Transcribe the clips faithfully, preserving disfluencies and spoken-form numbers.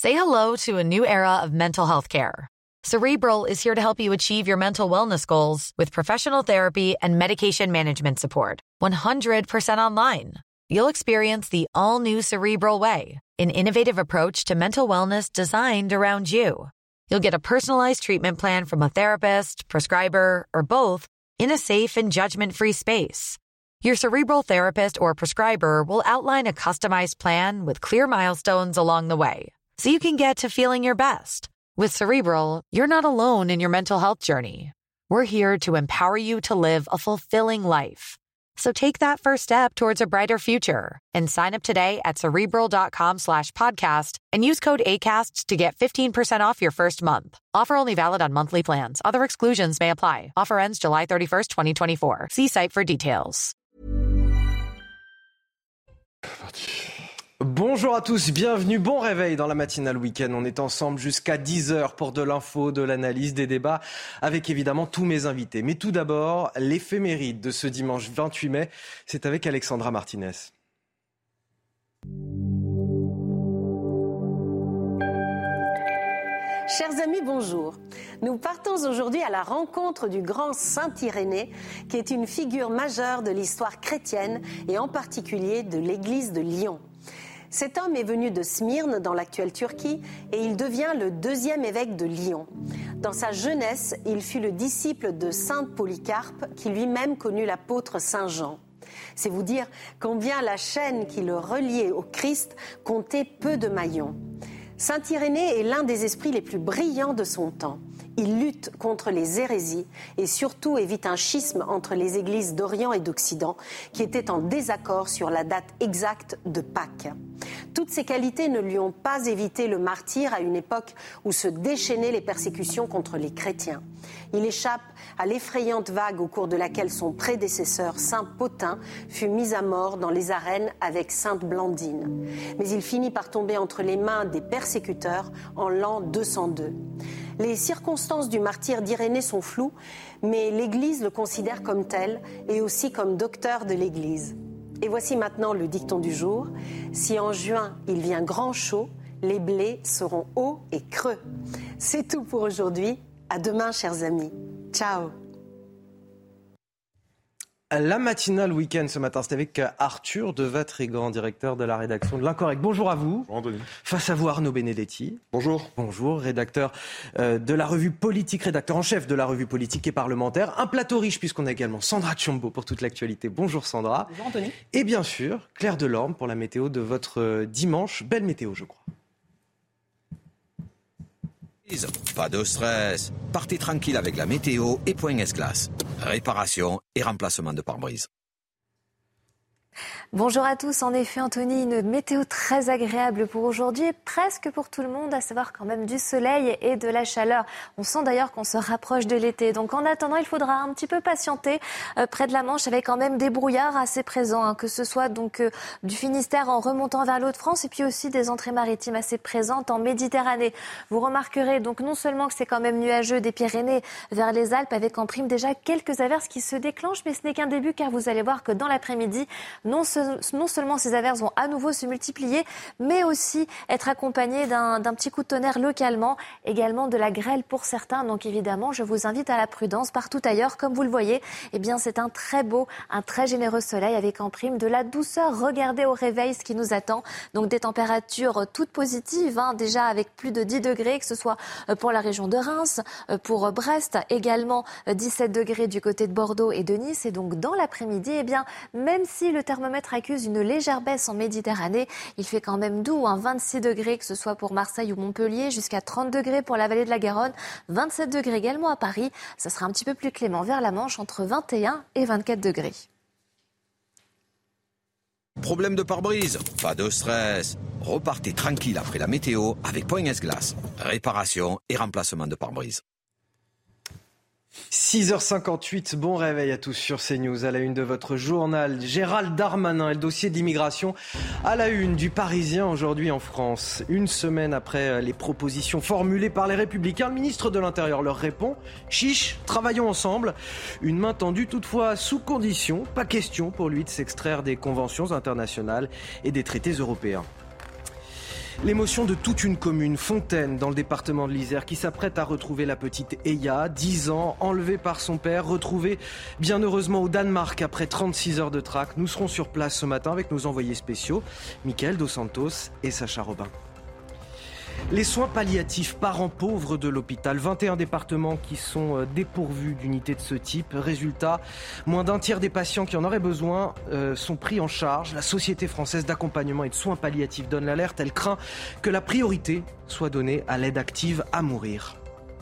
Say hello to a new era of mental health care. Cerebral is here to help you achieve your mental wellness goals with professional therapy and medication management support. one hundred percent online. You'll experience the all-new Cerebral Way, an innovative approach to mental wellness designed around you. You'll get a personalized treatment plan from a therapist, prescriber, or both in a safe and judgment-free space. Your Cerebral therapist or prescriber will outline a customized plan with clear milestones along the way, so you can get to feeling your best. With Cerebral, you're not alone in your mental health journey. We're here to empower you to live a fulfilling life. So take that first step towards a brighter future and sign up today at Cerebral.com slash podcast and use code ACAST to get fifteen percent off your first month. Offer only valid on monthly plans. Other exclusions may apply. Offer ends July thirty-first, twenty twenty-four. See site for details. Bonjour à tous, bienvenue, bon réveil dans la matinale week-end. On est ensemble jusqu'à dix heures pour de l'info, de l'analyse, des débats avec évidemment tous mes invités. Mais tout d'abord, l'éphéméride de ce dimanche vingt-huit mai, c'est avec Alexandra Martinez. Chers amis, bonjour. Nous partons aujourd'hui à la rencontre du grand Saint Irénée, qui est une figure majeure de l'histoire chrétienne et en particulier de l'église de Lyon. Cet homme est venu de Smyrne, dans l'actuelle Turquie, et il devient le deuxième évêque de Lyon. Dans sa jeunesse, il fut le disciple de saint Polycarpe, qui lui-même connut l'apôtre Saint Jean. C'est vous dire combien la chaîne qui le reliait au Christ comptait peu de maillons. Saint Irénée est l'un des esprits les plus brillants de son temps. Il lutte contre les hérésies et surtout évite un schisme entre les églises d'Orient et d'Occident qui étaient en désaccord sur la date exacte de Pâques. Toutes ces qualités ne lui ont pas évité le martyre à une époque où se déchaînaient les persécutions contre les chrétiens. Il échappe à l'effrayante vague au cours de laquelle son prédécesseur, saint Pothin, fut mis à mort dans les arènes avec sainte Blandine. Mais il finit par tomber entre les mains des persécuteurs en l'an deux cent deux. Les circonstances du martyre d'Irénée sont floues, mais l'Église le considère comme tel et aussi comme docteur de l'Église. Et voici maintenant le dicton du jour. Si en juin il vient grand chaud, les blés seront hauts et creux. C'est tout pour aujourd'hui. À demain, chers amis. Ciao. La matinale week-end ce matin, c'est avec Arthur de Vatrigan, directeur de la rédaction de L'Incorrect. Bonjour à vous. Bonjour Anthony. Face à vous Arnaud Benedetti. Bonjour. Bonjour, rédacteur euh, de la revue Politique, rédacteur en chef de la revue Politique et parlementaire. Un plateau riche puisqu'on a également Sandra Tchombo pour toute l'actualité. Bonjour Sandra. Bonjour Anthony. Et bien sûr, Claire Delorme pour la météo de votre dimanche. Belle météo, je crois. Pas de stress. Partez tranquille avec la météo et Point S-Glace. Réparation et remplacement de pare-brise. Bonjour à tous. En effet, Anthony, une météo très agréable pour aujourd'hui et presque pour tout le monde, à savoir quand même du soleil et de la chaleur. On sent d'ailleurs qu'on se rapproche de l'été. Donc en attendant, il faudra un petit peu patienter euh, près de la Manche avec quand même des brouillards assez présents, hein, que ce soit donc euh, du Finistère en remontant vers l'Hauts-de-France et puis aussi des entrées maritimes assez présentes en Méditerranée. Vous remarquerez donc non seulement que c'est quand même nuageux des Pyrénées vers les Alpes avec en prime déjà quelques averses qui se déclenchent, mais ce n'est qu'un début car vous allez voir que dans l'après-midi, non seulement Non seulement ces averses vont à nouveau se multiplier, mais aussi être accompagnées d'un, d'un petit coup de tonnerre localement, également de la grêle pour certains. Donc évidemment, je vous invite à la prudence partout ailleurs. Comme vous le voyez, eh bien, c'est un très beau, un très généreux soleil avec en prime de la douceur. Regardez au réveil ce qui nous attend. Donc des températures toutes positives, hein, déjà avec plus de dix degrés, que ce soit pour la région de Reims, pour Brest, également dix-sept degrés du côté de Bordeaux et de Nice. Et donc dans l'après-midi, eh bien, même si le thermomètre accuse une légère baisse en Méditerranée, il fait quand même doux, hein, vingt-six degrés, que ce soit pour Marseille ou Montpellier, jusqu'à trente degrés pour la vallée de la Garonne, vingt-sept degrés également à Paris. Ça sera un petit peu plus clément vers la Manche, entre vingt et un et vingt-quatre degrés. Problème de pare-brise? Pas de stress. Repartez tranquille après la météo avec Point S-Glace. Réparation et remplacement de pare-brise. six heures cinquante-huit, bon réveil à tous sur CNews. À la une de votre journal, Gérald Darmanin et le dossier de l'immigration à la une du Parisien aujourd'hui en France. Une semaine après les propositions formulées par les Républicains, le ministre de l'Intérieur leur répond « Chiche, travaillons ensemble ». Une main tendue toutefois sous condition, pas question pour lui de s'extraire des conventions internationales et des traités européens. L'émotion de toute une commune, Fontaine, dans le département de l'Isère, qui s'apprête à retrouver la petite Eya, dix ans, enlevée par son père, retrouvée bien heureusement au Danemark après trente-six heures de traque. Nous serons sur place ce matin avec nos envoyés spéciaux, Mickaël Dos Santos et Sacha Robin. Les soins palliatifs, parents pauvres de l'hôpital, vingt et un départements qui sont dépourvus d'unités de ce type. Résultat, moins d'un tiers des patients qui en auraient besoin euh, sont pris en charge. La Société française d'accompagnement et de soins palliatifs donne l'alerte. Elle craint que la priorité soit donnée à l'aide active à mourir.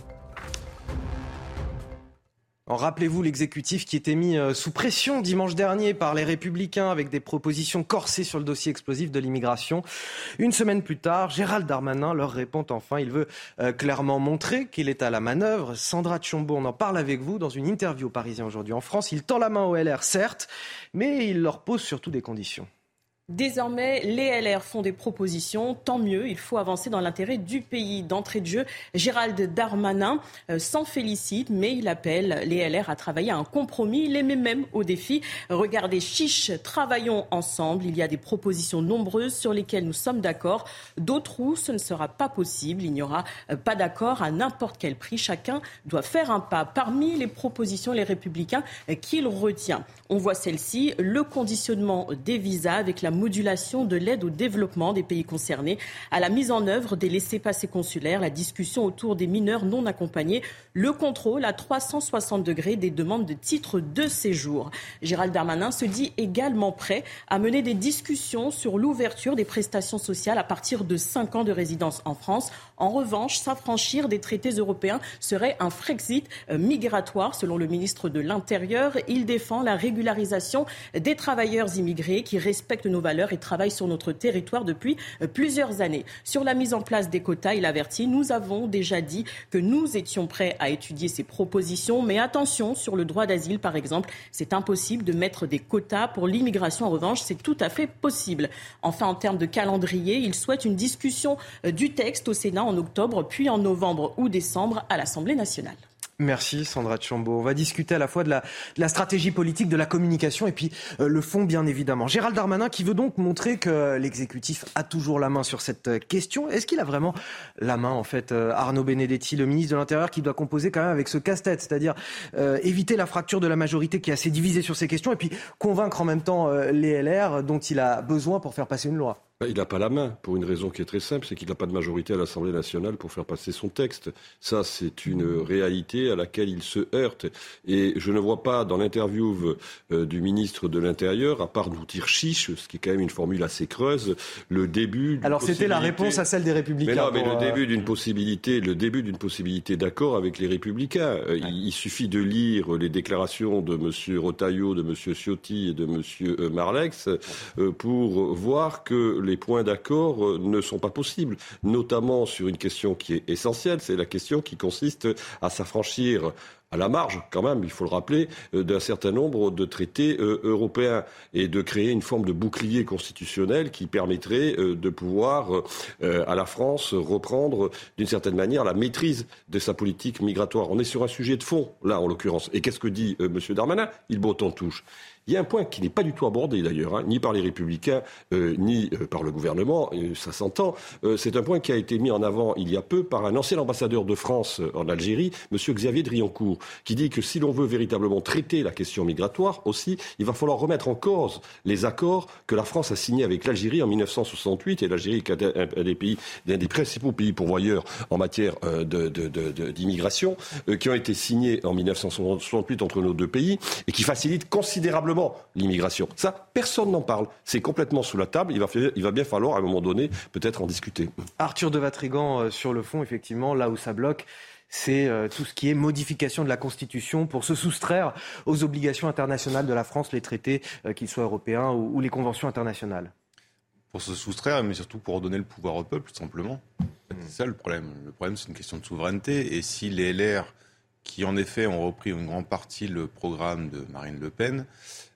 Rappelez-vous l'exécutif qui était mis sous pression dimanche dernier par les Républicains avec des propositions corsées sur le dossier explosif de l'immigration. Une semaine plus tard, Gérald Darmanin leur répond enfin. Il veut euh, clairement montrer qu'il est à la manœuvre. Sandra Tchombo, on en parle avec vous dans une interview au Parisien aujourd'hui en France. Il tend la main au L R, certes, mais il leur pose surtout des conditions. Désormais, les L R font des propositions, tant mieux, il faut avancer dans l'intérêt du pays. D'entrée de jeu, Gérald Darmanin euh, s'en félicite, mais il appelle les L R à travailler à un compromis, il les met même au défi. Regardez, chiche, travaillons ensemble, il y a des propositions nombreuses sur lesquelles nous sommes d'accord, d'autres où ce ne sera pas possible, il n'y aura euh, pas d'accord à n'importe quel prix, chacun doit faire un pas. Parmi les propositions, les Républicains euh, qu'il retient, on voit celle-ci, le conditionnement des visas avec la modulation de l'aide au développement des pays concernés, à la mise en œuvre des laissez-passer consulaires, la discussion autour des mineurs non accompagnés, le contrôle à trois cent soixante degrés des demandes de titres de séjour. Gérald Darmanin se dit également prêt à mener des discussions sur l'ouverture des prestations sociales à partir de cinq ans de résidence en France. En revanche, s'affranchir des traités européens serait un Frexit migratoire, selon le ministre de l'Intérieur. Il défend la régularisation des travailleurs immigrés qui respectent nos valeurs et travaillent sur notre territoire depuis plusieurs années. Sur la mise en place des quotas, il avertit, nous avons déjà dit que nous étions prêts à étudier ces propositions, mais attention, sur le droit d'asile par exemple, c'est impossible de mettre des quotas. Pour l'immigration, en revanche, c'est tout à fait possible. Enfin, en termes de calendrier, il souhaite une discussion du texte au Sénat en octobre, puis en novembre ou décembre à l'Assemblée nationale. Merci Sandra Tchombo. On va discuter à la fois de la, de la stratégie politique, de la communication et puis euh, le fond bien évidemment. Gérald Darmanin qui veut donc montrer que l'exécutif a toujours la main sur cette question. Est-ce qu'il a vraiment la main en fait, euh, Arnaud Benedetti, le ministre de l'Intérieur, qui doit composer quand même avec ce casse-tête, c'est-à-dire euh, éviter la fracture de la majorité qui est assez divisée sur ces questions et puis convaincre en même temps euh, les L R dont il a besoin pour faire passer une loi. Il n'a pas la main, pour une raison qui est très simple, c'est qu'il n'a pas de majorité à l'Assemblée nationale pour faire passer son texte. Ça, c'est une réalité à laquelle il se heurte. Et je ne vois pas dans l'interview euh, du ministre de l'Intérieur, à part nous dire chiche, ce qui est quand même une formule assez creuse, le début... Alors c'était la réponse à celle des Républicains. Mais non, mais pour, le euh... début d'une possibilité, le début d'une possibilité d'accord avec les Républicains. Ouais. Il, il suffit de lire les déclarations de M. Retailleau, de M. Ciotti et de M. Marlex euh, pour voir que les points d'accord ne sont pas possibles, notamment sur une question qui est essentielle, c'est la question qui consiste à s'affranchir à la marge, quand même, il faut le rappeler, d'un certain nombre de traités euh, européens et de créer une forme de bouclier constitutionnel qui permettrait euh, de pouvoir, euh, à la France, reprendre d'une certaine manière la maîtrise de sa politique migratoire. On est sur un sujet de fond, là, en l'occurrence. Et qu'est-ce que dit euh, M. Darmanin ? Il botte en touche. Il y a un point qui n'est pas du tout abordé d'ailleurs, hein, ni par les Républicains, euh, ni euh, par le gouvernement, et ça s'entend. Euh, c'est un point qui a été mis en avant il y a peu par un ancien ambassadeur de France en Algérie, M. Xavier Driancourt, qui dit que si l'on veut véritablement traiter la question migratoire aussi, il va falloir remettre en cause les accords que la France a signés avec l'Algérie en dix-neuf cent soixante-huit, et l'Algérie est un, un des pays, un des principaux pays pourvoyeurs en matière euh, de, de, de, de, d'immigration, euh, qui ont été signés en dix-neuf cent soixante-huit entre nos deux pays, et qui facilitent considérablement l'immigration. Ça, personne n'en parle. C'est complètement sous la table. Il va, il va bien falloir, à un moment donné, peut-être en discuter. Arthur de Vatrigan, euh, sur le fond, effectivement, là où ça bloque, c'est euh, tout ce qui est modification de la Constitution pour se soustraire aux obligations internationales de la France, les traités, euh, qu'ils soient européens ou, ou les conventions internationales. Pour se soustraire, mais surtout pour redonner le pouvoir au peuple, tout simplement. C'est ça le problème. Le problème, c'est une question de souveraineté. Et si les L R, qui en effet ont repris une grande partie le programme de Marine Le Pen,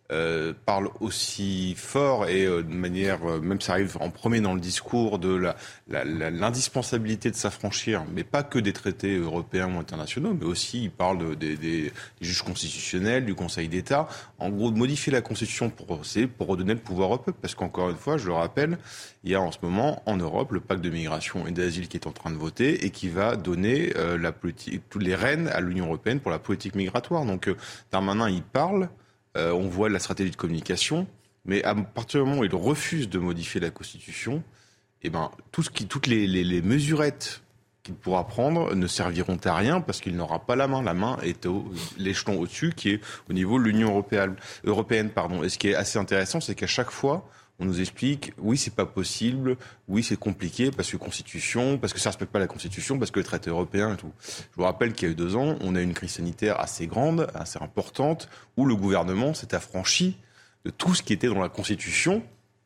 euh, parle aussi fort et euh, de manière, euh, même ça arrive en premier dans le discours, de la, la, la, l'indispensabilité de s'affranchir, mais pas que des traités européens ou internationaux, mais aussi il parle de, des, des, des juges constitutionnels, du Conseil d'État. En gros, de modifier la Constitution pour, c'est pour redonner le pouvoir au peuple. Parce qu'encore une fois, je le rappelle, il y a en ce moment en Europe le pacte de migration et d'asile qui est en train de voter et qui va donner euh, la politique, toutes les rênes à l'Union européenne pour la politique migratoire. Donc euh, Darmanin, il parle. Euh, on voit la stratégie de communication, mais à partir du moment où il refuse de modifier la Constitution, eh ben, tout ce qui, toutes les, les, les mesurettes qu'il pourra prendre ne serviront à rien parce qu'il n'aura pas la main. La main est au, l'échelon au-dessus qui est au niveau de l'Union européenne. européenne pardon. Et ce qui est assez intéressant, c'est qu'à chaque fois, on nous explique, oui, c'est pas possible, oui, c'est compliqué parce que Constitution, parce que ça respecte pas la Constitution, parce que le traité européen et tout. Je vous rappelle qu'il y a eu deux ans, on a eu une crise sanitaire assez grande, assez importante, où le gouvernement s'est affranchi de tout ce qui était dans la Constitution,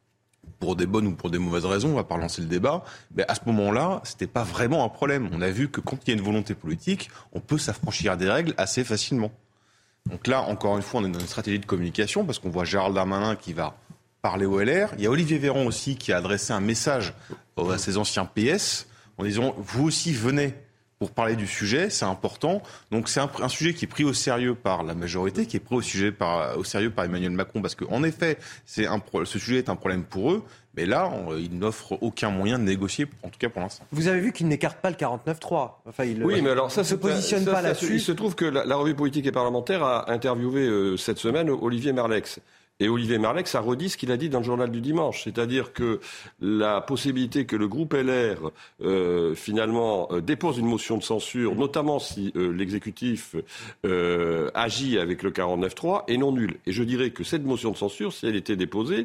pour des bonnes ou pour des mauvaises raisons, on va pas relancer le débat, mais à ce moment-là, c'était pas vraiment un problème. On a vu que quand il y a une volonté politique, on peut s'affranchir des règles assez facilement. Donc là, encore une fois, on est dans une stratégie de communication, parce qu'on voit Gérald Darmanin qui va parler au L R. Il y a Olivier Véran aussi qui a adressé un message à ses anciens P S en disant « vous aussi venez pour parler du sujet, c'est important ». Donc c'est un, un sujet qui est pris au sérieux par la majorité, qui est pris au, sujet par, au sérieux par Emmanuel Macron, parce qu'en effet, c'est un, ce sujet est un problème pour eux, mais là, on, ils n'offrent aucun moyen de négocier, en tout cas pour l'instant. Vous avez vu qu'il n'écarte pas le quarante-neuf trois. Enfin, il oui, mais alors ça ne se positionne ça, pas ça, là-dessus. Il se trouve que la, la revue politique et parlementaire a interviewé euh, cette semaine Olivier Merlex. Et Olivier Merlex a redit ce qu'il a dit dans le journal du dimanche, c'est-à-dire que la possibilité que le groupe L R euh, finalement euh, dépose une motion de censure, notamment si euh, l'exécutif euh, agit avec le quarante-neuf trois, est non nulle. Et je dirais que cette motion de censure, si elle était déposée,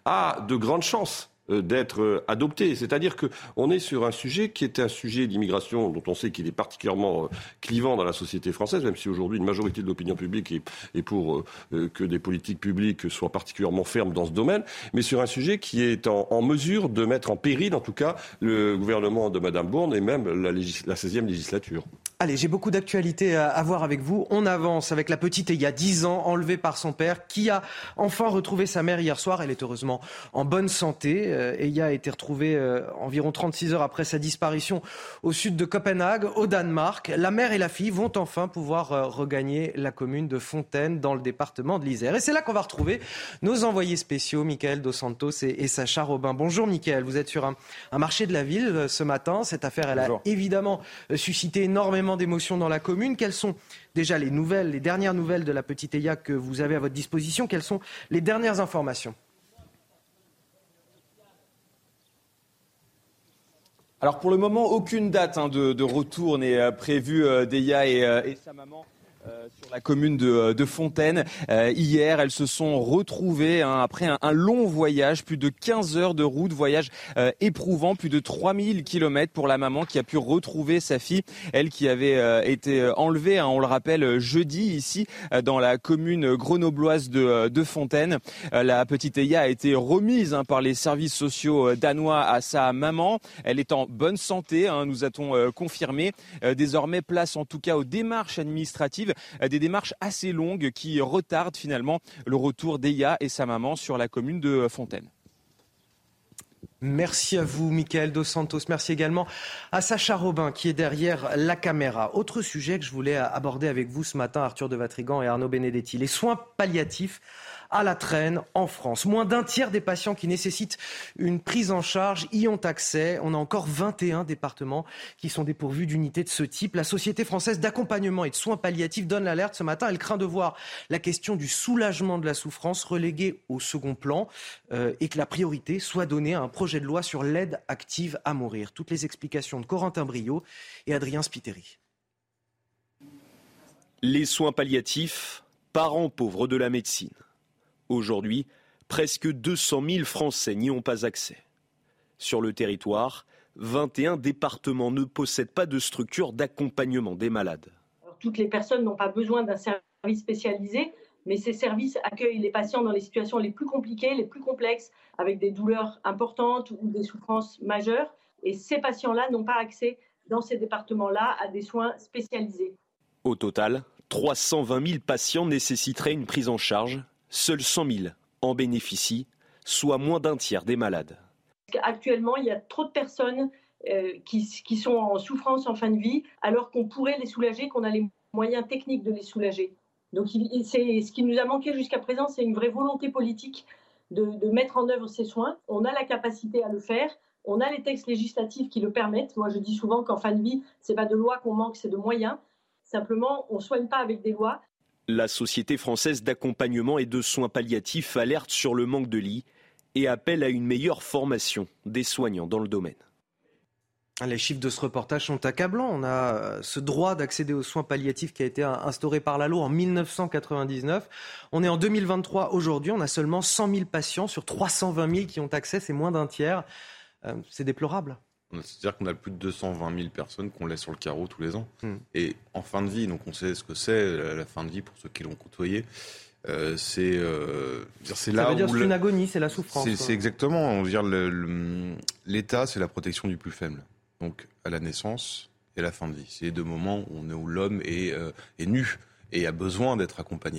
a de grandes chances d'être adopté. C'est-à-dire qu'on est sur un sujet qui est un sujet d'immigration dont on sait qu'il est particulièrement clivant dans la société française, même si aujourd'hui une majorité de l'opinion publique est, est pour euh, que des politiques publiques soient particulièrement fermes dans ce domaine, mais sur un sujet qui est en, en mesure de mettre en péril, en tout cas, le gouvernement de Mme Borne et même la, légis- la seizième législature. Allez, j'ai beaucoup d'actualités à voir avec vous. On avance avec la petite Eya, dix ans, enlevée par son père, qui a enfin retrouvé sa mère hier soir. Elle est heureusement en bonne santé. Euh, Eya a été retrouvée euh, environ trente-six heures après sa disparition au sud de Copenhague, au Danemark. La mère et la fille vont enfin pouvoir euh, regagner la commune de Fontaine, dans le département de l'Isère. Et c'est là qu'on va retrouver nos envoyés spéciaux, Mickaël Dos Santos et, et Sacha Robin. Bonjour Mickaël, vous êtes sur un, un marché de la ville euh, ce matin. Cette affaire, elle Bonjour. a évidemment euh, suscité énormément d'émotions dans la commune. Quelles sont déjà les nouvelles, les dernières nouvelles de la petite Eya que vous avez à votre disposition? Quelles sont les dernières informations? Alors pour le moment, aucune date hein, de, de retour n'est euh, prévue euh, d'Eya et, euh, et sa maman. Euh, sur la commune de, de Fontaine. Euh, hier, elles se sont retrouvées hein, après un, un long voyage, plus de quinze heures de route, voyage euh, éprouvant, plus de trois mille kilomètres pour la maman qui a pu retrouver sa fille, elle qui avait euh, été enlevée, hein, on le rappelle, jeudi ici euh, dans la commune grenobloise de, de Fontaine. Euh, la petite Eya a été remise hein, par les services sociaux danois à sa maman. Elle est en bonne santé, hein, nous a-t-on euh, confirmé. Euh, désormais, place en tout cas aux démarches administratives. Des démarches assez longues qui retardent finalement le retour d'Eya et sa maman sur la commune de Fontaine. Merci à vous, Mickaël Dos Santos. Merci également à Sacha Robin qui est derrière la caméra. Autre sujet que je voulais aborder avec vous ce matin, Arthur de Vatrigan et Arnaud Benedetti. Les soins palliatifs à la traîne en France. Moins d'un tiers des patients qui nécessitent une prise en charge y ont accès. On a encore vingt et un départements qui sont dépourvus d'unités de ce type. La Société française d'accompagnement et de soins palliatifs donne l'alerte ce matin. Elle craint de voir la question du soulagement de la souffrance reléguée au second plan euh, et que la priorité soit donnée à un projet de loi sur l'aide active à mourir. Toutes les explications de Corentin Brio et Adrien Spiteri. Les soins palliatifs, parents pauvres de la médecine. Aujourd'hui, presque deux cent mille Français n'y ont pas accès. Sur le territoire, vingt et un départements ne possèdent pas de structure d'accompagnement des malades. Alors, toutes les personnes n'ont pas besoin d'un service spécialisé, mais ces services accueillent les patients dans les situations les plus compliquées, les plus complexes, avec des douleurs importantes ou des souffrances majeures. Et ces patients-là n'ont pas accès, dans ces départements-là, à des soins spécialisés. Au total, trois cent vingt mille patients nécessiteraient une prise en charge, Seuls cent mille en bénéficient, soit moins d'un tiers des malades. Actuellement, il y a trop de personnes euh, qui, qui sont en souffrance en fin de vie, alors qu'on pourrait les soulager, qu'on a les moyens techniques de les soulager. Donc il, c'est, ce qui nous a manqué jusqu'à présent, c'est une vraie volonté politique de, de mettre en œuvre ces soins. On a la capacité à le faire, on a les textes législatifs qui le permettent. Moi, je dis souvent qu'en fin de vie, ce n'est pas de loi qu'on manque, c'est de moyens. Simplement, on ne soigne pas avec des lois. La Société française d'accompagnement et de soins palliatifs alerte sur le manque de lits et appelle à une meilleure formation des soignants dans le domaine. Les chiffres de ce reportage sont accablants. On a ce droit d'accéder aux soins palliatifs qui a été instauré par la loi en dix-neuf cent quatre-vingt-dix-neuf. On est en deux mille vingt-trois aujourd'hui. On a seulement cent mille patients sur trois cent vingt mille qui ont accès. C'est moins d'un tiers. Euh, c'est déplorable. C'est-à-dire qu'on a plus de deux cent vingt mille personnes qu'on laisse sur le carreau tous les ans. Mmh. Et en fin de vie, donc on sait ce que c'est, la, la fin de vie pour ceux qui l'ont côtoyé. Euh, c'est, euh, c'est là Ça veut dire où c'est le, une agonie, c'est la souffrance. C'est, c'est exactement, on veut dire le, le, l'État, c'est la protection du plus faible. Donc à la naissance et à la fin de vie. C'est les deux moments où, on est, où l'homme est, euh, est nu et a besoin d'être accompagné.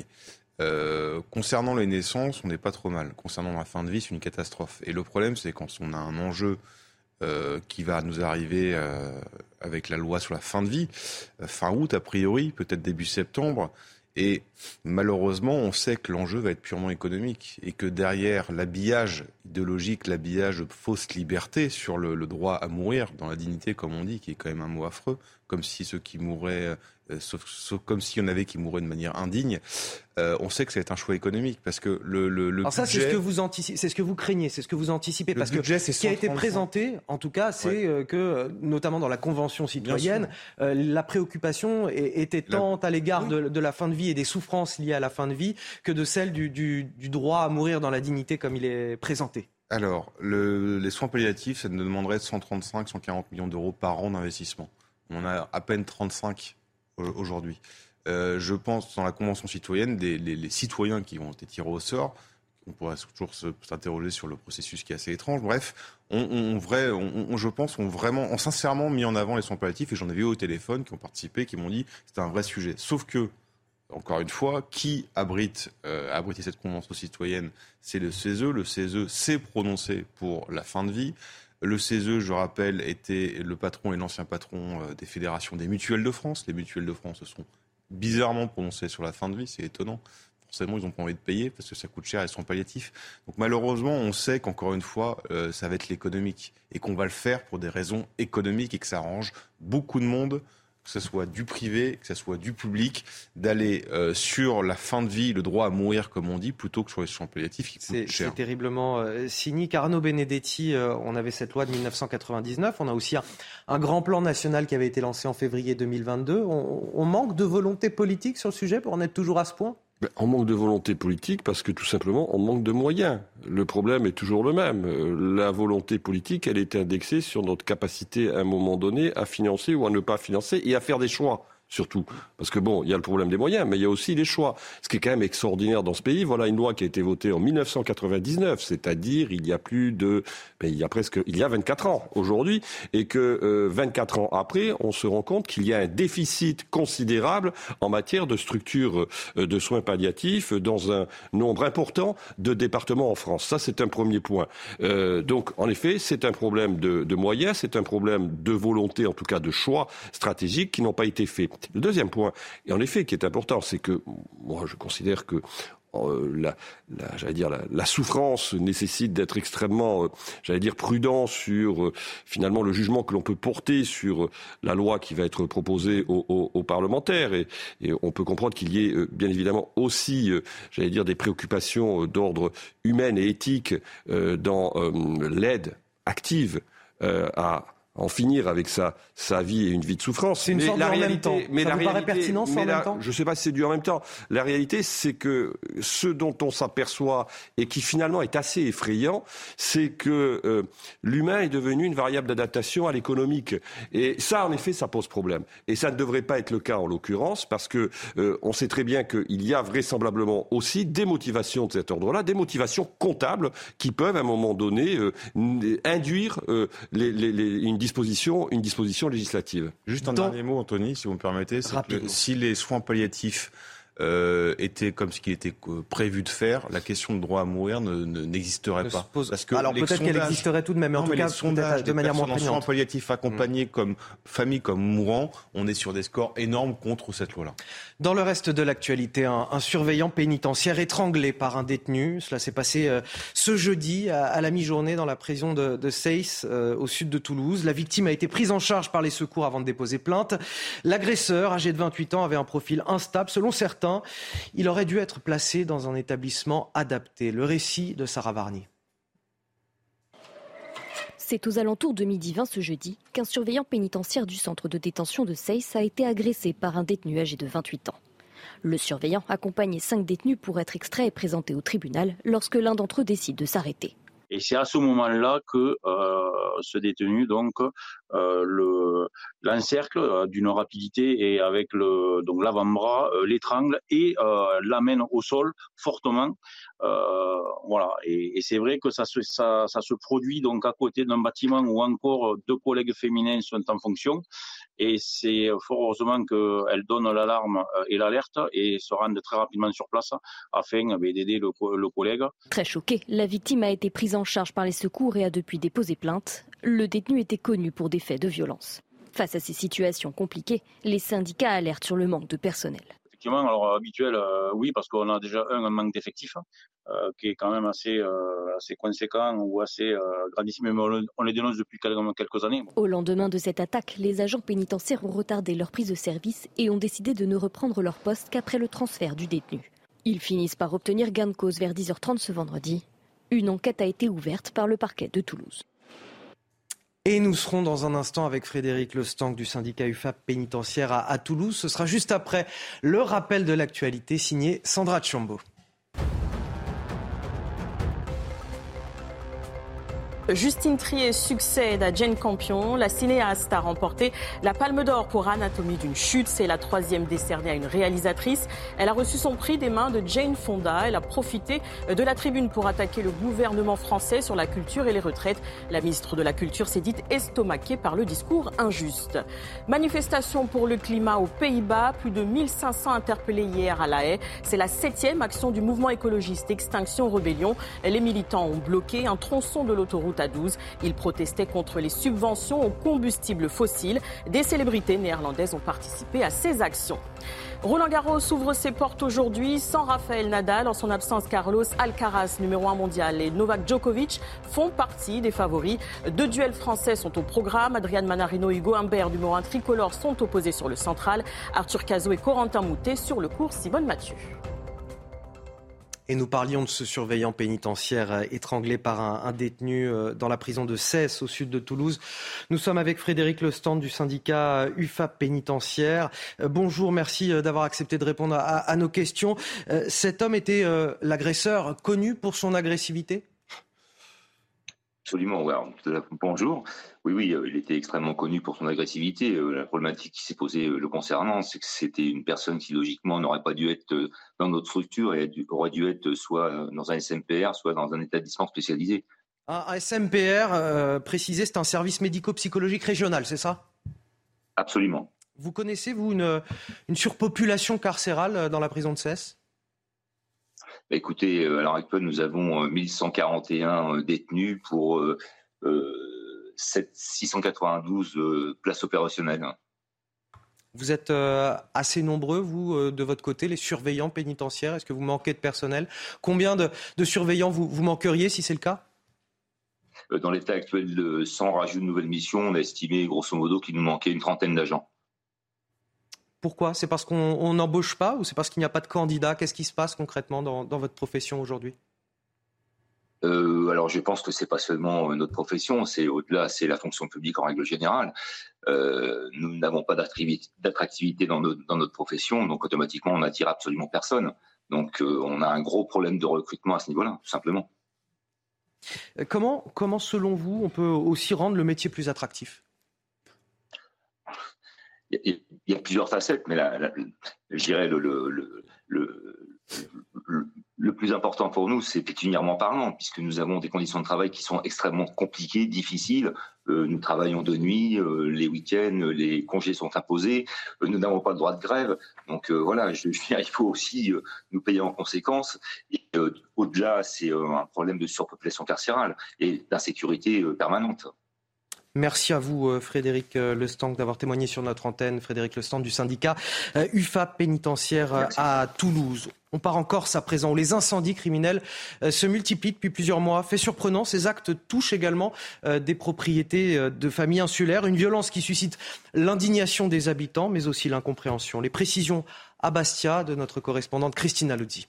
Euh, concernant les naissances, on n'est pas trop mal. Concernant la fin de vie, c'est une catastrophe. Et le problème, c'est quand on a un enjeu euh, qui va nous arriver euh, avec la loi sur la fin de vie, euh, fin août a priori, peut-être début septembre. Et malheureusement, on sait que l'enjeu va être purement économique et que derrière l'habillage idéologique, l'habillage de fausse liberté sur le, le droit à mourir dans la dignité, comme on dit, qui est quand même un mot affreux, comme si ceux qui mouraient, euh, sauf, sauf, comme s'il y en avait qui mouraient de manière indigne, euh, on sait que ça va être un choix économique parce que le, le, le Alors ça, budget... c'est ce que vous anticipez, c'est ce que vous craignez, c'est ce que vous anticipez, le parce budget, que ce qui a été présenté, en tout cas, c'est ouais. que, notamment dans la Convention citoyenne, euh, la préoccupation était tant la... à l'égard oui. de, de la fin de vie et des souffrances liées à la fin de vie que de celle du, du, du droit à mourir dans la dignité comme il est présenté. Alors, le, les soins palliatifs, ça nous demanderait cent trente-cinq à cent quarante millions d'euros par an d'investissement. On a à peine trente-cinq euh, aujourd'hui. Euh, je pense, dans la Convention citoyenne, des, les, les citoyens qui ont été tirés au sort, on pourrait toujours se, s'interroger sur le processus qui est assez étrange. Bref, on, on, vrai, on, on, je pense, ont vraiment, ont sincèrement mis en avant les soins palliatifs, et j'en ai vu au téléphone qui ont participé, qui m'ont dit que c'était un vrai sujet. Sauf que, encore une fois, qui abrite, euh, a abrité cette convention citoyenne ? C'est le C E S E. Le C E S E s'est prononcé pour la fin de vie. Le C E S E, je rappelle, était le patron et l'ancien patron euh, des fédérations des mutuelles de France. Les mutuelles de France se sont bizarrement prononcées sur la fin de vie, c'est étonnant. Forcément, ils n'ont pas envie de payer parce que ça coûte cher et ils sont palliatifs. Donc malheureusement, on sait qu'encore une fois, euh, ça va être l'économique et qu'on va le faire pour des raisons économiques et que ça arrange beaucoup de monde, que ce soit du privé, que ce soit du public, d'aller euh, sur la fin de vie, le droit à mourir, comme on dit, plutôt que sur les soins palliatifs qui c'est, coûtent cher. C'est terriblement euh, cynique. Arnaud Benedetti, euh, on avait cette loi de dix-neuf cent quatre-vingt-dix-neuf. On a aussi un, un grand plan national qui avait été lancé en février deux mille vingt-deux. On, on manque de volonté politique sur le sujet pour en être toujours à ce point ? Ben, on manque de volonté politique parce que tout simplement on manque de moyens. Le problème est toujours le même. La volonté politique, elle est indexée sur notre capacité à un moment donné à financer ou à ne pas financer et à faire des choix. Surtout. Parce que bon, il y a le problème des moyens, mais il y a aussi les choix. Ce qui est quand même extraordinaire dans ce pays, voilà une loi qui a été votée en dix-neuf cent quatre-vingt-dix-neuf, c'est-à-dire il y a plus de, ben, il y a presque, il y a vingt-quatre ans aujourd'hui, et que euh, vingt-quatre ans après, on se rend compte qu'il y a un déficit considérable en matière de structures euh, de soins palliatifs dans un nombre important de départements en France. Ça, c'est un premier point. Euh, donc, en effet, c'est un problème de, de moyens, c'est un problème de volonté, en tout cas de choix stratégiques qui n'ont pas été faits. Le deuxième point, et en effet qui est important, c'est que moi je considère que euh, la, la, j'allais dire la, la souffrance nécessite d'être extrêmement, euh, j'allais dire prudent sur euh, finalement le jugement que l'on peut porter sur euh, la loi qui va être proposée aux, aux, aux parlementaires et, et on peut comprendre qu'il y ait euh, bien évidemment aussi, euh, j'allais dire des préoccupations euh, d'ordre humain et éthique euh, dans euh, l'aide active euh, à en finir avec sa, sa vie et une vie de souffrance. C'est une mais sorte la de réalité, en même temps. Mais ça la vous réalité, paraît pertinent, ça, en la, même temps ? Je ne sais pas si c'est dû en même temps. La réalité, c'est que ce dont on s'aperçoit et qui finalement est assez effrayant, c'est que euh, l'humain est devenu une variable d'adaptation à l'économique. Et ça, en effet, ça pose problème. Et ça ne devrait pas être le cas en l'occurrence, parce que euh, on sait très bien qu'il y a vraisemblablement aussi des motivations de cet ordre-là, des motivations comptables qui peuvent à un moment donné euh, induire euh, les, les, les, une disposition, une disposition législative. Juste un Dans... dernier mot, Anthony, si vous me permettez. C'est que si les soins palliatifs euh, était comme ce qu'il était prévu de faire, la question de droit à mourir ne, ne, n'existerait ne pas. Pose... Parce que Alors peut-être sondages... qu'elle existerait tout de même, mais en non, tout mais cas, sondages de manière moins prégnante. En palliatif accompagnés mmh. comme famille, comme mourants, on est sur des scores énormes contre cette loi-là. Dans le reste de l'actualité, un, un surveillant pénitentiaire étranglé par un détenu. Cela s'est passé euh, ce jeudi à, à la mi-journée dans la prison de, de Seyss, euh, au sud de Toulouse. La victime a été prise en charge par les secours avant de déposer plainte. L'agresseur, âgé de vingt-huit ans, avait un profil instable. Selon certains, il aurait dû être placé dans un établissement adapté. Le récit de Sarah Varny. C'est aux alentours de midi vingt ce jeudi qu'un surveillant pénitentiaire du centre de détention de Seyss a été agressé par un détenu âgé de vingt-huit ans. Le surveillant accompagnait cinq détenus pour être extraits et présentés au tribunal lorsque l'un d'entre eux décide de s'arrêter. Et c'est à ce moment-là que euh, ce détenu donc euh, le l'encercle euh, d'une rapidité et avec le donc l'avant-bras euh, l'étrangle et euh, l'amène au sol fortement. Euh, voilà. Et, et c'est vrai que ça se ça, ça se produit donc à côté d'un bâtiment où encore deux collègues féminins sont en fonction. Et c'est fort heureusement qu'elles donnent l'alarme et l'alerte et se rendent très rapidement sur place afin d'aider le, le collègue. Très choqué, la victime a été prise en charge par les secours et a depuis déposé plainte. Le détenu était connu pour des faits de violence. Face à ces situations compliquées, les syndicats alertent sur le manque de personnel. Effectivement, alors habituel, euh, oui, parce qu'on a déjà un, un manque d'effectifs euh, qui est quand même assez, euh, assez conséquent ou assez euh, grandissime, mais on le, on les dénonce depuis quelques années. Au lendemain de cette attaque, les agents pénitentiaires ont retardé leur prise de service et ont décidé de ne reprendre leur poste qu'après le transfert du détenu. Ils finissent par obtenir gain de cause vers dix heures trente ce vendredi. Une enquête a été ouverte par le parquet de Toulouse. Et nous serons dans un instant avec Frédéric Lestanc du syndicat U F A P pénitentiaire à, à Toulouse. Ce sera juste après le rappel de l'actualité signé Sandra Tchombo. Justine Triet succède à Jane Campion. La cinéaste a remporté la Palme d'Or pour Anatomie d'une chute. C'est la troisième décernée à une réalisatrice. Elle a reçu son prix des mains de Jane Fonda. Elle a profité de la tribune pour attaquer le gouvernement français sur la culture et les retraites. La ministre de la Culture s'est dite estomaquée par le discours injuste. Manifestation pour le climat aux Pays-Bas. Plus de mille cinq cents interpellés hier à La Haye. C'est la septième action du mouvement écologiste Extinction Rebellion. Les militants ont bloqué un tronçon de l'autoroute à douze. Ils protestaient contre les subventions aux combustibles fossiles. Des célébrités néerlandaises ont participé à ces actions. Roland Garros ouvre ses portes aujourd'hui sans Rafael Nadal. En son absence, Carlos Alcaraz, numéro un mondial, et Novak Djokovic font partie des favoris. Deux duels français sont au programme. Adrian Manarino et Hugo Humbert, numéro un tricolore, sont opposés sur le central. Arthur Cazot et Corentin Moutet sur le court Simone Mathieu. Et nous parlions de ce surveillant pénitentiaire étranglé par un, un détenu dans la prison de Seyss, au sud de Toulouse. Nous sommes avec Frédéric Lestanc du syndicat U F A P pénitentiaire. Bonjour, merci d'avoir accepté de répondre à, à nos questions. Cet homme était euh, l'agresseur connu pour son agressivité ? Absolument, ouais. Bonjour. Oui, oui, il était extrêmement connu pour son agressivité. La problématique qui s'est posée le concernant, c'est que c'était une personne qui, logiquement, n'aurait pas dû être dans notre structure et aurait dû être soit dans un S M P R, soit dans un établissement spécialisé. Un S M P R, euh, précisé, c'est un service médico-psychologique régional, c'est ça ? Absolument. Vous connaissez, vous, une, une surpopulation carcérale dans la prison de Seyss ? Écoutez, à l'heure actuelle, nous avons mille cent quarante et un détenus pour euh, euh, six cent quatre-vingt-douze euh, places opérationnelles. Vous êtes euh, assez nombreux, vous, euh, de votre côté, les surveillants pénitentiaires. Est-ce que vous manquez de personnel ? Combien de, de surveillants vous, vous manqueriez, si c'est le cas ? Dans l'état actuel, de, sans rajout de nouvelles missions, on a estimé grosso modo qu'il nous manquait une trentaine d'agents. Pourquoi ? C'est parce qu'on n'embauche pas ou c'est parce qu'il n'y a pas de candidats ? Qu'est-ce qui se passe concrètement dans, dans votre profession aujourd'hui ? euh, Alors je pense que c'est pas seulement notre profession, c'est au-delà, c'est la fonction publique en règle générale. Euh, nous n'avons pas d'attractivité dans, notre, dans notre profession, donc automatiquement on n'attire absolument personne. Donc euh, on a un gros problème de recrutement à ce niveau-là, tout simplement. Comment, comment selon vous, on peut aussi rendre le métier plus attractif ? Il y a plusieurs facettes, mais la, la, je dirais le, le, le, le, le, Le plus important pour nous, c'est pécuniairement parlant, puisque nous avons des conditions de travail qui sont extrêmement compliquées, difficiles. Euh, nous travaillons de nuit, euh, les week-ends, les congés sont imposés, euh, nous n'avons pas le droit de grève. Donc euh, voilà, je, je, il faut aussi euh, nous payer en conséquence. Et euh, au-delà, c'est euh, un problème de surpopulation carcérale et d'insécurité euh, permanente. Merci à vous, Frédéric Lestang, d'avoir témoigné sur notre antenne. Frédéric Lestang du syndicat U F A pénitentiaire Merci. À Toulouse. On part en Corse à présent, où les incendies criminels se multiplient depuis plusieurs mois. Fait surprenant, ces actes touchent également des propriétés de familles insulaires. Une violence qui suscite l'indignation des habitants, mais aussi l'incompréhension. Les précisions à Bastia de notre correspondante Christina Luzzi.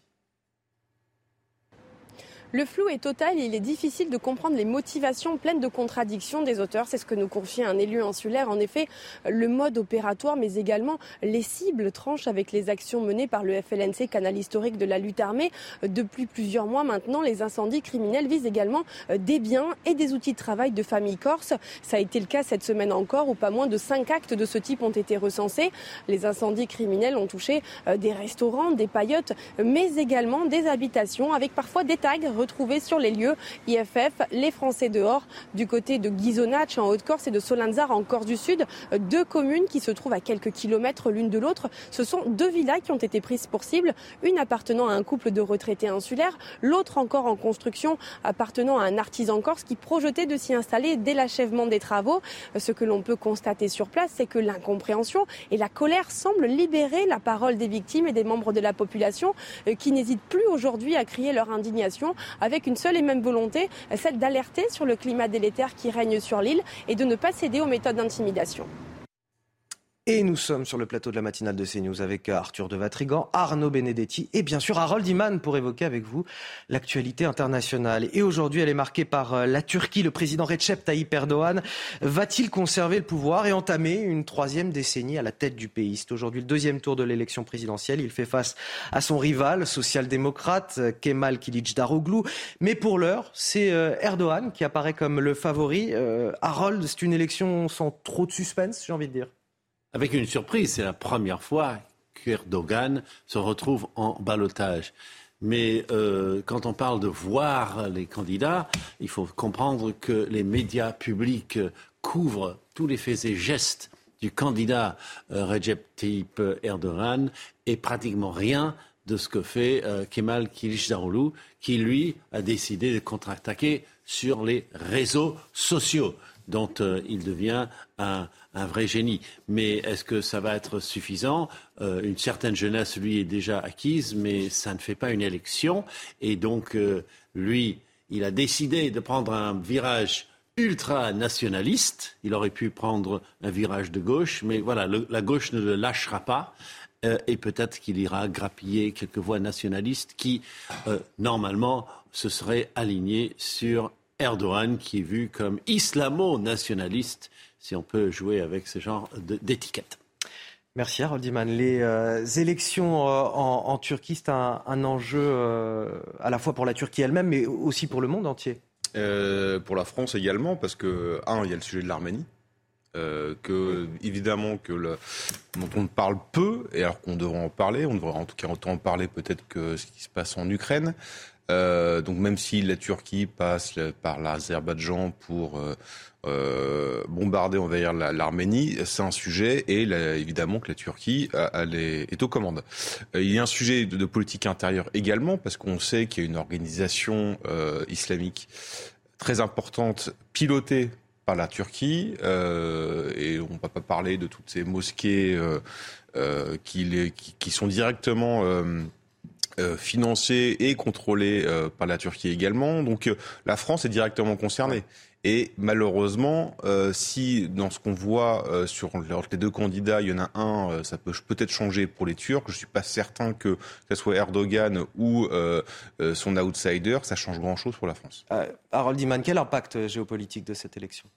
Le flou est total et il est difficile de comprendre les motivations pleines de contradictions des auteurs. C'est ce que nous confie un élu insulaire. En effet, le mode opératoire, mais également les cibles tranchent avec les actions menées par le F L N C, canal historique de la lutte armée. Depuis plusieurs mois maintenant, les incendies criminels visent également des biens et des outils de travail de familles corses. Ça a été le cas cette semaine encore, où pas moins de cinq actes de ce type ont été recensés. Les incendies criminels ont touché des restaurants, des paillotes, mais également des habitations, avec parfois des tags retrouvés sur les lieux. I F F, les Français dehors, du côté de Ghisonaccia en Haute-Corse et de Solanzar en Corse du Sud, deux communes qui se trouvent à quelques kilomètres l'une de l'autre. Ce sont deux villas qui ont été prises pour cible, une appartenant à un couple de retraités insulaires, l'autre encore en construction appartenant à un artisan corse qui projetait de s'y installer dès l'achèvement des travaux. Ce que l'on peut constater sur place, c'est que l'incompréhension et la colère semblent libérer la parole des victimes et des membres de la population qui n'hésitent plus aujourd'hui à crier leur indignation, avec une seule et même volonté, celle d'alerter sur le climat délétère qui règne sur l'île et de ne pas céder aux méthodes d'intimidation. Et nous sommes sur le plateau de la matinale de CNews avec Arthur de Vatrigan, Arnaud Benedetti et bien sûr Harold Iman pour évoquer avec vous l'actualité internationale. Et aujourd'hui, elle est marquée par la Turquie. Le président Recep Tayyip Erdogan va-t-il conserver le pouvoir et entamer une troisième décennie à la tête du pays? C'est aujourd'hui le deuxième tour de l'élection présidentielle. Il fait face à son rival social-démocrate Kemal Kılıçdaroğlu. Mais pour l'heure, c'est Erdogan qui apparaît comme le favori. Euh, Harold, c'est une élection sans trop de suspense, j'ai envie de dire. Avec une surprise, c'est la première fois qu'Erdogan se retrouve en ballottage. Mais euh, quand on parle de voir les candidats, il faut comprendre que les médias publics couvrent tous les faits et gestes du candidat euh, Recep Tayyip Erdogan et pratiquement rien de ce que fait euh, Kemal Kılıçdaroğlu, qui lui a décidé de contre-attaquer sur les réseaux sociaux, dont euh, il devient un, un vrai génie. Mais est-ce que ça va être suffisant? euh, Une certaine jeunesse, lui, est déjà acquise, mais ça ne fait pas une élection. Et donc, euh, lui, il a décidé de prendre un virage ultra-nationaliste. Il aurait pu prendre un virage de gauche, mais voilà, le, la gauche ne le lâchera pas. Euh, et peut-être qu'il ira grappiller quelques voix nationalistes qui, euh, normalement, se seraient alignées sur Erdogan, qui est vu comme islamo-nationaliste, si on peut jouer avec ce genre de, d'étiquette. Merci Harold Iman. Les euh, élections euh, en, en Turquie, c'est un, un enjeu euh, à la fois pour la Turquie elle-même, mais aussi pour le monde entier. Euh, pour la France également, parce que, un, il y a le sujet de l'Arménie. Euh, que évidemment que le, dont on parle peu, et alors qu'on devrait en parler, on devrait en tout cas autant en parler peut-être que ce qui se passe en Ukraine. Euh, donc même si la Turquie passe par l'Azerbaïdjan pour euh, euh, bombarder, envahir la, l'Arménie, c'est un sujet, et là, évidemment que la Turquie elle est, est aux commandes. Euh, il y a un sujet de, de politique intérieure également, parce qu'on sait qu'il y a une organisation euh, islamique très importante, pilotée par la Turquie, euh, et on ne va pas parler de toutes ces mosquées euh, euh, qui, les, qui, qui sont directement euh, euh, financées et contrôlées euh, par la Turquie également. Donc euh, la France est directement concernée. Et malheureusement, euh, si dans ce qu'on voit euh, sur les deux candidats, il y en a un, euh, ça peut peut-être changer pour les Turcs. Je ne suis pas certain que, que ce soit Erdogan ou euh, euh, son outsider, ça change grand-chose pour la France. Euh, Harold Iman, quel impact géopolitique de cette élection?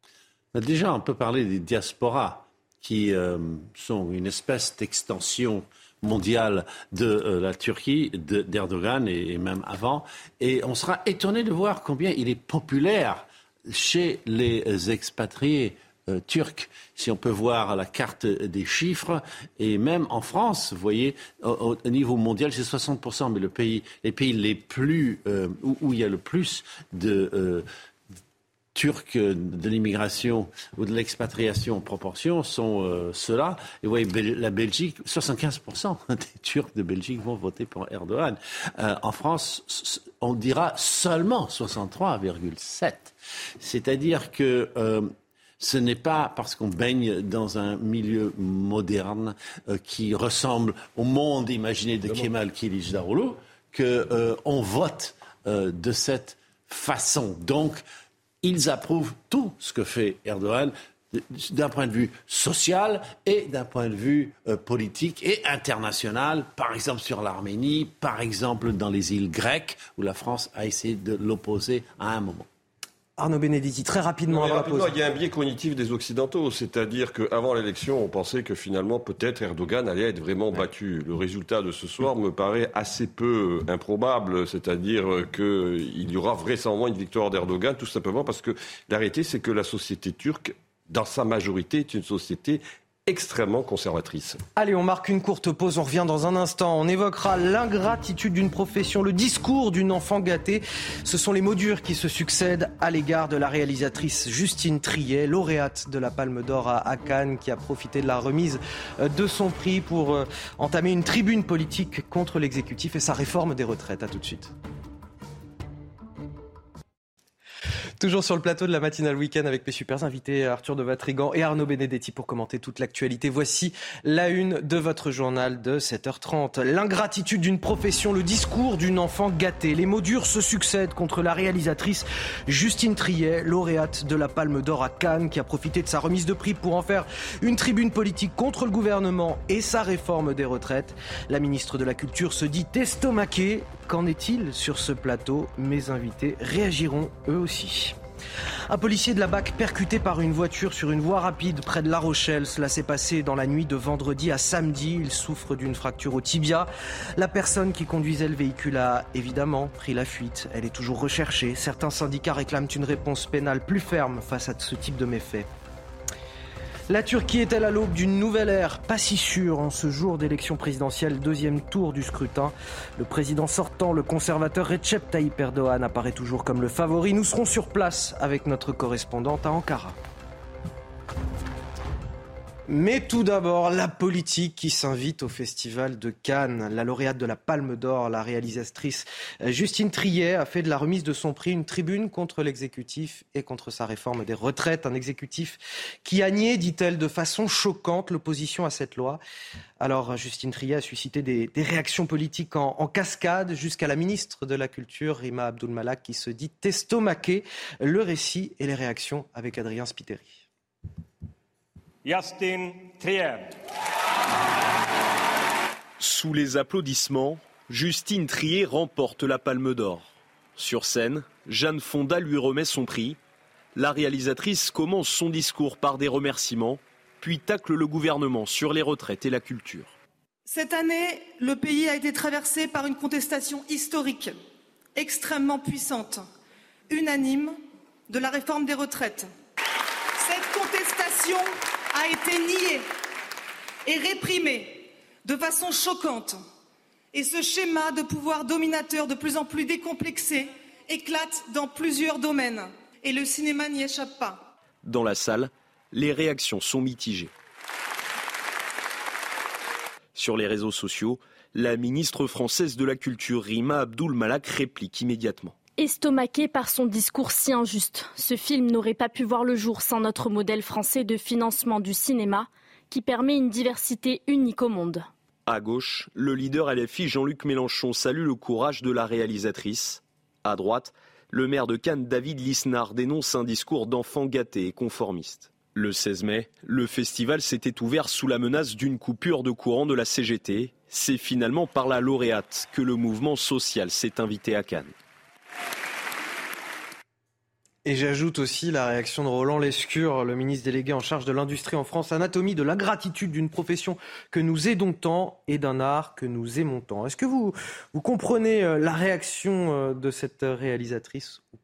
Déjà, on peut parler des diasporas qui euh, sont une espèce d'extension mondiale de euh, la Turquie, de, d'Erdogan et, et même avant. Et on sera étonné de voir combien il est populaire chez les expatriés euh, turque. Si on peut voir la carte des chiffres, et même en France, vous voyez, au, au niveau mondial, c'est soixante pour cent, mais le pays, les pays les plus, euh, où, où il y a le plus de... Euh, turcs de l'immigration ou de l'expatriation en proportion sont euh, ceux-là. Et vous voyez, la Belgique, soixante-quinze pour cent des Turcs de Belgique vont voter pour Erdogan. Euh, en France, on dira seulement soixante-trois virgule sept. C'est-à-dire que euh, ce n'est pas parce qu'on baigne dans un milieu moderne euh, qui ressemble au monde imaginé de Kemal Kılıçdaroğlu qu'on euh, vote euh, de cette façon. Donc, ils approuvent tout ce que fait Erdogan d'un point de vue social et d'un point de vue euh, politique et international, par exemple sur l'Arménie, par exemple dans les îles grecques, où la France a essayé de l'opposer à un moment. Arnaud Benedetti, très rapidement, avant la pause. Il y a un biais cognitif des Occidentaux, c'est-à-dire qu'avant l'élection, on pensait que finalement, peut-être Erdogan allait être vraiment battu. Le résultat de ce soir me paraît assez peu improbable, c'est-à-dire qu'il y aura vraisemblablement une victoire d'Erdogan, tout simplement parce que la réalité, c'est que la société turque, dans sa majorité, est une société extrêmement conservatrice. Allez, on marque une courte pause, on revient dans un instant. On évoquera l'ingratitude d'une profession, le discours d'une enfant gâtée. Ce sont les mots durs qui se succèdent à l'égard de la réalisatrice Justine Triet, lauréate de la Palme d'Or à Cannes, qui a profité de la remise de son prix pour entamer une tribune politique contre l'exécutif et sa réforme des retraites. À tout de suite. Toujours sur le plateau de la matinale week-end avec mes super invités Arthur de Vatrigan et Arnaud Benedetti pour commenter toute l'actualité. Voici la une de votre journal de sept heures trente. L'ingratitude d'une profession, le discours d'une enfant gâtée. Les mots durs se succèdent contre la réalisatrice Justine Triet, lauréate de la Palme d'Or à Cannes, qui a profité de sa remise de prix pour en faire une tribune politique contre le gouvernement et sa réforme des retraites. La ministre de la Culture se dit estomaquée. Qu'en est-il sur ce plateau ? Mes invités réagiront eux aussi. Un policier de la B A C percuté par une voiture sur une voie rapide près de La Rochelle. Cela s'est passé dans la nuit de vendredi à samedi. Il souffre d'une fracture au tibia. La personne qui conduisait le véhicule a évidemment pris la fuite. Elle est toujours recherchée. Certains syndicats réclament une réponse pénale plus ferme face à ce type de méfaits. La Turquie est-elle à l'aube d'une nouvelle ère ? Pas si sûr en ce jour d'élection présidentielle, deuxième tour du scrutin. Le président sortant, le conservateur Recep Tayyip Erdogan, apparaît toujours comme le favori. Nous serons sur place avec notre correspondante à Ankara. Mais tout d'abord, la politique qui s'invite au Festival de Cannes. La lauréate de la Palme d'Or, la réalisatrice Justine Triet, a fait de la remise de son prix une tribune contre l'exécutif et contre sa réforme des retraites. Un exécutif qui a nié, dit-elle, de façon choquante l'opposition à cette loi. Alors, Justine Triet a suscité des, des réactions politiques en, en cascade, jusqu'à la ministre de la Culture, Rima Abdul-Malak, qui se dit estomaquée. Le récit et les réactions avec Adrien Spiteri. Justine Triet. Sous les applaudissements, Justine Triet remporte la Palme d'Or. Sur scène, Jeanne Fonda lui remet son prix. La réalisatrice commence son discours par des remerciements, puis tacle le gouvernement sur les retraites et la culture. Cette année, le pays a été traversé par une contestation historique, extrêmement puissante, unanime, de la réforme des retraites. Cette contestation a été niée et réprimée de façon choquante. Et ce schéma de pouvoir dominateur de plus en plus décomplexé éclate dans plusieurs domaines. Et le cinéma n'y échappe pas. Dans la salle, les réactions sont mitigées. Sur les réseaux sociaux, la ministre française de la Culture, Rima Abdul-Malak, réplique immédiatement. Estomaqué par son discours si injuste, ce film n'aurait pas pu voir le jour sans notre modèle français de financement du cinéma qui permet une diversité unique au monde. À gauche, le leader L F I Jean-Luc Mélenchon salue le courage de la réalisatrice. À droite, le maire de Cannes David Lisnard dénonce un discours d'enfant gâté et conformiste. Le seize mai, le festival s'était ouvert sous la menace d'une coupure de courant de la C G T. C'est finalement par la lauréate que le mouvement social s'est invité à Cannes. Et j'ajoute aussi la réaction de Roland Lescure, le ministre délégué en charge de l'industrie en France. Anatomie de l'ingratitude d'une profession que nous aidons tant et d'un art que nous aimons tant. Est-ce que vous, vous comprenez la réaction de cette réalisatrice ou pas ?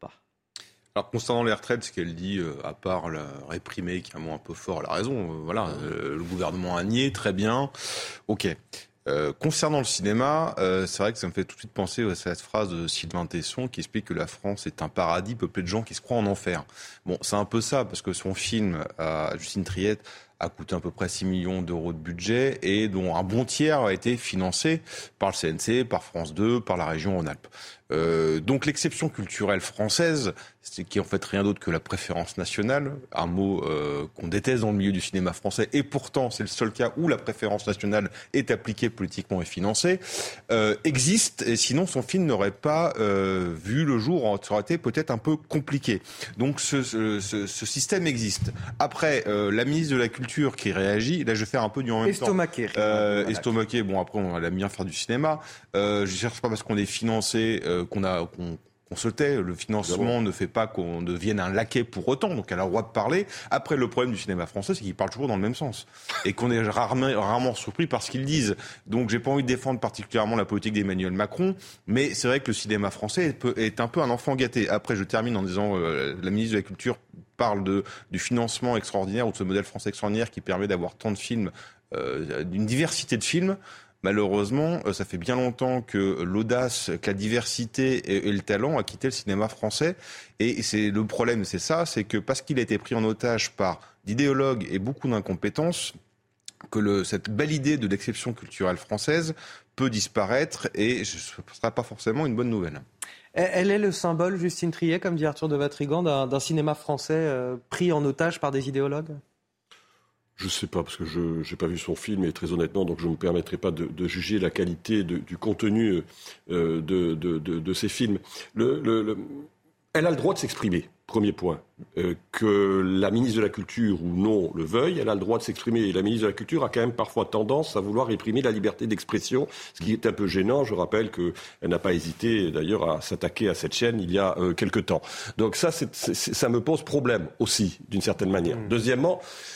Alors, concernant les retraites, ce qu'elle dit, euh, à part la réprimer, qui est un mot un peu fort, elle a raison. Euh, voilà, euh, le gouvernement a nié, très bien. Ok. Euh, concernant le cinéma, euh, c'est vrai que ça me fait tout de suite penser à cette phrase de Sylvain Tesson qui explique que la France est un paradis peuplé de gens qui se croient en enfer. Bon, c'est un peu ça, parce que son film à Justine Triet a coûté à peu près six millions d'euros de budget et dont un bon tiers a été financé par le C N C, par France deux, par la région Rhône-Alpes. Euh, donc l'exception culturelle française, c'est qui est en fait rien d'autre que la préférence nationale, un mot euh, qu'on déteste dans le milieu du cinéma français, et pourtant c'est le seul cas où la préférence nationale est appliquée politiquement et financée, euh, existe, et sinon son film n'aurait pas euh, vu le jour, ça aurait été peut-être un peu compliqué. Donc ce, ce, ce, ce système existe. Après, euh, la ministre de la Culture qui réagit, là je vais faire un peu du en même Estomaqué, temps. Euh, voilà. Estomaqué, bon après on aime bien faire du cinéma, euh, je cherche pas parce qu'on est financé, euh, qu'on a qu'on, qu'on se tait, le financement ne fait pas qu'on devienne un laquais pour autant, donc elle a le droit de parler. Après, le problème du cinéma français, c'est qu'ils parlent toujours dans le même sens et qu'on est rarement, rarement surpris par ce qu'ils disent. Donc j'ai pas envie de défendre particulièrement la politique d'Emmanuel Macron, mais c'est vrai que le cinéma français est un peu un enfant gâté. Après, je termine en disant euh, la ministre de la Culture parle de, du financement extraordinaire ou de ce modèle français extraordinaire qui permet d'avoir tant de films, euh, d'une diversité de films. Malheureusement, ça fait bien longtemps que l'audace, que la diversité et le talent a quitté le cinéma français. Et c'est le problème, c'est ça, c'est que parce qu'il a été pris en otage par d'idéologues et beaucoup d'incompétences, que le, cette belle idée de l'exception culturelle française peut disparaître et ce ne sera pas forcément une bonne nouvelle. Elle est le symbole, Justine Triet, comme dit Arthur de Vatrigan, d'un, d'un cinéma français euh, pris en otage par des idéologues ? Je ne sais pas, parce que je n'ai pas vu son film, et très honnêtement, donc je ne me permettrai pas de, de juger la qualité de, du contenu euh, de, de, de, de ces films. Le, le, le... Elle a le droit de s'exprimer, premier point. Euh, que la ministre de la Culture ou non le veuille, elle a le droit de s'exprimer. Et la ministre de la Culture a quand même parfois tendance à vouloir réprimer la liberté d'expression, ce qui est un peu gênant. Je rappelle qu'elle n'a pas hésité, d'ailleurs, à s'attaquer à cette chaîne il y a euh, quelque temps. Donc ça, c'est, c'est, ça me pose problème aussi, d'une certaine manière. Mmh. Deuxièmement,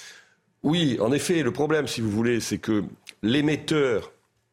oui, en effet, le problème, si vous voulez, c'est que l'émetteur,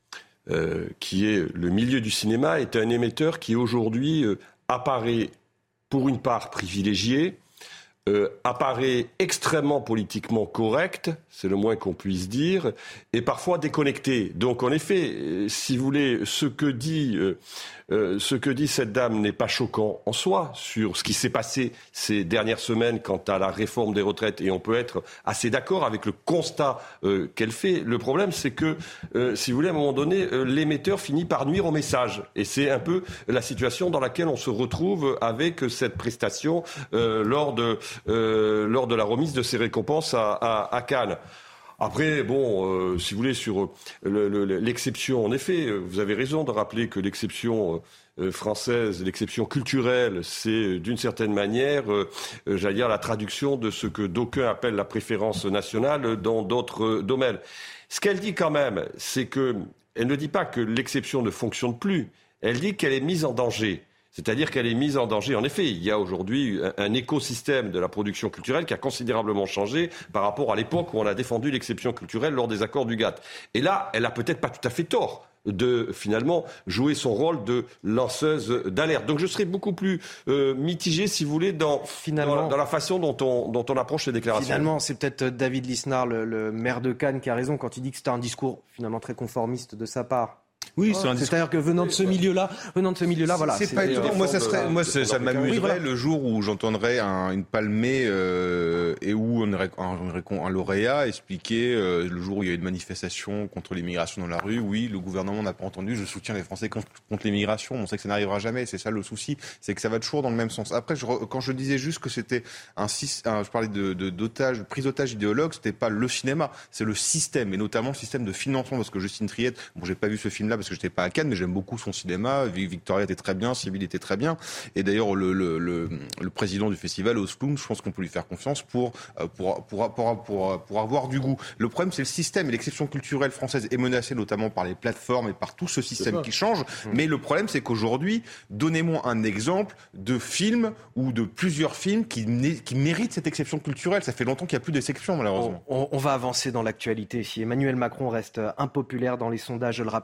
euh, qui est le milieu du cinéma, est un émetteur qui aujourd'hui euh, apparaît, pour une part, privilégié, euh, apparaît extrêmement politiquement correct, c'est le moins qu'on puisse dire, et parfois déconnecté. Donc, en effet, si vous voulez, ce que dit... Euh, Euh, ce que dit cette dame n'est pas choquant en soi sur ce qui s'est passé ces dernières semaines quant à la réforme des retraites, et on peut être assez d'accord avec le constat euh, qu'elle fait. Le problème, c'est que, euh, si vous voulez, à un moment donné, euh, l'émetteur finit par nuire au message. Et c'est un peu la situation dans laquelle on se retrouve avec cette prestation euh, lors, de, euh, lors de la remise de ces récompenses à, à, à Cannes. Après, bon, euh, si vous voulez, sur le, le, l'exception, en effet, vous avez raison de rappeler que l'exception euh, française, l'exception culturelle, c'est d'une certaine manière, euh, j'allais dire, la traduction de ce que d'aucuns appellent la préférence nationale dans d'autres domaines. Ce qu'elle dit quand même, c'est que elle ne dit pas que l'exception ne fonctionne plus, elle dit qu'elle est mise en danger. C'est-à-dire qu'elle est mise en danger. En effet, il y a aujourd'hui un, un écosystème de la production culturelle qui a considérablement changé par rapport à l'époque où on a défendu l'exception culturelle lors des accords du GATT. Et là, elle a peut-être pas tout à fait tort de finalement jouer son rôle de lanceuse d'alerte. Donc je serais beaucoup plus euh, mitigé, si vous voulez, dans, dans, dans la façon dont on, dont on approche ces déclarations. Finalement, c'est peut-être David Lisnard, le, le maire de Cannes, qui a raison quand il dit que c'était un discours finalement très conformiste de sa part. Oui, oh, c'est un discours. C'est-à-dire que venant de ce milieu-là, venant de ce milieu-là, voilà. C'est, c'est pas étonnant. Moi, ça serait, moi, ça, ça m'amuserait oui, voilà. le jour où j'entendrais un, une palmée euh, et où on aurait un, un lauréat expliquer euh, le jour où il y a eu une manifestation contre l'immigration dans la rue. Oui, le gouvernement n'a pas entendu. Je soutiens les Français contre, contre l'immigration. On sait que ça n'arrivera jamais. C'est ça le souci, c'est que ça va toujours dans le même sens. Après, je, quand je disais juste que c'était un, un je parlais de, de d'otage, de prise d'otage idéologue, c'était pas le cinéma, c'est le système et notamment le système de financement. Parce que Justine Triet, bon, j'ai pas vu ce film-là parce que j'étais pas à Cannes, mais j'aime beaucoup son cinéma. Victoria était très bien, Sibylle était très bien. Et d'ailleurs, le, le, le, le président du festival, Osloum, je pense qu'on peut lui faire confiance pour, pour, pour, pour, pour, pour avoir du goût. Le problème, c'est le système. Et l'exception culturelle française est menacée notamment par les plateformes et par tout ce système qui change. Mmh. Mais le problème, c'est qu'aujourd'hui, donnez-moi un exemple de film ou de plusieurs films qui, qui méritent cette exception culturelle. Ça fait longtemps qu'il n'y a plus d'exception, malheureusement. On, on, on va avancer dans l'actualité. Si Emmanuel Macron reste impopulaire dans les sondages, je le rappelle, vingt-huit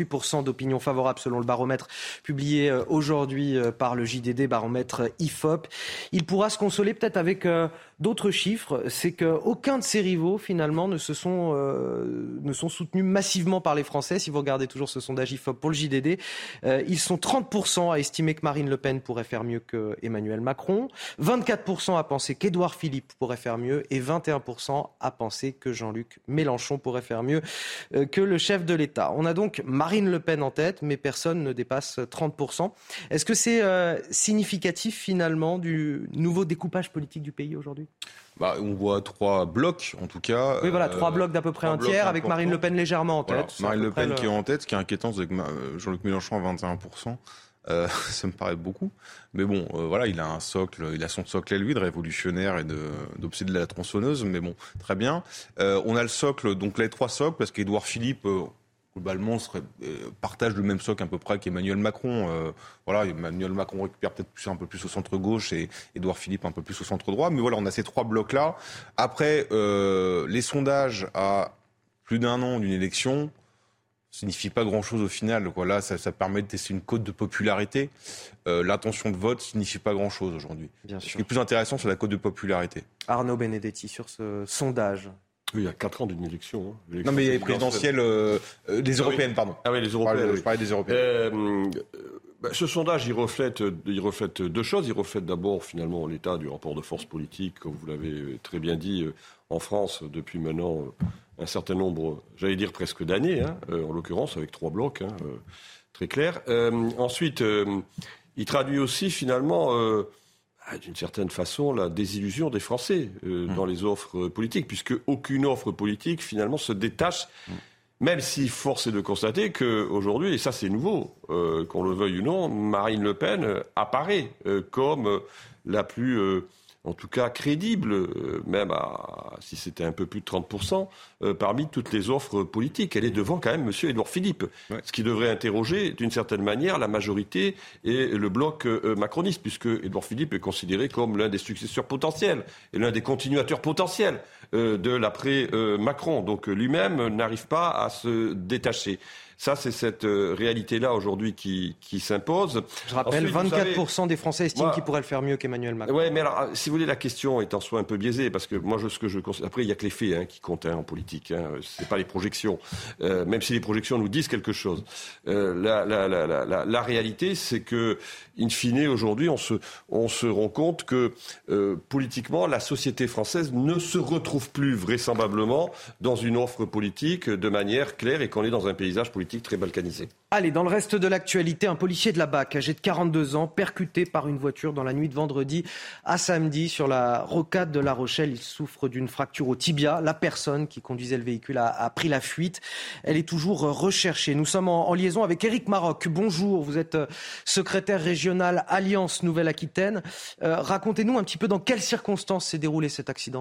pour cent d'opinion favorable selon le baromètre publié aujourd'hui par le J D D, baromètre I F O P. Il pourra se consoler peut-être avec euh, d'autres chiffres, c'est qu'aucun de ses rivaux finalement ne se sont, euh, ne sont soutenus massivement par les Français. Si vous regardez toujours ce sondage I F O P pour le J D D, euh, ils sont trente pour cent à estimer que Marine Le Pen pourrait faire mieux qu'Emmanuel Macron, vingt-quatre pour cent à penser qu'Édouard Philippe pourrait faire mieux et vingt et un pour cent à penser que Jean-Luc Mélenchon pourrait faire mieux euh, que le chef de l'État. On a donc Marine Le Pen en tête, mais personne ne dépasse trente pour cent. Est-ce que c'est euh, significatif finalement du nouveau découpage politique du pays aujourd'hui ? Bah, on voit trois blocs, en tout cas. Oui, voilà, trois euh, blocs d'à peu près un tiers, avec importants. Marine Le Pen légèrement en tête. Voilà, Marine Le Pen le... qui est en tête, ce qui est inquiétant, c'est que Jean-Luc Mélenchon à vingt et un pour cent. Euh, ça me paraît beaucoup. Mais bon, euh, voilà, il a un socle, il a son socle à lui de révolutionnaire et de, d'obsédé de la tronçonneuse, mais bon, très bien. Euh, on a le socle, donc les trois socles, parce qu'Édouard Philippe, euh, globalement, serait, euh, partage le même socle à peu près qu'Emmanuel Macron. Euh, voilà, Emmanuel Macron récupère peut-être plus, un peu plus au centre-gauche et Édouard Philippe un peu plus au centre-droit. Mais voilà, on a ces trois blocs-là. Après, euh, les sondages à plus d'un an d'une élection signifie pas grand-chose au final. Quoi. Là, ça, ça permet de tester une cote de popularité. Euh, l'intention de vote signifie pas grand-chose aujourd'hui. Bien sûr. Ce qui est plus intéressant, c'est la cote de popularité. Arnaud Benedetti, sur ce sondage. Oui, il y a quatre ans d'une élection. Hein. L'élection non, mais il y a les présidentielles, euh, euh, les européennes, pardon. Ah oui, les européennes. Je parlais, je parlais des européennes. Euh, bah, ce sondage, il reflète, il reflète deux choses. Il reflète d'abord, finalement, l'état du rapport de force politique, comme vous l'avez très bien dit, en France, depuis maintenant un certain nombre, j'allais dire presque d'années, hein, euh, en l'occurrence, avec trois blocs, hein, euh, très clairs. Euh, ensuite, euh, il traduit aussi, finalement, euh, d'une certaine façon, la désillusion des Français euh, mmh. dans les offres politiques, puisque aucune offre politique, finalement, se détache, mmh. même si force est de constater qu'aujourd'hui, et ça c'est nouveau, euh, qu'on le veuille ou non, Marine Le Pen euh, apparaît euh, comme euh, la plus... Euh, en tout cas crédible, euh, même à, si c'était un peu plus de trente pour cent, euh, parmi toutes les offres politiques. Elle est devant quand même M. Édouard Philippe, ouais. Ce qui devrait interroger d'une certaine manière la majorité et le bloc euh, macroniste, puisque Édouard Philippe est considéré comme l'un des successeurs potentiels et l'un des continuateurs potentiels euh, de l'après-Macron. Euh, Donc lui-même n'arrive pas à se détacher. Ça, c'est cette euh, réalité-là aujourd'hui qui, qui s'impose. Je rappelle, ensuite, vingt-quatre pour cent savez, des Français estiment moi, qu'il pourrait le faire mieux qu'Emmanuel Macron. Oui, mais alors, si vous voulez, la question est en soi un peu biaisée, parce que moi, je, ce que je après, il n'y a que les faits hein, qui comptent hein, en politique. Hein, c'est pas les projections, euh, même si les projections nous disent quelque chose. Euh, la, la, la, la, la, la réalité, c'est que, in fine, aujourd'hui, on se, on se rend compte que euh, politiquement, la société française ne se retrouve plus vraisemblablement dans une offre politique de manière claire et qu'on est dans un paysage politique très balkanisé. Allez, dans le reste de l'actualité, un policier de la B A C, âgé de quarante-deux ans, percuté par une voiture dans la nuit de vendredi à samedi sur la rocade de La Rochelle. Il souffre d'une fracture au tibia. La personne qui conduisait le véhicule a, a pris la fuite. Elle est toujours recherchée. Nous sommes en, en liaison avec Éric Maroc. Bonjour, vous êtes secrétaire régional Alliance Nouvelle-Aquitaine. Euh, racontez-nous un petit peu dans quelles circonstances s'est déroulé cet accident.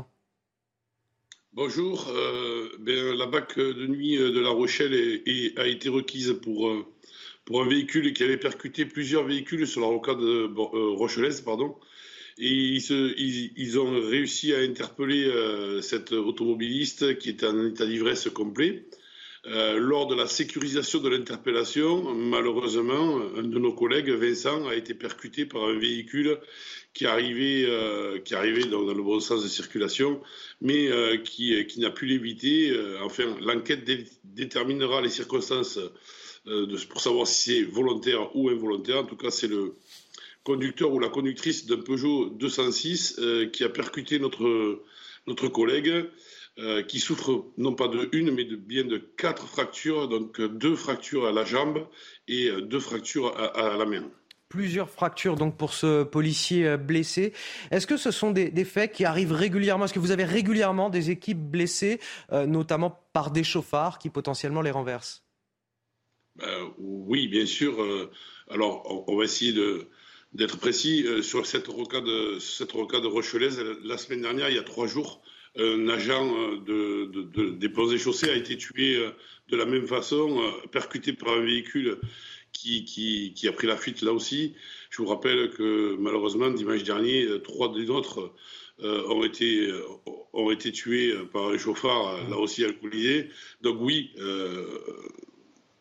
Bonjour, euh, ben, la B A C de nuit de La Rochelle est, est, a été requise pour, euh, pour un véhicule qui avait percuté plusieurs véhicules sur la rocade euh, rochelaise. Pardon. Et ils, se, ils, ils ont réussi à interpeller euh, cet automobiliste qui était en état d'ivresse complet. Euh, lors de la sécurisation de l'interpellation, malheureusement, un de nos collègues, Vincent, a été percuté par un véhicule qui arrivait, euh, qui arrivait dans, dans le bon sens de circulation, mais euh, qui, qui n'a pu l'éviter. Euh, enfin, l'enquête dé- déterminera les circonstances euh, de, pour savoir si c'est volontaire ou involontaire. En tout cas, c'est le conducteur ou la conductrice d'un Peugeot deux cent six euh, qui a percuté notre, notre collègue. Euh, qui souffre non pas de une, mais de bien de quatre fractures, donc deux fractures à la jambe et deux fractures à, à la main. Plusieurs fractures donc pour ce policier blessé. Est-ce que ce sont des, des faits qui arrivent régulièrement ? Est-ce que vous avez régulièrement des équipes blessées, euh, notamment par des chauffards qui potentiellement les renversent ? euh, Oui, bien sûr. Euh, alors, on, on va essayer de, d'être précis. Euh, sur cette rocade, cette rocade rochelaise, la semaine dernière, il y a trois jours, un agent de, de, de, des ponts et chaussées a été tué de la même façon, percuté par un véhicule qui, qui, qui a pris la fuite là aussi. Je vous rappelle que malheureusement, dimanche dernier, trois des nôtres euh, ont, été, ont été tués par un chauffard, là aussi alcoolisé. Donc oui, euh,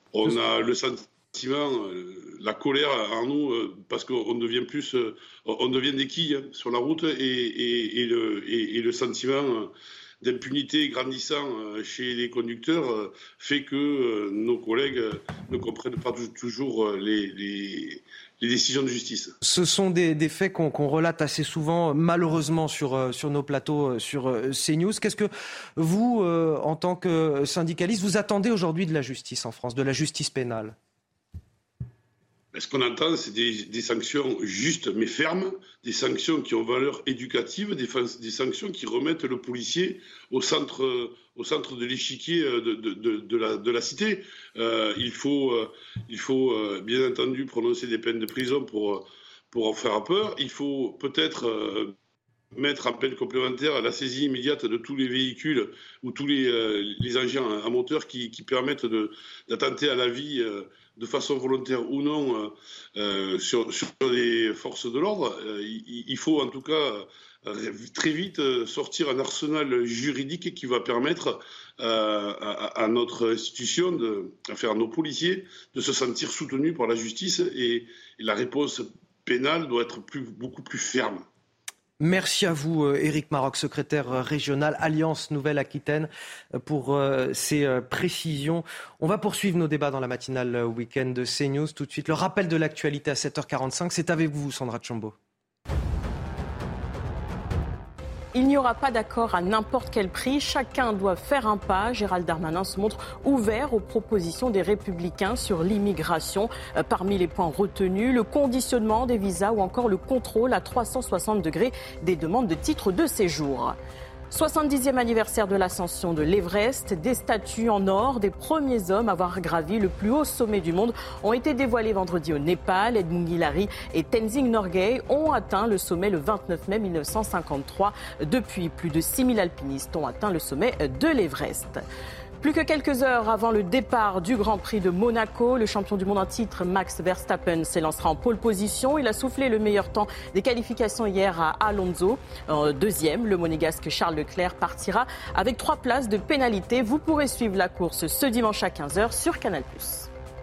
On a le sentiment, la colère en nous, parce qu'on devient plus, on devient des quilles sur la route, et, et, et, le, et, et le sentiment d'impunité grandissant chez les conducteurs fait que nos collègues ne comprennent pas toujours les, les, les décisions de justice. Ce sont des, des faits qu'on, qu'on relate assez souvent, malheureusement, sur, sur nos plateaux, sur CNews. Qu'est-ce que vous, euh, en tant que syndicaliste, vous attendez aujourd'hui de la justice en France, de la justice pénale ? Ce qu'on entend, c'est des, des sanctions justes mais fermes, des sanctions qui ont valeur éducative, des, des sanctions qui remettent le policier au centre, au centre de l'échiquier de, de, de, de, la, de la cité. Euh, il faut, euh, il faut euh, bien entendu prononcer des peines de prison pour, pour en faire peur. Il faut peut-être euh, mettre en peine complémentaire la saisie immédiate de tous les véhicules ou tous les, euh, les engins à moteur qui, qui permettent de, d'attenter à la vie euh, de façon volontaire ou non, euh, euh, sur, sur les forces de l'ordre. Euh, il, il faut en tout cas euh, très vite euh, sortir un arsenal juridique qui va permettre euh, à, à notre institution, de, à faire à nos policiers, de se sentir soutenus par la justice, et, et la réponse pénale doit être plus, beaucoup plus ferme. Merci à vous, Éric Maroc, secrétaire régional Alliance Nouvelle-Aquitaine, pour ces précisions. On va poursuivre nos débats dans la matinale week-end de CNews. Tout de suite, le rappel de l'actualité à sept heures quarante-cinq. C'est avec vous, Sandra Tchombo. Il n'y aura pas d'accord à n'importe quel prix. Chacun doit faire un pas. Gérald Darmanin se montre ouvert aux propositions des Républicains sur l'immigration. Parmi les points retenus, le conditionnement des visas ou encore le contrôle à trois cent soixante degrés des demandes de titres de séjour. soixante-dixième anniversaire de l'ascension de l'Everest. Des statues en or des premiers hommes à avoir gravi le plus haut sommet du monde ont été dévoilées vendredi au Népal. Edmund Hillary et Tenzing Norgay ont atteint le sommet le vingt-neuf mai mille neuf cent cinquante-trois. Depuis, plus de six mille alpinistes ont atteint le sommet de l'Everest. Plus que quelques heures avant le départ du Grand Prix de Monaco, le champion du monde en titre Max Verstappen s'élancera en pole position. Il a soufflé le meilleur temps des qualifications hier à Alonso. En deuxième, le monégasque Charles Leclerc partira avec trois places de pénalité. Vous pourrez suivre la course ce dimanche à quinze heures sur Canal plus.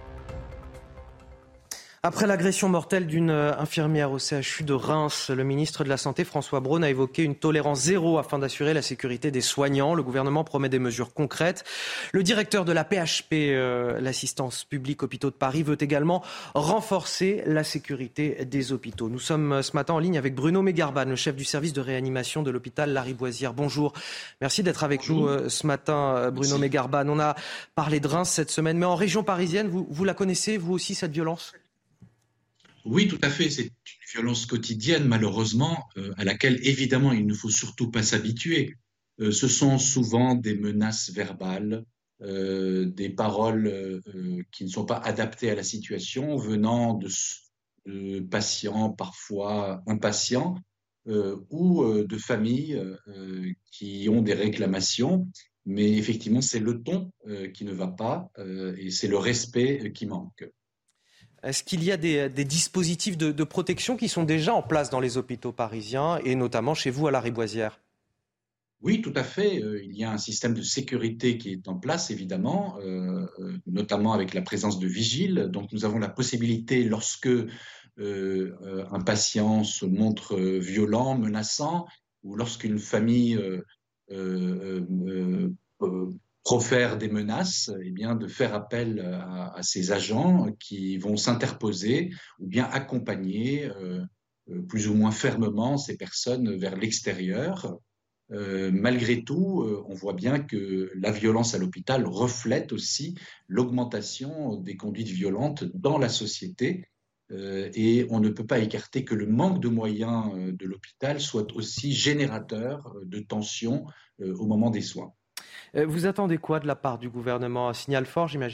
Après l'agression mortelle d'une infirmière au C H U de Reims, le ministre de la Santé, François Braun, a évoqué une tolérance zéro afin d'assurer la sécurité des soignants. Le gouvernement promet des mesures concrètes. Le directeur de la P H P, euh, l'assistance publique Hôpitaux de Paris, veut également renforcer la sécurité des hôpitaux. Nous sommes ce matin en ligne avec Bruno Megarban, le chef du service de réanimation de l'hôpital Lariboisière. Bonjour. Merci d'être avec Bonjour. nous euh, ce matin, Bruno Merci. Megarban. On a parlé de Reims cette semaine, mais en région parisienne, vous, vous la connaissez, vous aussi, cette violence ? Oui, tout à fait. C'est une violence quotidienne, malheureusement, euh, à laquelle, évidemment, il ne faut surtout pas s'habituer. Euh, ce sont souvent des menaces verbales, euh, des paroles euh, qui ne sont pas adaptées à la situation, venant de, de patients parfois impatients euh, ou euh, de familles euh, qui ont des réclamations. Mais effectivement, c'est le ton euh, qui ne va pas euh, et c'est le respect qui manque. Est-ce qu'il y a des, des dispositifs de, de protection qui sont déjà en place dans les hôpitaux parisiens et notamment chez vous à Lariboisière ? Oui, tout à fait. Il y a un système de sécurité qui est en place, évidemment, euh, notamment avec la présence de vigiles. Donc nous avons la possibilité, lorsque euh, un patient se montre violent, menaçant, ou lorsqu'une famille euh, euh, euh, euh, profère des menaces, eh bien, de faire appel à, à ces agents qui vont s'interposer ou bien accompagner euh, plus ou moins fermement ces personnes vers l'extérieur. Euh, malgré tout, euh, on voit bien que la violence à l'hôpital reflète aussi l'augmentation des conduites violentes dans la société. Euh, et on ne peut pas écarter que le manque de moyens euh, de l'hôpital soit aussi générateur de tensions euh, au moment des soins. Vous attendez quoi de la part du gouvernement ? Un signal fort, j'imagine ?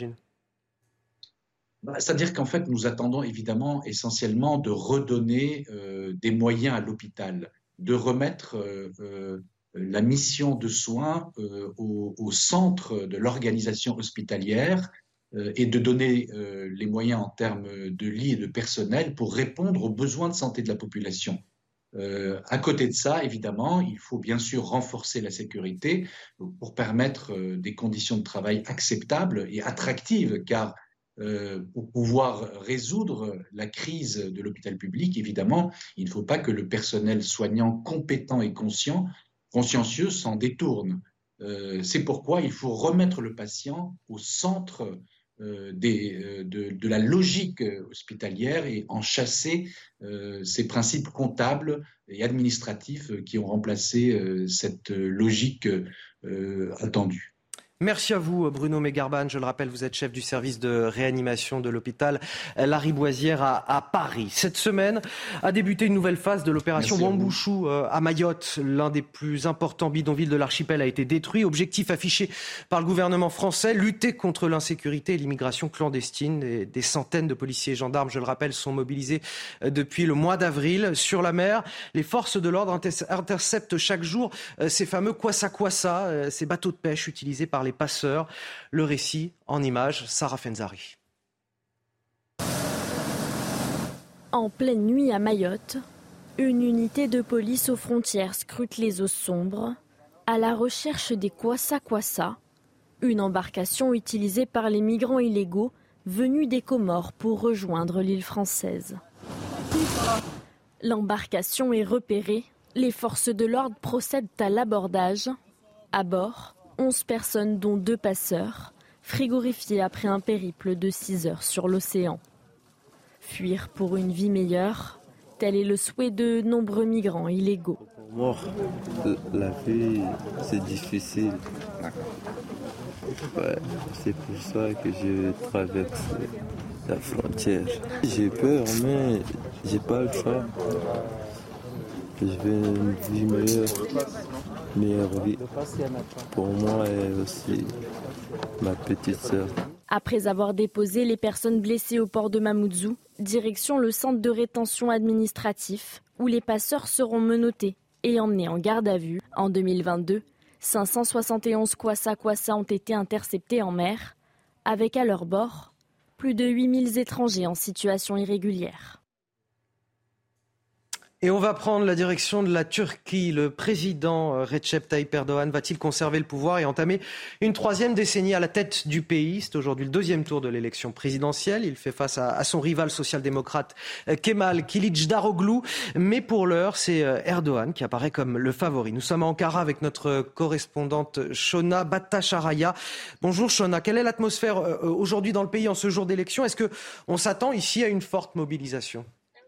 Bah, c'est-à-dire qu'en fait, nous attendons évidemment essentiellement de redonner euh, des moyens à l'hôpital, de remettre euh, euh, la mission de soins euh, au, au centre de l'organisation hospitalière euh, et de donner euh, les moyens en termes de lits et de personnel pour répondre aux besoins de santé de la population. Euh, à côté de ça, évidemment, il faut bien sûr renforcer la sécurité pour permettre euh, des conditions de travail acceptables et attractives, car euh, pour pouvoir résoudre la crise de l'hôpital public. Évidemment, il ne faut pas que le personnel soignant compétent et conscient, consciencieux s'en détourne. Euh, c'est pourquoi il faut remettre le patient au centre euh, des, euh, de, de la logique hospitalière et en chasser euh, ces principes comptables et administratifs qui ont remplacé euh, cette logique euh, attendue. Merci à vous Bruno Megarban. Je le rappelle, vous êtes chef du service de réanimation de l'hôpital Lariboisière à, à Paris. Cette semaine a débuté une nouvelle phase de l'opération Wambouchou à Mayotte. L'un des plus importants bidonvilles de l'archipel a été détruit. Objectif affiché par le gouvernement français, lutter contre l'insécurité et l'immigration clandestine. Et des centaines de policiers et gendarmes, je le rappelle, sont mobilisés depuis le mois d'avril. Sur la mer, les forces de l'ordre interceptent chaque jour ces fameux kwassa-kwassa, ces bateaux de pêche utilisés par les passeurs. Le récit en images, Sarah Fenzari. En pleine nuit à Mayotte, une unité de police aux frontières scrute les eaux sombres à la recherche des kwassa-kwassa, une embarcation utilisée par les migrants illégaux venus des Comores pour rejoindre l'île française. L'embarcation est repérée, les forces de l'ordre procèdent à l'abordage. À bord, onze personnes dont deux passeurs, frigorifiés après un périple de six heures sur l'océan. Fuir pour une vie meilleure, tel est le souhait de nombreux migrants illégaux. Pour moi, la vie, c'est difficile. Ouais, c'est pour ça que je traverse la frontière. J'ai peur, mais j'ai pas le choix. Je veux une vie meilleure, meilleure vie pour moi et aussi ma petite sœur. Après avoir déposé les personnes blessées au port de Mamoudzou, direction le centre de rétention administratif où les passeurs seront menottés et emmenés en garde à vue. En deux mille vingt-deux, cinq cent soixante et onze kwassa-kwassa ont été interceptés en mer, avec à leur bord plus de huit mille étrangers en situation irrégulière. Et on va prendre la direction de la Turquie. Le président Recep Tayyip Erdogan va-t-il conserver le pouvoir et entamer une troisième décennie à la tête du pays ? C'est aujourd'hui le deuxième tour de l'élection présidentielle. Il fait face à, à son rival social-démocrate Kemal Kılıçdaroğlu. Mais pour l'heure, c'est Erdogan qui apparaît comme le favori. Nous sommes à Ankara avec notre correspondante Shona Battacharaya. Bonjour Shona, quelle est l'atmosphère aujourd'hui dans le pays en ce jour d'élection ? Est-ce qu'on s'attend ici à une forte mobilisation ?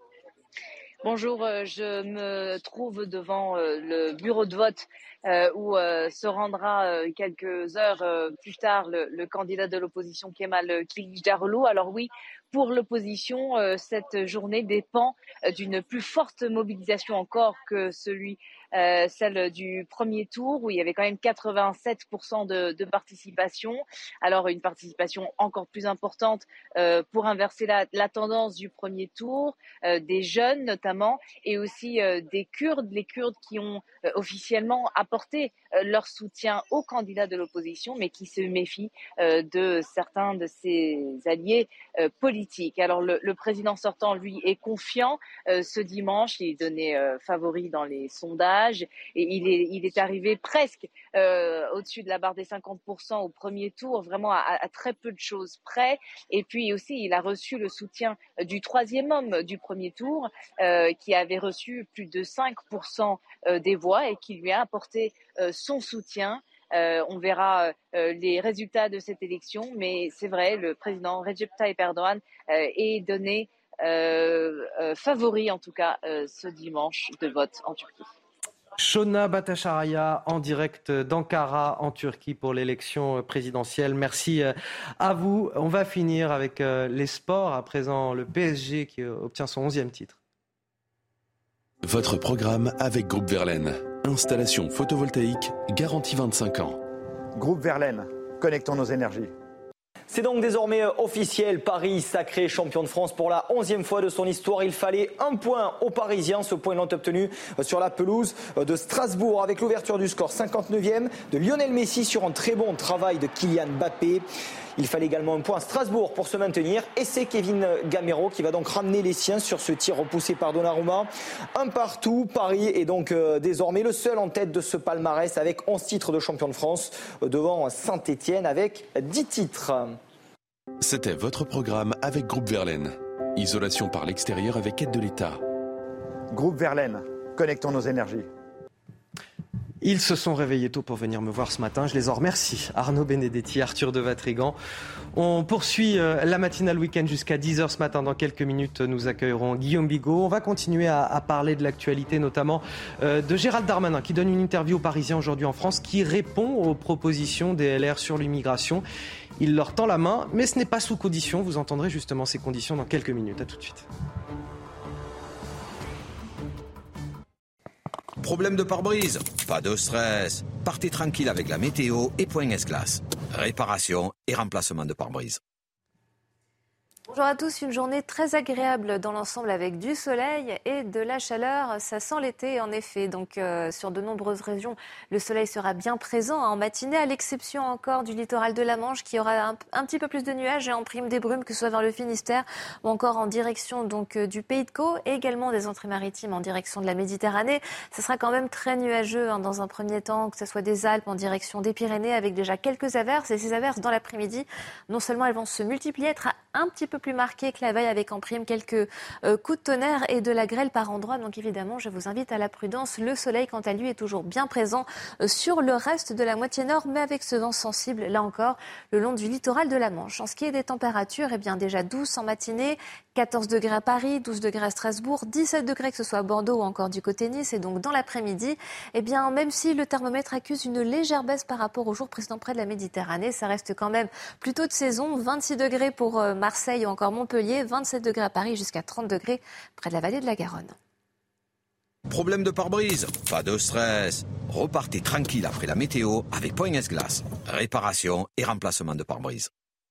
Bonjour, je me trouve devant le bureau de vote où se rendra quelques heures plus tard le, le candidat de l'opposition Kemal Kılıçdaroğlu. Alors oui, pour l'opposition, cette journée dépend d'une plus forte mobilisation encore que celui Euh, celle du premier tour où il y avait quand même quatre-vingt-sept pour cent de, de participation. Alors une participation encore plus importante euh, pour inverser la, la tendance du premier tour, euh, des jeunes notamment, et aussi euh, des Kurdes, les Kurdes qui ont euh, officiellement apporté euh, leur soutien aux candidats de l'opposition, mais qui se méfient euh, de certains de ses alliés euh, politiques. Alors le, le président sortant, lui, est confiant euh, ce dimanche. Il est donné euh, favori dans les sondages. Et il est, il est arrivé presque euh, au-dessus de la barre des cinquante pour cent au premier tour, vraiment à, à très peu de choses près. Et puis aussi, il a reçu le soutien du troisième homme du premier tour, euh, qui avait reçu plus de cinq pour cent des voix et qui lui a apporté euh, son soutien. Euh, on verra euh, les résultats de cette élection, mais c'est vrai, le président Recep Tayyip Erdogan euh, est donné euh, euh, favori, en tout cas, euh, ce dimanche de vote en Turquie. Shona Battacharaya en direct d'Ankara en Turquie pour l'élection présidentielle. Merci à vous. On va finir avec les sports. À présent, le P S G qui obtient son onzième titre. Votre programme avec Groupe Verlaine. Installation photovoltaïque garantie vingt-cinq ans. Groupe Verlaine, connectons nos énergies. C'est donc désormais officiel, Paris sacré champion de France pour la onzième fois de son histoire. Il fallait un point aux Parisiens, ce point ils l'ont obtenu sur la pelouse de Strasbourg avec l'ouverture du score cinquante-neuvième de Lionel Messi sur un très bon travail de Kylian Mbappé. Il fallait également un point à Strasbourg pour se maintenir et c'est Kevin Gamero qui va donc ramener les siens sur ce tir repoussé par Donnarumma. Un partout, Paris est donc euh, désormais le seul en tête de ce palmarès avec onze titres de champion de France devant Saint-Etienne avec dix titres. C'était votre programme avec Groupe Verlaine. Isolation par l'extérieur avec aide de l'État. Groupe Verlaine, connectons nos énergies. Ils se sont réveillés tôt pour venir me voir ce matin. Je les en remercie. Arnaud Benedetti, Arthur de Vatrigan. On poursuit la matinale week-end jusqu'à dix heures ce matin. Dans quelques minutes, nous accueillerons Guillaume Bigot. On va continuer à, à parler de l'actualité, notamment euh, de Gérald Darmanin, qui donne une interview aux Parisiens aujourd'hui en France, qui répond aux propositions des L R sur l'immigration. Il leur tend la main, mais ce n'est pas sous condition. Vous entendrez justement ces conditions dans quelques minutes. À tout de suite. Problème de pare-brise? Pas de stress. Partez tranquille avec la météo et Point S-Glace. Réparation et remplacement de pare-brise. Bonjour à tous, une journée très agréable dans l'ensemble avec du soleil et de la chaleur. Ça sent l'été en effet, donc euh, sur de nombreuses régions, le soleil sera bien présent en matinée, à l'exception encore du littoral de la Manche qui aura un, un petit peu plus de nuages et en prime des brumes, que ce soit vers le Finistère ou encore en direction donc euh, du Pays de Caux et également des entrées maritimes en direction de la Méditerranée. Ce sera quand même très nuageux hein, dans un premier temps, que ce soit des Alpes en direction des Pyrénées avec déjà quelques averses. Et ces averses dans l'après-midi, non seulement elles vont se multiplier, être un petit peu plus marqué que la veille avec en prime quelques euh, coups de tonnerre et de la grêle par endroits. Donc évidemment, je vous invite à la prudence. Le soleil, quant à lui, est toujours bien présent euh, sur le reste de la moitié nord, mais avec ce vent sensible, là encore, le long du littoral de la Manche. En ce qui est des températures, eh bien déjà douze en matinée, quatorze degrés à Paris, douze degrés à Strasbourg, dix-sept degrés que ce soit à Bordeaux ou encore du côté Nice. Et donc dans l'après-midi, eh bien même si le thermomètre accuse une légère baisse par rapport au jour précédent près de la Méditerranée, ça reste quand même plutôt de saison. vingt-six degrés pour euh, Marseille ou encore Montpellier, vingt-sept degrés à Paris jusqu'à trente degrés près de la vallée de la Garonne. Problème de pare-brise? Pas de stress. Repartez tranquille après la météo avec Point S-Glace. Réparation et remplacement de pare-brise.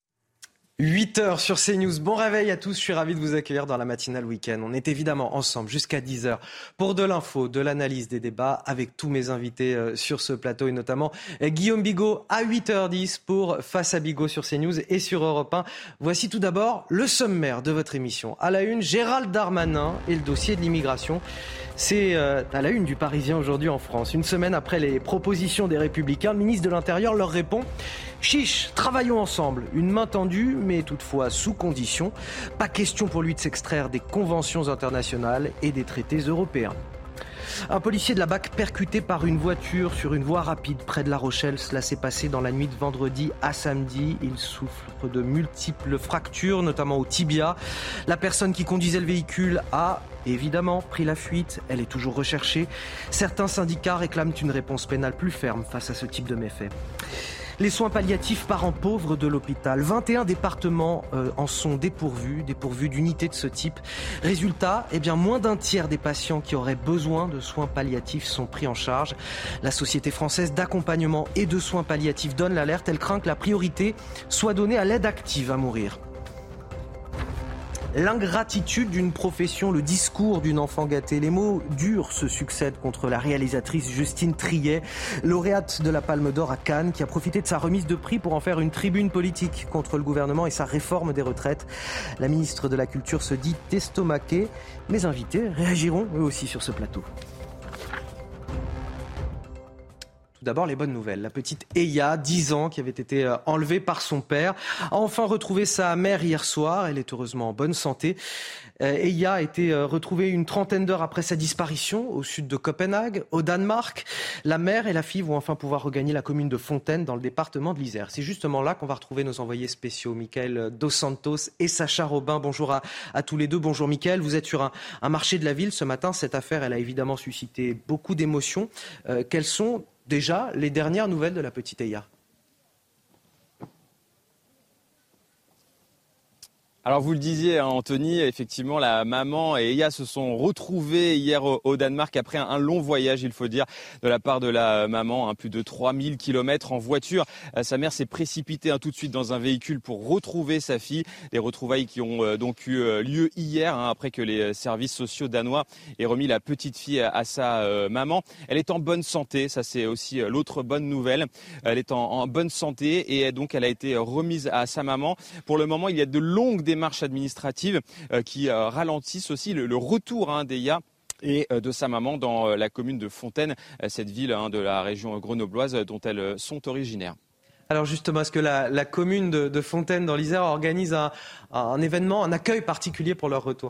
huit heures sur CNews. Bon réveil à tous. Je suis ravi de vous accueillir dans la matinale week-end. On est évidemment ensemble jusqu'à dix heures pour de l'info, de l'analyse, des débats avec tous mes invités euh, sur ce plateau et notamment euh, Guillaume Bigot à huit heures dix pour Face à Bigot sur CNews et sur Europe un. Voici tout d'abord le sommaire de votre émission. À la une, Gérald Darmanin et le dossier de l'immigration. C'est euh, à la une du Parisien aujourd'hui en France. Une semaine après les propositions des Républicains, le ministre de l'Intérieur leur répond « Chiche, travaillons ensemble ». Une main tendue, mais toutefois sous condition. Pas question pour lui de s'extraire des conventions internationales et des traités européens. Un policier de la B A C percuté par une voiture sur une voie rapide près de La Rochelle. Cela s'est passé dans la nuit de vendredi à samedi. Il souffre de multiples fractures, notamment au tibia. La personne qui conduisait le véhicule a évidemment pris la fuite. Elle est toujours recherchée. Certains syndicats réclament une réponse pénale plus ferme face à ce type de méfaits. Les soins palliatifs parents pauvres de l'hôpital. vingt et un départements euh, en sont dépourvus, dépourvus d'unités de ce type. Résultat, eh bien, moins d'un tiers des patients qui auraient besoin de soins palliatifs sont pris en charge. La Société française d'accompagnement et de soins palliatifs donne l'alerte. Elle craint que la priorité soit donnée à l'aide active à mourir. L'ingratitude d'une profession, le discours d'une enfant gâtée. Les mots durs se succèdent contre la réalisatrice Justine Triet, lauréate de la Palme d'Or à Cannes, qui a profité de sa remise de prix pour en faire une tribune politique contre le gouvernement et sa réforme des retraites. La ministre de la Culture se dit estomaquée. Mes invités réagiront eux aussi sur ce plateau. D'abord, les bonnes nouvelles. La petite Eya, dix ans, qui avait été enlevée par son père, a enfin retrouvé sa mère hier soir. Elle est heureusement en bonne santé. Eya a été retrouvée une trentaine d'heures après sa disparition au sud de Copenhague, au Danemark. La mère et la fille vont enfin pouvoir regagner la commune de Fontaine dans le département de l'Isère. C'est justement là qu'on va retrouver nos envoyés spéciaux, Mickaël Dos Santos et Sacha Robin. Bonjour à, à tous les deux. Bonjour Mickaël, vous êtes sur un, un marché de la ville ce matin. Cette affaire, elle a évidemment suscité beaucoup d'émotions. Euh, quelles sont déjà les dernières nouvelles de la petite Eya? Alors vous le disiez, hein, Anthony, effectivement, la maman et Eya se sont retrouvées hier au, au Danemark après un, un long voyage, il faut dire, de la part de la maman, hein, plus de trois mille kilomètres en voiture. Euh, sa mère s'est précipitée hein, tout de suite dans un véhicule pour retrouver sa fille. Des retrouvailles qui ont euh, donc eu euh, lieu hier, hein, après que les services sociaux danois aient remis la petite fille à, à sa euh, maman. Elle est en bonne santé, ça c'est aussi euh, l'autre bonne nouvelle. Elle est en, en bonne santé et donc elle a été remise à sa maman. Pour le moment, il y a de longues démarches administratives euh, qui euh, ralentissent aussi le, le retour hein, d'Eya et euh, de sa maman dans euh, la commune de Fontaine, euh, cette ville hein, de la région grenobloise euh, dont elles sont originaires. Alors justement, est-ce que la, la commune de, de Fontaine dans l'Isère organise un, un événement, un accueil particulier pour leur retour ?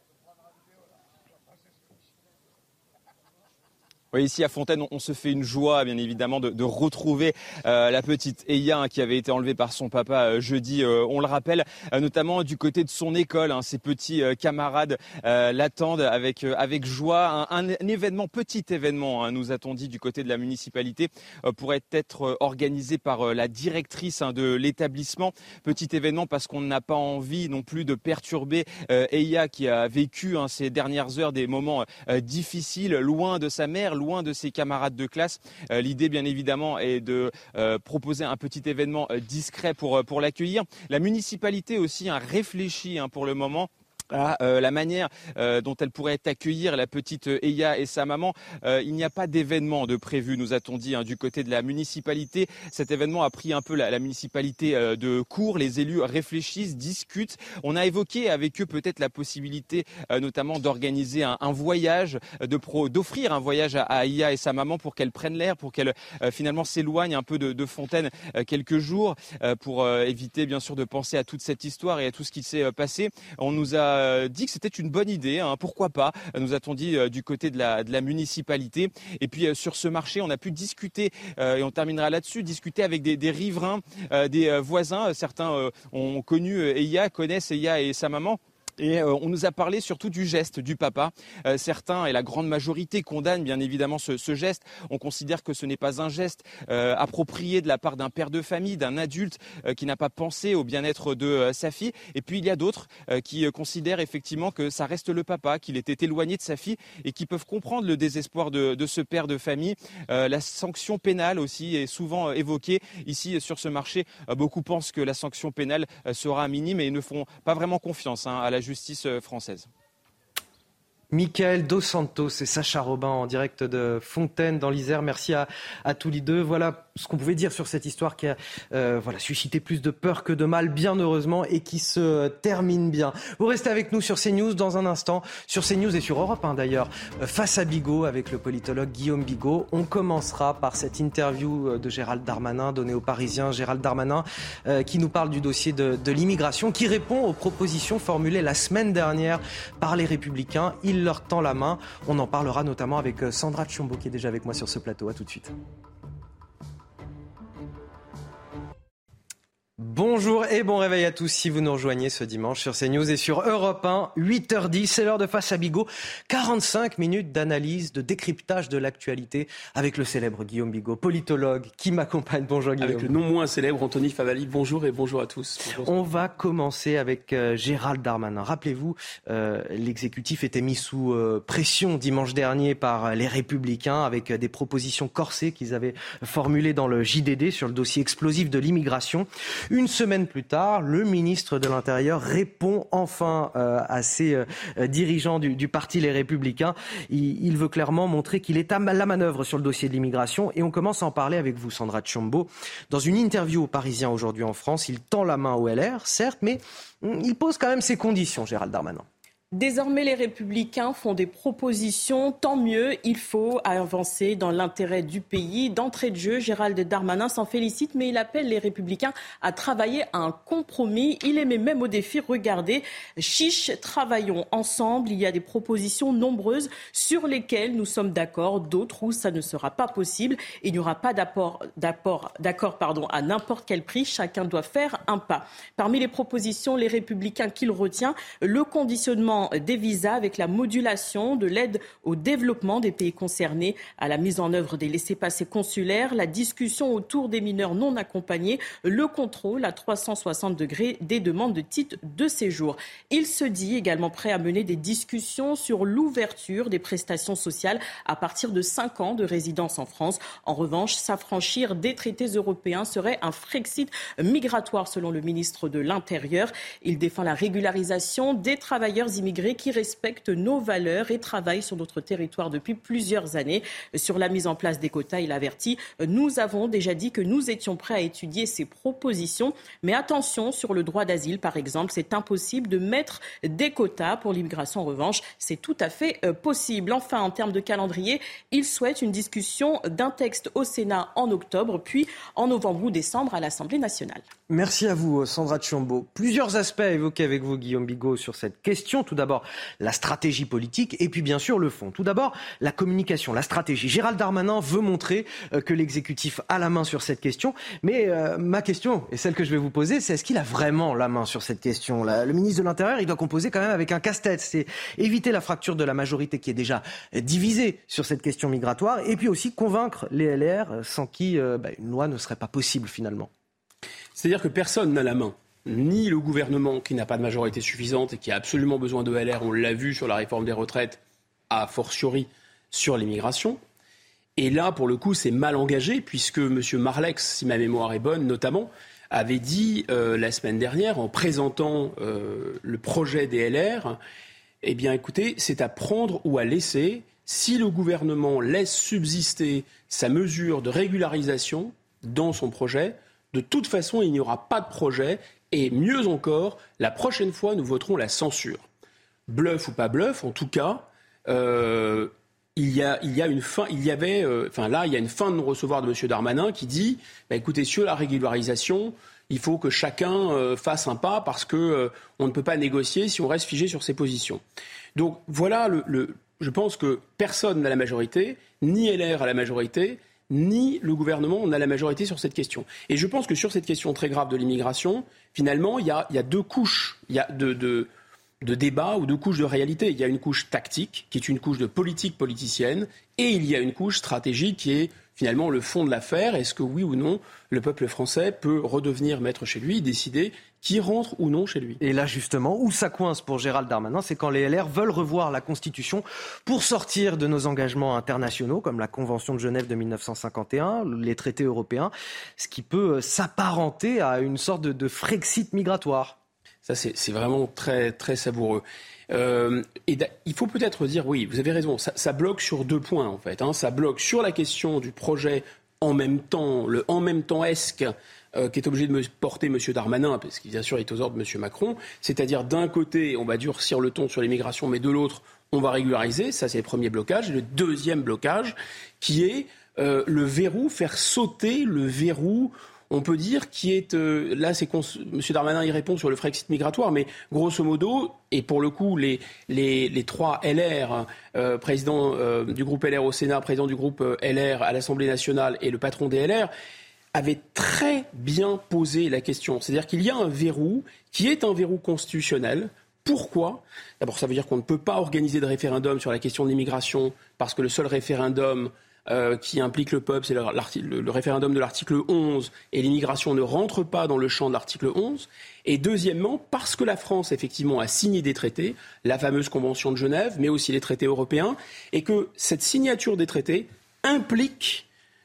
Oui, ici à Fontaine, on se fait une joie, bien évidemment, de, de retrouver euh, la petite Eya hein, qui avait été enlevée par son papa euh, jeudi. Euh, on le rappelle, euh, notamment du côté de son école. Hein, ses petits euh, camarades euh, l'attendent avec euh, avec joie. Un, un, un événement, petit événement, hein, nous a-t-on dit du côté de la municipalité, euh, pourrait être euh, organisé par euh, la directrice hein, de l'établissement. Petit événement parce qu'on n'a pas envie non plus de perturber euh, Eya qui a vécu hein, ces dernières heures des moments euh, difficiles, loin de sa mère, loin de ses camarades de classe. Euh, l'idée, bien évidemment, est de euh, proposer un petit événement euh, discret pour, pour l'accueillir. La municipalité aussi a hein, réfléchi hein, pour le moment à euh, la manière euh, dont elle pourrait accueillir la petite Eya et sa maman. Euh, il n'y a pas d'événement de prévu, nous a-t-on dit, hein, du côté de la municipalité. Cet événement a pris un peu la, la municipalité euh, de court. Les élus réfléchissent, discutent. On a évoqué avec eux peut-être la possibilité euh, notamment d'organiser un, un voyage, de pro, d'offrir un voyage à, à Eya et sa maman pour qu'elle prenne l'air, pour qu'elle euh, finalement s'éloigne un peu de, de Fontaine euh, quelques jours, euh, pour euh, éviter bien sûr de penser à toute cette histoire et à tout ce qui s'est euh, passé. On nous a dit que c'était une bonne idée, hein, pourquoi pas, nous a-t-on dit euh, du côté de la, de la municipalité. Et puis euh, sur ce marché, on a pu discuter, euh, et on terminera là-dessus, discuter avec des, des riverains, euh, des euh, voisins. Certains euh, ont connu euh, Eya, connaissent Eya et sa maman. Et euh, on nous a parlé surtout du geste du papa. Euh, certains, et la grande majorité, condamnent bien évidemment ce, ce geste. On considère que ce n'est pas un geste euh, approprié de la part d'un père de famille, d'un adulte euh, qui n'a pas pensé au bien-être de euh, sa fille. Et puis il y a d'autres euh, qui euh, considèrent effectivement que ça reste le papa, qu'il était éloigné de sa fille et qui peuvent comprendre le désespoir de, de ce père de famille. Euh, la sanction pénale aussi est souvent euh, évoquée ici euh, sur ce marché. Euh, beaucoup pensent que la sanction pénale euh, sera minime et ils ne font pas vraiment confiance hein, à la justice française. Mickaël Dos Santos et Sacha Robin en direct de Fontaine dans l'Isère. Merci à, à tous les deux. Voilà ce qu'on pouvait dire sur cette histoire qui a euh, voilà, suscité plus de peur que de mal, bien heureusement, et qui se termine bien. Vous restez avec nous sur CNews dans un instant, sur CNews et sur Europe un d'ailleurs, euh, face à Bigot avec le politologue Guillaume Bigot. On commencera par cette interview de Gérald Darmanin donnée aux Parisiens. Gérald Darmanin euh, qui nous parle du dossier de, de l'immigration, qui répond aux propositions formulées la semaine dernière par les Républicains. Il leur tend la main. On en parlera notamment avec Sandra Tchiombo qui est déjà avec moi sur ce plateau. À tout de suite. Bonjour et bon réveil à tous si vous nous rejoignez ce dimanche sur CNews et sur Europe un, huit heures dix, c'est l'heure de Face à Bigot. quarante-cinq minutes d'analyse, de décryptage de l'actualité avec le célèbre Guillaume Bigot, politologue qui m'accompagne. Bonjour Guillaume. Avec le non moins célèbre Anthony Favali. Bonjour et bonjour à tous. Bonjour. On va commencer avec euh, Gérald Darmanin. Rappelez-vous, euh, l'exécutif était mis sous euh, pression dimanche dernier par les Républicains avec euh, des propositions corsées qu'ils avaient formulées dans le J D D sur le dossier explosif de l'immigration. Une semaine plus tard, le ministre de l'Intérieur répond enfin euh, à ses euh, dirigeants du, du parti Les Républicains. Il, il veut clairement montrer qu'il est à la manœuvre sur le dossier de l'immigration. Et on commence à en parler avec vous, Sandra Tchiombo. Dans une interview aux Parisiens aujourd'hui en France, il tend la main au L R, certes, mais il pose quand même ses conditions, Gérald Darmanin. Désormais, les Républicains font des propositions. Tant mieux, il faut avancer dans l'intérêt du pays. D'entrée de jeu, Gérald Darmanin s'en félicite, mais il appelle les Républicains à travailler à un compromis. Il les met même au défi. Regardez, chiche, travaillons ensemble. Il y a des propositions nombreuses sur lesquelles nous sommes d'accord, d'autres où ça ne sera pas possible. Il n'y aura pas d'apport, d'apport, d'accord pardon, à n'importe quel prix. Chacun doit faire un pas. Parmi les propositions, les Républicains qu'il retient, le conditionnement des visas avec la modulation de l'aide au développement des pays concernés à la mise en œuvre des laissez-passer consulaires, la discussion autour des mineurs non accompagnés, le contrôle à trois cent soixante degrés des demandes de titres de séjour. Il se dit également prêt à mener des discussions sur l'ouverture des prestations sociales à partir de cinq ans de résidence en France. En revanche, s'affranchir des traités européens serait un Frexit migratoire selon le ministre de l'Intérieur. Il défend la régularisation des travailleurs immigrés immigrés qui respectent nos valeurs et travaillent sur notre territoire depuis plusieurs années. Sur la mise en place des quotas, il avertit « Nous avons déjà dit que nous étions prêts à étudier ces propositions, mais attention, sur le droit d'asile, par exemple, c'est impossible de mettre des quotas. Pour l'immigration, en revanche, c'est tout à fait euh, possible. » Enfin, en termes de calendrier, il souhaite une discussion d'un texte au Sénat en octobre, puis en novembre ou décembre à l'Assemblée nationale. Merci à vous, Sandra Tchiombo. Plusieurs aspects à évoquer avec vous, Guillaume Bigot, sur cette question. Tout d'abord, la stratégie politique et puis bien sûr le fond. Tout d'abord, la communication, la stratégie. Gérald Darmanin veut montrer euh, que l'exécutif a la main sur cette question. Mais euh, ma question, et celle que je vais vous poser, c'est est-ce qu'il a vraiment la main sur cette question ? La, Le ministre de l'Intérieur, il doit composer quand même avec un casse-tête. C'est éviter la fracture de la majorité qui est déjà divisée sur cette question migratoire et puis aussi convaincre les L R sans qui euh, bah, une loi ne serait pas possible finalement. C'est-à-dire que personne n'a la main. Ni le gouvernement qui n'a pas de majorité suffisante et qui a absolument besoin de L R, on l'a vu sur la réforme des retraites, a fortiori sur l'immigration. Et là, pour le coup, c'est mal engagé puisque M. Marlex, si ma mémoire est bonne, notamment, avait dit euh, la semaine dernière, en présentant euh, le projet des L R, eh bien écoutez, c'est à prendre ou à laisser. Si le gouvernement laisse subsister sa mesure de régularisation dans son projet, de toute façon, il n'y aura pas de projet. Et mieux encore, la prochaine fois, nous voterons la censure. Bluff ou pas bluff, en tout cas, euh, il y a, il y a une fin, il y avait, euh, enfin là, il y a une fin de non-recevoir de M. Darmanin qui dit, bah, écoutez, sur la régularisation, il faut que chacun euh, fasse un pas parce que euh, on ne peut pas négocier si on reste figé sur ses positions. Donc voilà, le, le, je pense que personne n'a la majorité, ni L R a la majorité, ni le gouvernement n'a la majorité sur cette question. Et je pense que sur cette question très grave de l'immigration, finalement, il y a, il y a deux couches il y a de, de, de débat ou deux couches de réalité. Il y a une couche tactique, qui est une couche de politique politicienne, et il y a une couche stratégique qui est finalement le fond de l'affaire. Est-ce que oui ou non, le peuple français peut redevenir maître chez lui et décider qui rentre ou non chez lui. Et là, justement, où ça coince pour Gérald Darmanin, c'est quand les L R veulent revoir la Constitution pour sortir de nos engagements internationaux, comme la Convention de Genève de dix-neuf cent cinquante et un, les traités européens, ce qui peut s'apparenter à une sorte de, de Frexit migratoire. Ça, c'est, c'est vraiment très, très savoureux. Euh, et il faut peut-être dire, oui, vous avez raison, ça, ça bloque sur deux points, en fait. Hein. Ça bloque sur la question du projet en même temps, le en même temps-esque, Euh, qui est obligé de me porter M. Darmanin, parce qu'il bien sûr est aux ordres de M. Macron, c'est-à-dire d'un côté, on va durcir le ton sur l'immigration, mais de l'autre, on va régulariser, ça c'est le premier blocage. Et le deuxième blocage, qui est euh, le verrou, faire sauter le verrou, on peut dire, qui est... Euh, là, c'est cons- M. Darmanin y répond sur le Frexit migratoire, mais grosso modo, et pour le coup, les, les, les trois L R, euh, président euh, du groupe L R au Sénat, président du groupe euh, L R à l'Assemblée nationale et le patron des L R, avait très bien posé la question. C'est-à-dire qu'il y a un verrou qui est un verrou constitutionnel. Pourquoi ? D'abord, ça veut dire qu'on ne peut pas organiser de référendum sur la question de l'immigration parce que le seul référendum euh, qui implique le peuple, c'est le, le, le référendum de l'article onze et l'immigration ne rentre pas dans le champ de l'article onze. Et deuxièmement, parce que la France, effectivement, a signé des traités, la fameuse Convention de Genève, mais aussi les traités européens, et que cette signature des traités implique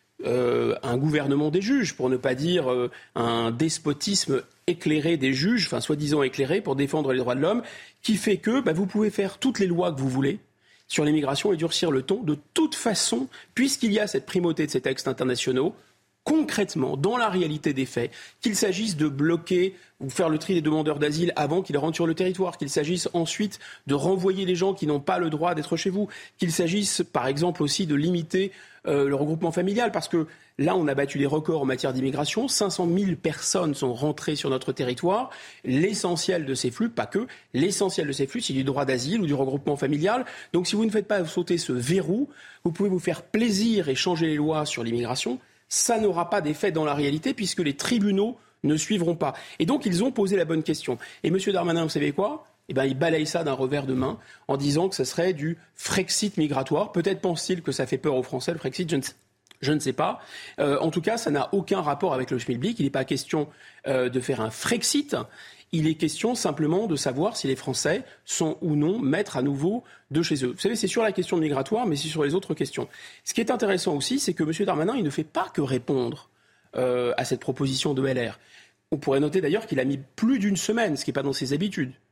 Euh, un gouvernement des juges, pour ne pas dire euh, un despotisme éclairé des juges, enfin soi-disant éclairé pour défendre les droits de l'homme, qui fait que bah, vous pouvez faire toutes les lois que vous voulez sur l'immigration et durcir le ton. De toute façon, puisqu'il y a cette primauté de ces textes internationaux, concrètement, dans la réalité des faits, qu'il s'agisse de bloquer ou faire le tri des demandeurs d'asile avant qu'ils rentrent sur le territoire, qu'il s'agisse ensuite de renvoyer les gens qui n'ont pas le droit d'être chez vous, qu'il s'agisse par exemple aussi de limiter euh, le regroupement familial, parce que là on a battu des records en matière d'immigration, cinq cent mille personnes sont rentrées sur notre territoire, l'essentiel de ces flux, pas que, l'essentiel de ces flux c'est du droit d'asile ou du regroupement familial, donc si vous ne faites pas sauter ce verrou, vous pouvez vous faire plaisir et changer les lois sur l'immigration, ça n'aura pas d'effet dans la réalité puisque les tribunaux ne suivront pas. Et donc, ils ont posé la bonne question. Et M. Darmanin, vous savez quoi ? Eh bien, il balaye ça d'un revers de main en disant que ce serait du Frexit migratoire. Peut-être pense-t-il que ça fait peur aux Français, le Frexit, je ne sais, je ne sais pas. Euh, en tout cas, ça n'a aucun rapport avec le schmilblick. Il n'est pas question euh, de faire un Frexit. Il est question simplement de savoir si les Français sont ou non maîtres à nouveau de chez eux. Vous savez, c'est sur la question migratoire, mais c'est sur les autres questions. Ce qui est intéressant aussi, c'est que M. Darmanin, il ne fait pas que répondre euh, à cette proposition de L R. On pourrait noter d'ailleurs qu'il a mis plus d'une semaine, ce qui n'est pas dans ses habitudes,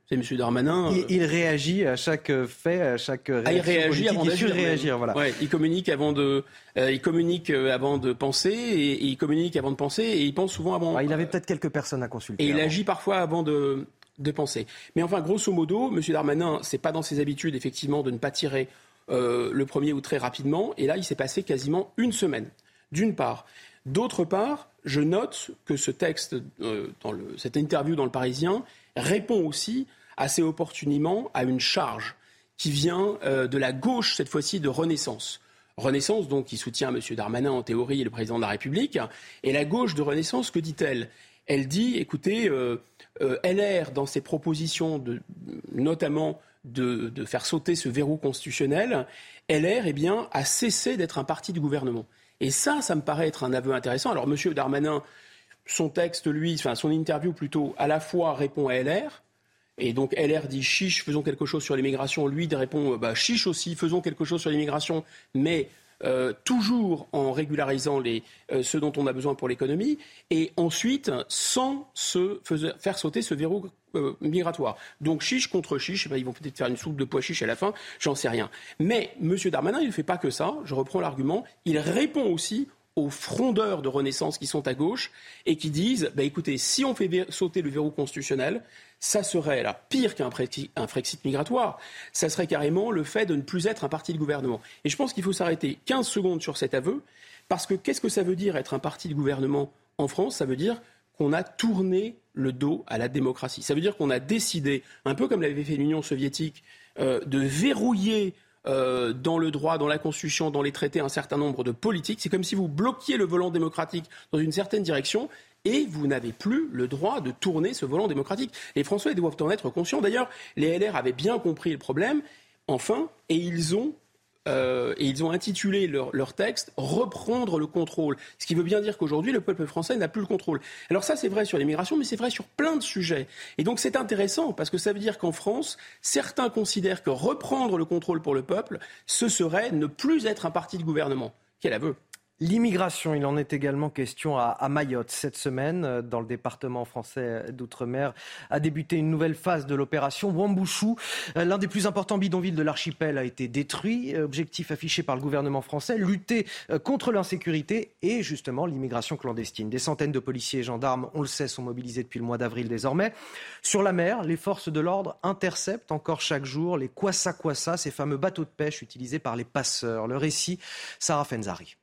C'est M. Darmanin. Il, il réagit à chaque fait, à chaque réaction ah, il réagit politique. avant il d'agir. réagir, voilà. Ouais, il communique avant de, euh, il communique avant de penser et, et il communique avant de penser et il pense souvent avant. Ouais, il avait peut-être quelques personnes à consulter. Et avant. il agit parfois avant de, de penser. Mais enfin, grosso modo, M. Darmanin, c'est pas dans ses habitudes effectivement de ne pas tirer euh, le premier ou très rapidement. Et là, il s'est passé quasiment une semaine. D'une part. D'autre part, je note que ce texte, euh, dans le, cette interview dans Le Parisien, répond aussi assez opportunément à une charge qui vient euh, de la gauche, cette fois-ci de Renaissance. Renaissance, donc, qui soutient M. Darmanin en théorie et le président de la République. Et la gauche de Renaissance, que dit-elle ? Elle dit, écoutez, euh, euh, L R, dans ses propositions, de, notamment de, de faire sauter ce verrou constitutionnel, L R eh bien, a cessé d'être un parti du gouvernement. Et ça, ça me paraît être un aveu intéressant. Alors, M. Darmanin, son texte, lui, enfin, son interview plutôt, à la fois répond à L R, et donc L R dit chiche, faisons quelque chose sur l'immigration. Lui il répond bah, chiche aussi, faisons quelque chose sur l'immigration, mais euh, toujours en régularisant les, euh, ce dont on a besoin pour l'économie, et ensuite sans se faiser, faire sauter ce verrou euh, migratoire. Donc chiche contre chiche, bah, ils vont peut-être faire une soupe de pois chiche à la fin, j'en sais rien. Mais M. Darmanin, il ne fait pas que ça, je reprends l'argument, il répond aussi aux frondeurs de Renaissance qui sont à gauche et qui disent bah, écoutez, si on fait ver- sauter le verrou constitutionnel, ça serait là, pire qu'un Frexit, un Frexit migratoire, ça serait carrément le fait de ne plus être un parti de gouvernement. Et je pense qu'il faut s'arrêter quinze secondes sur cet aveu, parce que qu'est-ce que ça veut dire être un parti de gouvernement en France ? Ça veut dire qu'on a tourné le dos à la démocratie. Ça veut dire qu'on a décidé, un peu comme l'avait fait l'Union soviétique, euh, de verrouiller Euh, dans le droit, dans la Constitution, dans les traités, un certain nombre de politiques. C'est comme si vous bloquiez le volant démocratique dans une certaine direction et vous n'avez plus le droit de tourner ce volant démocratique. Les Français doivent en être conscients. D'ailleurs, les L R avaient bien compris le problème, enfin, et ils ont, euh, et ils ont intitulé leur, leur texte « Reprendre le contrôle », ce qui veut bien dire qu'aujourd'hui, le peuple français n'a plus le contrôle. Alors ça, c'est vrai sur l'immigration, mais c'est vrai sur plein de sujets. Et donc c'est intéressant, parce que ça veut dire qu'en France, certains considèrent que reprendre le contrôle pour le peuple, ce serait ne plus être un parti de gouvernement. Quel aveu! L'immigration, il en est également question à, à Mayotte. Cette semaine, dans le département français d'Outre-mer, a débuté une nouvelle phase de l'opération Wambouchou. L'un des plus importants bidonvilles de l'archipel a été détruit. Objectif affiché par le gouvernement français, lutter contre l'insécurité et justement l'immigration clandestine. Des centaines de policiers et gendarmes, on le sait, sont mobilisés depuis le mois d'avril désormais. Sur la mer, les forces de l'ordre interceptent encore chaque jour les kwassa-kwassa, ces fameux bateaux de pêche utilisés par les passeurs. Le récit, Sarah Fenzari.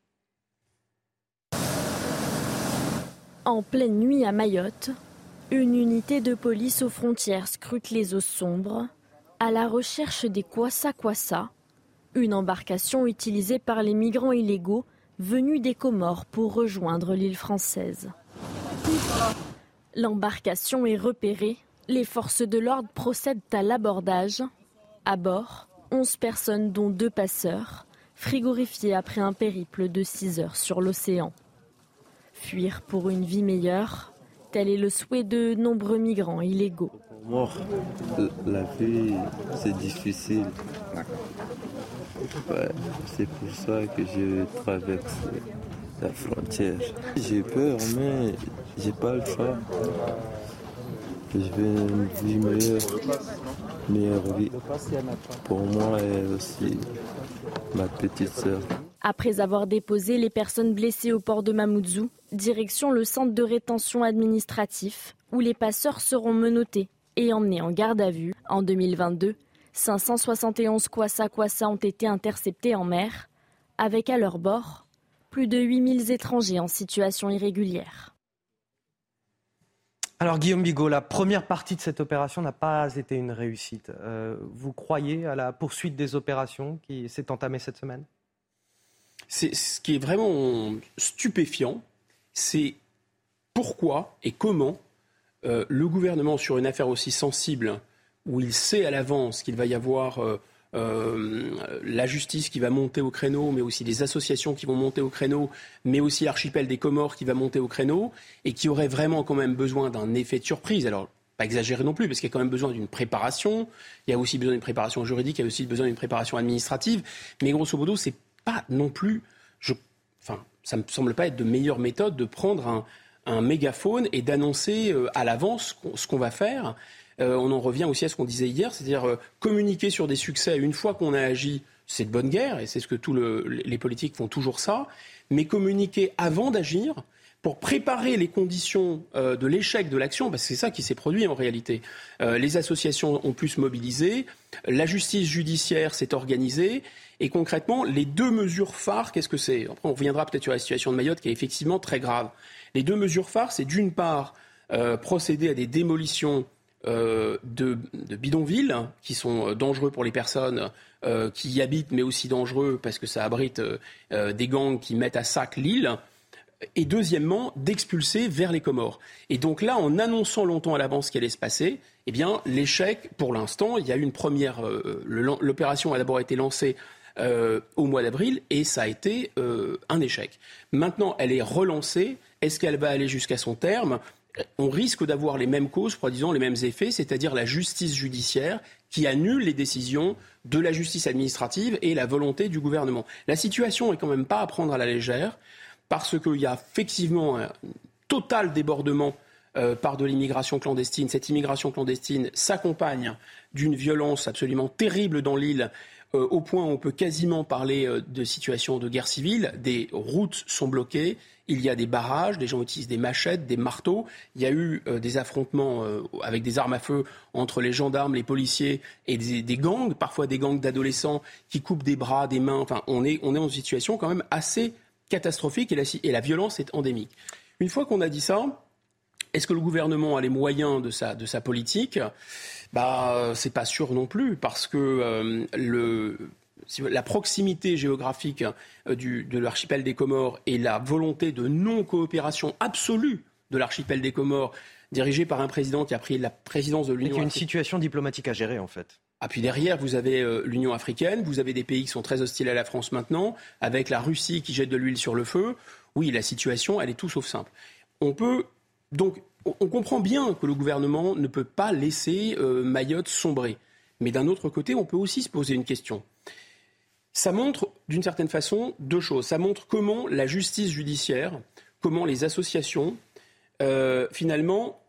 En pleine nuit à Mayotte, une unité de police aux frontières scrute les eaux sombres à la recherche des kwassa-kwassa, une embarcation utilisée par les migrants illégaux venus des Comores pour rejoindre l'île française. L'embarcation est repérée, les forces de l'ordre procèdent à l'abordage. À bord, onze personnes dont deux passeurs, frigorifiés après un périple de six heures sur l'océan. Fuir pour une vie meilleure, tel est le souhait de nombreux migrants illégaux. Pour moi, la vie, c'est difficile. Ouais, c'est pour ça que je traverse la frontière. J'ai peur, mais j'ai pas le choix. Je veux une vie meilleure, meilleure vie pour moi et aussi ma petite sœur. Après avoir déposé les personnes blessées au port de Mamoudzou, direction le centre de rétention administratif où les passeurs seront menottés et emmenés en garde à vue. En deux mille vingt-deux, cinq cent soixante et onze kwassa-kwassa ont été interceptés en mer, avec à leur bord plus de huit mille étrangers en situation irrégulière. Alors Guillaume Bigot, la première partie de cette opération n'a pas été une réussite. Euh, vous croyez à la poursuite des opérations qui s'est entamée cette semaine ? C'est, ce qui est vraiment stupéfiant, c'est pourquoi et comment euh, le gouvernement, sur une affaire aussi sensible, où il sait à l'avance qu'il va y avoir euh, euh, la justice qui va monter au créneau, mais aussi les associations qui vont monter au créneau, mais aussi l'archipel des Comores qui va monter au créneau, et qui aurait vraiment quand même besoin d'un effet de surprise. Alors, pas exagéré non plus, parce qu'il y a quand même besoin d'une préparation, il y a aussi besoin d'une préparation juridique, il y a aussi besoin d'une préparation administrative, mais grosso modo, c'est pas non plus, je, enfin, ça me semble pas être de meilleure méthode de prendre un, un mégaphone et d'annoncer euh, à l'avance ce qu'on va faire. euh, on en revient aussi à ce qu'on disait hier, c'est-à-dire euh, communiquer sur des succès une fois qu'on a agi, c'est de bonne guerre, et c'est ce que tous le, les politiques font toujours ça, mais communiquer avant d'agir, pour préparer les conditions euh, de l'échec de l'action, parce que c'est ça qui s'est produit en réalité. Euh, les associations ont pu se mobiliser, la justice judiciaire s'est organisée, et concrètement, les deux mesures phares, qu'est-ce que c'est ? Après, on reviendra peut-être sur la situation de Mayotte, qui est effectivement très grave. Les deux mesures phares, c'est d'une part euh, procéder à des démolitions euh, de, de bidonvilles, qui sont dangereux pour les personnes euh, qui y habitent, mais aussi dangereux parce que ça abrite euh, des gangs qui mettent à sac l'île. Et deuxièmement, d'expulser vers les Comores. Et donc là, en annonçant longtemps à l'avance ce qui allait se passer, eh bien, l'échec, pour l'instant, il y a eu une première... Euh, l'opération a d'abord été lancée euh, au mois d'avril et ça a été euh, un échec. Maintenant, elle est relancée. Est-ce qu'elle va aller jusqu'à son terme ? On risque d'avoir les mêmes causes, produisant les mêmes effets, c'est-à-dire la justice judiciaire qui annule les décisions de la justice administrative et la volonté du gouvernement. La situation est quand même pas à prendre à la légère, parce qu'il y a effectivement un total débordement euh, par de l'immigration clandestine. Cette immigration clandestine s'accompagne d'une violence absolument terrible dans l'île, euh, au point où on peut quasiment parler euh, de situation de guerre civile. Des routes sont bloquées, il y a des barrages, des gens utilisent des machettes, des marteaux. Il y a eu euh, des affrontements euh, avec des armes à feu entre les gendarmes, les policiers et des, des gangs, parfois des gangs d'adolescents qui coupent des bras, des mains. Enfin, on est, on est dans une situation quand même assez catastrophique et la, et la violence est endémique. Une fois qu'on a dit ça, est-ce que le gouvernement a les moyens de sa, de sa politique ? Bah, c'est pas sûr non plus, parce que euh, le, la proximité géographique euh, du, de l'archipel des Comores et la volonté de non-coopération absolue de l'archipel des Comores, dirigé par un président qui a pris la présidence de l'Union européenne. Il y a une situation diplomatique à gérer, en fait. Ah, puis derrière, vous avez euh, l'Union africaine, vous avez des pays qui sont très hostiles à la France maintenant, avec la Russie qui jette de l'huile sur le feu. Oui, la situation, elle est tout sauf simple. On peut donc, on comprend bien que le gouvernement ne peut pas laisser euh, Mayotte sombrer. Mais d'un autre côté, on peut aussi se poser une question. Ça montre, d'une certaine façon, deux choses. Ça montre comment la justice judiciaire, comment les associations, euh, finalement,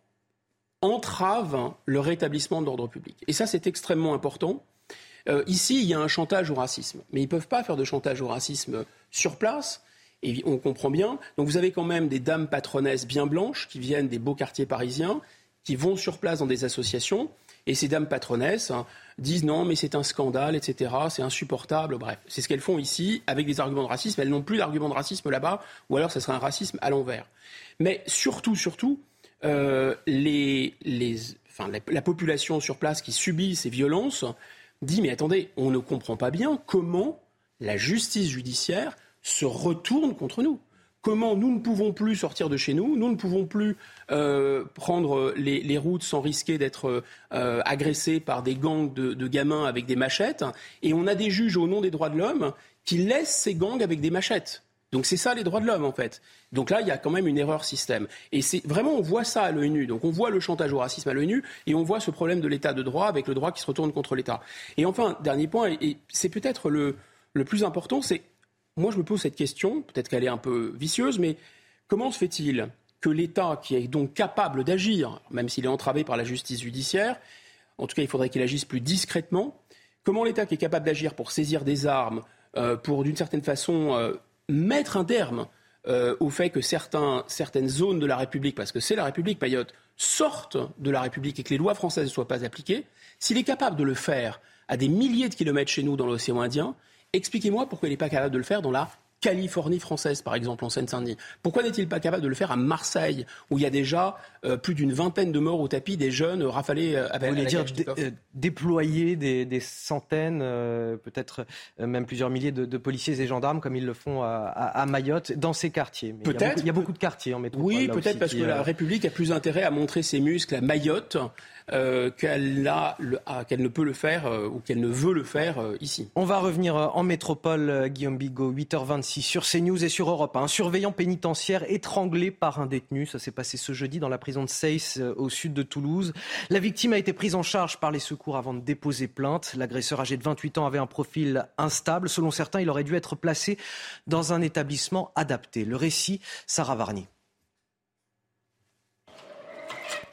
entravent le rétablissement de l'ordre public. Et ça, c'est extrêmement important. Euh, ici, il y a un chantage au racisme. Mais ils ne peuvent pas faire de chantage au racisme sur place. Et on comprend bien. Donc vous avez quand même des dames patronesses bien blanches qui viennent des beaux quartiers parisiens, qui vont sur place dans des associations. Et ces dames patronesses hein, disent non, mais c'est un scandale, et cetera. C'est insupportable. Bref, c'est ce qu'elles font ici avec des arguments de racisme. Elles n'ont plus d'arguments de racisme là-bas, ou alors ce serait un racisme à l'envers. Mais surtout, surtout, Euh, les, les, enfin, la, la population sur place qui subit ces violences dit mais attendez, on ne comprend pas bien comment la justice judiciaire se retourne contre nous. Comment nous ne pouvons plus sortir de chez nous, nous ne pouvons plus euh, prendre les, les routes sans risquer d'être euh, agressés par des gangs de, de gamins avec des machettes, et on a des juges au nom des droits de l'homme qui laissent ces gangs avec des machettes. Donc c'est ça les droits de l'homme en fait. Donc là il y a quand même une erreur système. Et c'est vraiment on voit ça à l'œil nu. Donc on voit le chantage au racisme à l'œil nu et on voit ce problème de l'état de droit avec le droit qui se retourne contre l'État. Et enfin dernier point et, et c'est peut-être le le plus important, c'est moi je me pose cette question, peut-être qu'elle est un peu vicieuse, mais comment se fait-il que l'État qui est donc capable d'agir, même s'il est entravé par la justice judiciaire, en tout cas il faudrait qu'il agisse plus discrètement, comment l'État qui est capable d'agir pour saisir des armes, euh, pour d'une certaine façon euh, mettre un terme euh, au fait que certains, certaines zones de la République, parce que c'est la République, Mayotte, sortent de la République et que les lois françaises ne soient pas appliquées, s'il est capable de le faire à des milliers de kilomètres chez nous dans l'océan Indien, expliquez-moi pourquoi il n'est pas capable de le faire dans la Californie française, par exemple, en Seine-Saint-Denis. Pourquoi n'est-il pas capable de le faire à Marseille, où il y a déjà euh, plus d'une vingtaine de morts au tapis, des jeunes rafalés euh, avec... Vous voulez dire dé- euh, déployer des, des centaines, euh, peut-être euh, même plusieurs milliers de, de policiers et gendarmes, comme ils le font à, à, à Mayotte, dans ces quartiers. Mais peut-être. Il y a beaucoup, il y a beaucoup de quartiers en métropole. Oui, peut-être parce que euh... la République a plus intérêt à montrer ses muscles à Mayotte euh, qu'elle, a le, à, qu'elle ne peut le faire euh, ou qu'elle ne veut le faire euh, ici. On va revenir en métropole, euh, Guillaume Bigot, huit heures vingt-six sur CNews et sur Europe un. Un surveillant pénitentiaire étranglé par un détenu. Ça s'est passé ce jeudi dans la prison de Seyss, euh, au sud de Toulouse. La victime a été prise en charge par les secours avant de déposer plainte. L'agresseur âgé de vingt-huit ans avait un profil instable. Selon certains, il aurait dû être placé dans un établissement adapté. Le récit, Sarah Varny.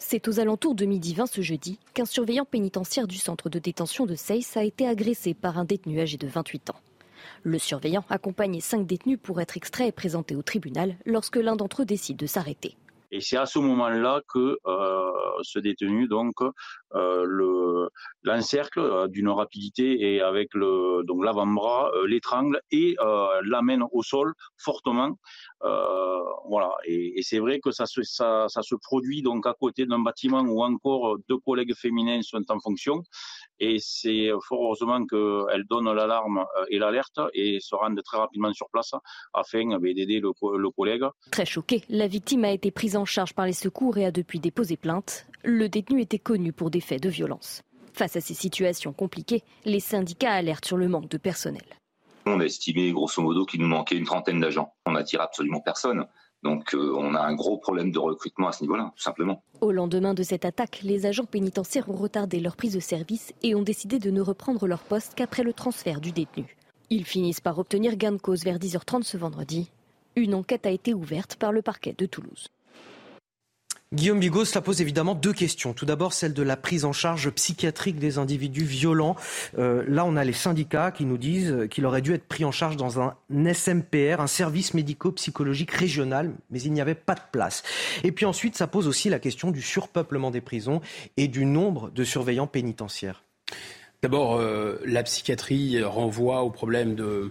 C'est aux alentours de midi vingt ce jeudi qu'un surveillant pénitentiaire du centre de détention de Seyss a été agressé par un détenu âgé de vingt-huit ans. Le surveillant accompagnait cinq détenus pour être extraits et présentés au tribunal lorsque l'un d'entre eux décide de s'arrêter. Et c'est à ce moment-là que euh, ce détenu donc euh, le l'encercle d'une rapidité et avec le donc l'avant-bras euh, l'étrangle et euh, l'amène au sol fortement. Euh, voilà. Et, et c'est vrai que ça se ça, ça se produit donc à côté d'un bâtiment où encore deux collègues féminins sont en fonction. Et c'est fort heureusement qu'elles donnent l'alarme et l'alerte et se rendent très rapidement sur place afin d'aider le, le collègue. Très choqué, la victime a été prise en charge par les secours et a depuis déposé plainte. Le détenu était connu pour des faits de violence. Face à ces situations compliquées, les syndicats alertent sur le manque de personnel. On a estimé grosso modo qu'il nous manquait une trentaine d'agents. On n'attire absolument personne. Donc euh, on a un gros problème de recrutement à ce niveau-là, tout simplement. Au lendemain de cette attaque, les agents pénitentiaires ont retardé leur prise de service et ont décidé de ne reprendre leur poste qu'après le transfert du détenu. Ils finissent par obtenir gain de cause vers dix heures trente ce vendredi. Une enquête a été ouverte par le parquet de Toulouse. Guillaume Bigot, cela pose évidemment deux questions. Tout d'abord, celle de la prise en charge psychiatrique des individus violents. Euh, là, on a les syndicats qui nous disent qu'il aurait dû être pris en charge dans un S M P R, un service médico-psychologique régional, mais il n'y avait pas de place. Et puis ensuite, ça pose aussi la question du surpeuplement des prisons et du nombre de surveillants pénitentiaires. D'abord, euh, la psychiatrie renvoie au problème de...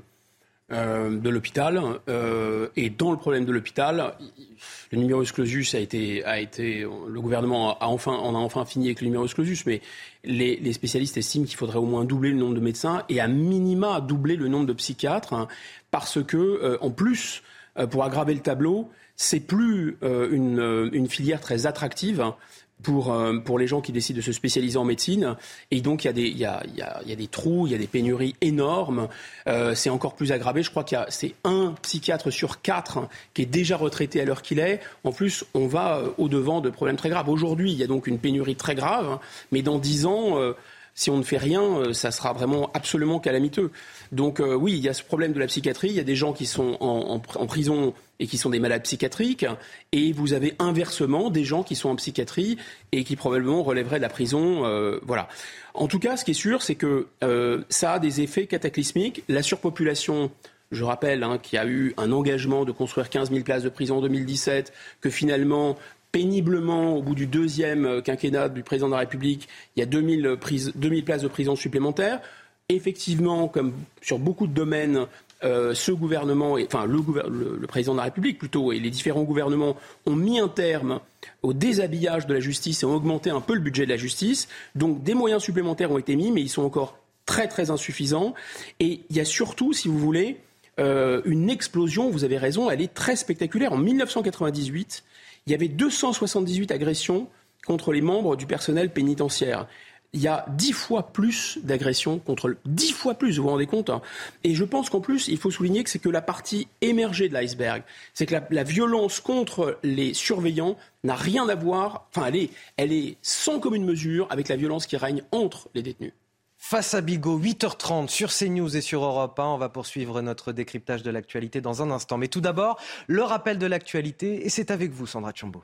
Euh, de l'hôpital euh, et dans le problème de l'hôpital, le numerus clausus a été, a été le gouvernement a enfin, on a enfin fini avec le numerus clausus, mais les, les spécialistes estiment qu'il faudrait au moins doubler le nombre de médecins et à minima doubler le nombre de psychiatres, hein, parce que euh, en plus, euh, pour aggraver le tableau, c'est plus euh, une, une filière très attractive. Hein, Pour, euh, pour les gens qui décident de se spécialiser en médecine. Et donc, il y a des, il y a, il y a, il y a des trous, il y a des pénuries énormes. Euh, c'est encore plus aggravé. Je crois qu'il y a, c'est un psychiatre sur quatre hein, qui est déjà retraité à l'heure qu'il est. En plus, on va euh, au-devant de problèmes très graves. Aujourd'hui, il y a donc une pénurie très grave. Hein, mais dans dix ans... Euh, si on ne fait rien, euh, ça sera vraiment absolument calamiteux. Donc euh, oui, il y a ce problème de la psychiatrie. Il y a des gens qui sont en, en, en prison et qui sont des malades psychiatriques. Et vous avez inversement des gens qui sont en psychiatrie et qui probablement relèveraient de la prison. Euh, voilà. En tout cas, ce qui est sûr, c'est que euh, ça a des effets cataclysmiques. La surpopulation... Je rappelle hein, qu'il y a eu un engagement de construire quinze mille places de prison en deux mille dix-sept, que finalement... péniblement, au bout du deuxième quinquennat du président de la République, il y a deux mille, prises, deux mille places de prison supplémentaires. Effectivement, comme sur beaucoup de domaines, euh, ce gouvernement, enfin le, le, le président de la République plutôt, et les différents gouvernements ont mis un terme au déshabillage de la justice et ont augmenté un peu le budget de la justice. Donc des moyens supplémentaires ont été mis, mais ils sont encore très très insuffisants. Et il y a surtout, si vous voulez, euh, une explosion, vous avez raison, elle est très spectaculaire. En dix-neuf cent quatre-vingt-dix-huit, il y avait deux cent soixante-dix-huit agressions contre les membres du personnel pénitentiaire. Il y a dix fois plus d'agressions contre... dix fois plus, vous vous rendez compte hein. Et je pense qu'en plus, il faut souligner que c'est que la partie émergée de l'iceberg. C'est que la, la violence contre les surveillants n'a rien à voir... Enfin, elle est, elle est sans commune mesure avec la violence qui règne entre les détenus. Face à Bigot, huit heures trente sur CNews et sur Europe un. On va poursuivre notre décryptage de l'actualité dans un instant. Mais tout d'abord, le rappel de l'actualité. Et c'est avec vous, Sandra Tchombo.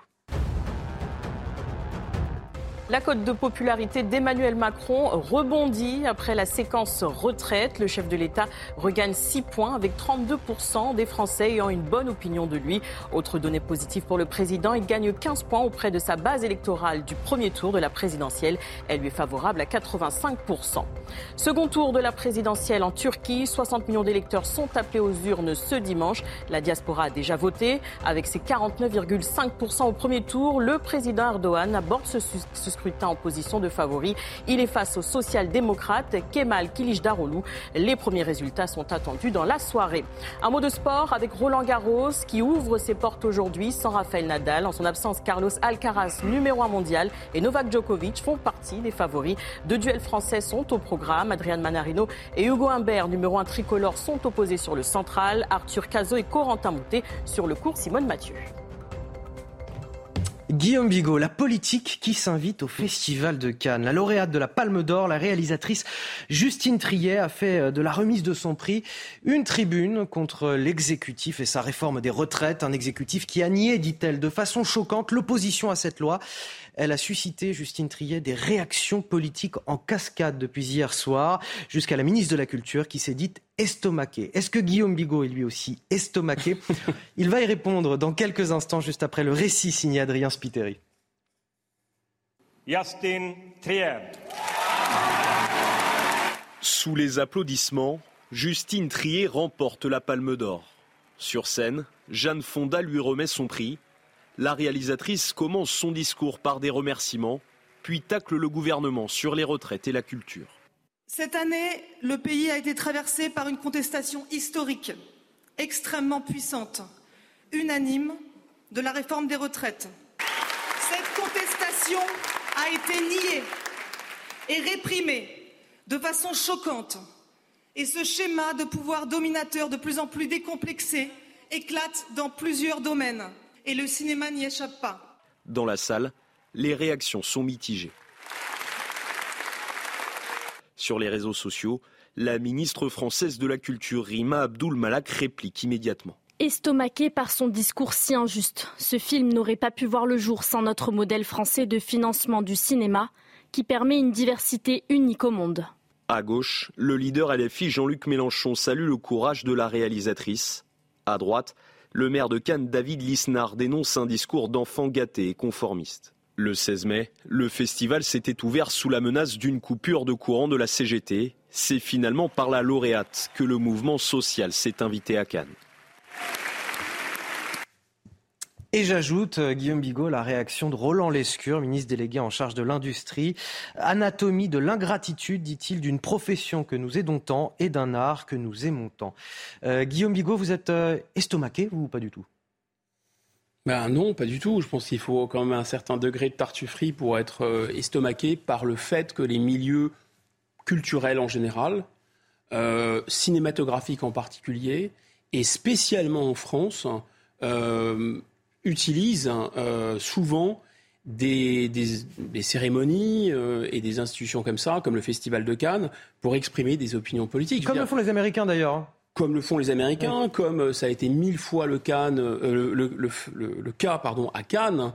La cote de popularité d'Emmanuel Macron rebondit après la séquence retraite. Le chef de l'État regagne six points avec trente-deux pour cent des Français ayant une bonne opinion de lui. Autre donnée positive pour le président, il gagne quinze points auprès de sa base électorale du premier tour de la présidentielle. Elle lui est favorable à quatre-vingt-cinq pour cent. Second tour de la présidentielle en Turquie. soixante millions d'électeurs sont appelés aux urnes ce dimanche. La diaspora a déjà voté. Avec ses quarante-neuf virgule cinq pour cent au premier tour, le président Erdogan aborde ce, ce scrutin en position de favori. Il est face au social-démocrate Kemal Kılıçdaroğlu. Les premiers résultats sont attendus dans la soirée. Un mot de sport avec Roland Garros qui ouvre ses portes aujourd'hui sans Rafael Nadal. En son absence, Carlos Alcaraz, numéro un mondial, et Novak Djokovic font partie des favoris. Deux duels français sont au programme. Adrian Manarino et Hugo Humbert, numéro un tricolore, sont opposés sur le central. Arthur Cazot et Corentin Moutet sur le court Simone Mathieu. Guillaume Bigot, la politique qui s'invite au Festival de Cannes. La lauréate de la Palme d'Or, la réalisatrice Justine Triet, a fait de la remise de son prix une tribune contre l'exécutif et sa réforme des retraites. Un exécutif qui a nié, dit-elle, de façon choquante, l'opposition à cette loi. Elle a suscité, Justine Triet, des réactions politiques en cascade depuis hier soir, jusqu'à la ministre de la Culture qui s'est dite estomaquée. Est-ce que Guillaume Bigot est lui aussi estomaqué ? Il va y répondre dans quelques instants, juste après le récit signé Adrien Spiteri. Justine Triet. Sous les applaudissements, Justine Triet remporte la Palme d'Or. Sur scène, Jeanne Fonda lui remet son prix. La réalisatrice commence son discours par des remerciements, puis tacle le gouvernement sur les retraites et la culture. Cette année, le pays a été traversé par une contestation historique, extrêmement puissante, unanime, de la réforme des retraites. Cette contestation a été niée et réprimée de façon choquante. Et ce schéma de pouvoir dominateur de plus en plus décomplexé éclate dans plusieurs domaines. Et le cinéma n'y échappe pas. Dans la salle, les réactions sont mitigées. Sur les réseaux sociaux, la ministre française de la Culture, Rima Abdul Malak, réplique immédiatement. Estomaqué par son discours si injuste, ce film n'aurait pas pu voir le jour sans notre modèle français de financement du cinéma, qui permet une diversité unique au monde. À gauche, le leader L F I Jean-Luc Mélenchon salue le courage de la réalisatrice. À droite, le maire de Cannes David Lisnard dénonce un discours d'enfant gâté et conformiste. Le seize mai, le festival s'était ouvert sous la menace d'une coupure de courant de la C G T. C'est finalement par la lauréate que le mouvement social s'est invité à Cannes. Et j'ajoute, Guillaume Bigot, la réaction de Roland Lescure, ministre délégué en charge de l'industrie. Anatomie de l'ingratitude, dit-il, d'une profession que nous aidons tant et d'un art que nous aimons tant. Euh, Guillaume Bigot, vous êtes euh, estomaqué ou pas du tout ? Ben non, pas du tout. Je pense qu'il faut quand même un certain degré de tartufferie pour être euh, estomaqué par le fait que les milieux culturels en général, euh, cinématographiques en particulier, et spécialement en France, euh, utilisent euh, souvent des, des, des cérémonies euh, et des institutions comme ça, comme le Festival de Cannes, pour exprimer des opinions politiques. Comme le font les Américains d'ailleurs. Comme le font les Américains, ouais. Comme ça a été mille fois le, Cannes, euh, le, le, le, le, le cas pardon, à Cannes,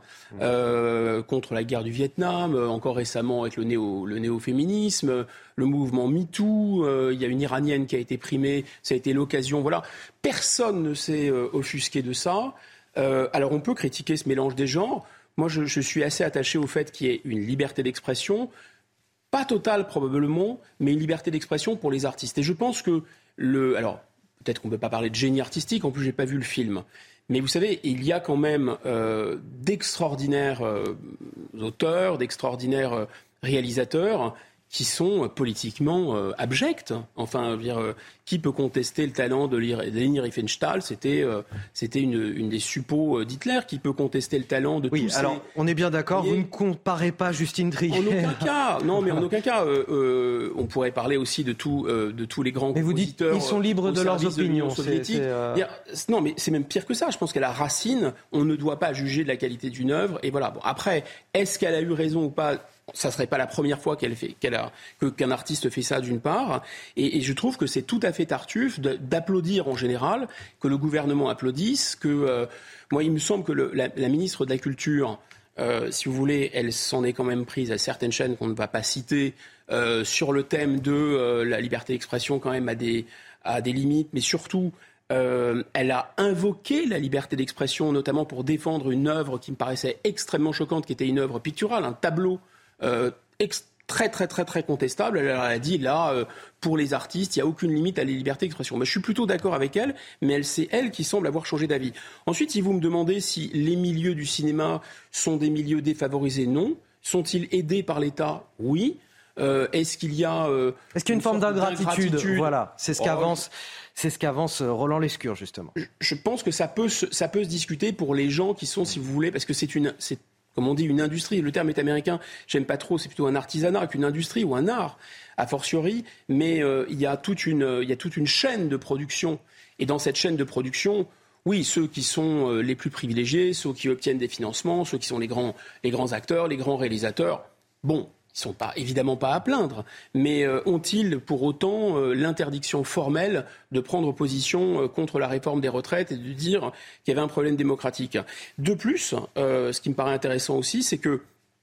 euh, contre la guerre du Vietnam, euh, encore récemment avec le, néo, le néo-féminisme, le mouvement MeToo, euh, il y a une Iranienne qui a été primée, ça a été l'occasion, voilà. Personne ne s'est euh, offusqué de ça. Euh, alors on peut critiquer ce mélange des genres. Moi, je, je suis assez attaché au fait qu'il y ait une liberté d'expression, pas totale probablement, mais une liberté d'expression pour les artistes. Et je pense que le, alors peut-être qu'on ne peut pas parler de génie artistique. En plus, j'ai pas vu le film. Mais vous savez, il y a quand même euh, d'extraordinaires euh, auteurs, d'extraordinaires euh, réalisateurs qui sont politiquement euh, abjects. Enfin, je veux dire, euh, qui peut contester le talent de Leni Riefenstahl ? C'était, euh, c'était une, une des suppôts d'Hitler. Qui peut contester le talent de oui, tous ces... Oui, alors, on est bien d'accord, vous ne comparez pas Justine Triet. En aucun cas. Non, mais en aucun cas. Euh, euh, on pourrait parler aussi de, tout, euh, de tous les grands mais compositeurs. Vous dites, ils sont libres de leurs opinions. De c'est, c'est, euh... Non, mais c'est même pire que ça. Je pense qu'à la racine, on ne doit pas juger de la qualité d'une œuvre. Et voilà. Bon, après, est-ce qu'elle a eu raison ou pas ? Ça ne serait pas la première fois qu'elle fait, qu'elle a, que, qu'un artiste fait ça, d'une part. Et, et je trouve que c'est tout à fait tartuffe de, d'applaudir en général, que le gouvernement applaudisse, que euh, moi, il me semble que le, la, la ministre de la Culture, euh, si vous voulez, elle s'en est quand même prise à certaines chaînes qu'on ne va pas citer, euh, sur le thème de euh, la liberté d'expression quand même à des, à des limites, mais surtout... Euh, elle a invoqué la liberté d'expression, notamment pour défendre une œuvre qui me paraissait extrêmement choquante, qui était une œuvre picturale, un tableau euh, ex- très très très très contestable. Elle a dit là, euh, pour les artistes, il n'y a aucune limite à la liberté d'expression. Mais je suis plutôt d'accord avec elle, mais elle, c'est elle qui semble avoir changé d'avis. Ensuite, si vous me demandez si les milieux du cinéma sont des milieux défavorisés, non. Sont-ils aidés par l'État ? Oui. Euh, est-ce qu'il y a euh, Est-ce qu'il y a une, une forme d'ingratitude, d'ingratitude Voilà, c'est ce qu'avance. Oh, C'est ce qu'avance Roland Lescure, justement. Je, je pense que ça peut, se, ça peut se discuter pour les gens qui sont, si vous voulez, parce que c'est une, c'est, comme on dit, une industrie. Le terme est américain, j'aime pas trop, c'est plutôt un artisanat qu'une industrie ou un art, a fortiori. Mais euh, il y a toute une, il y a toute une chaîne de production. Et dans cette chaîne de production, oui, ceux qui sont euh, les plus privilégiés, ceux qui obtiennent des financements, ceux qui sont les grands, les grands acteurs, les grands réalisateurs, bon... Ils ne sont pas, évidemment pas à plaindre, mais euh, ont-ils pour autant euh, l'interdiction formelle de prendre position euh, contre la réforme des retraites et de dire qu'il y avait un problème démocratique ? De plus, euh, ce qui me paraît intéressant aussi, c'est que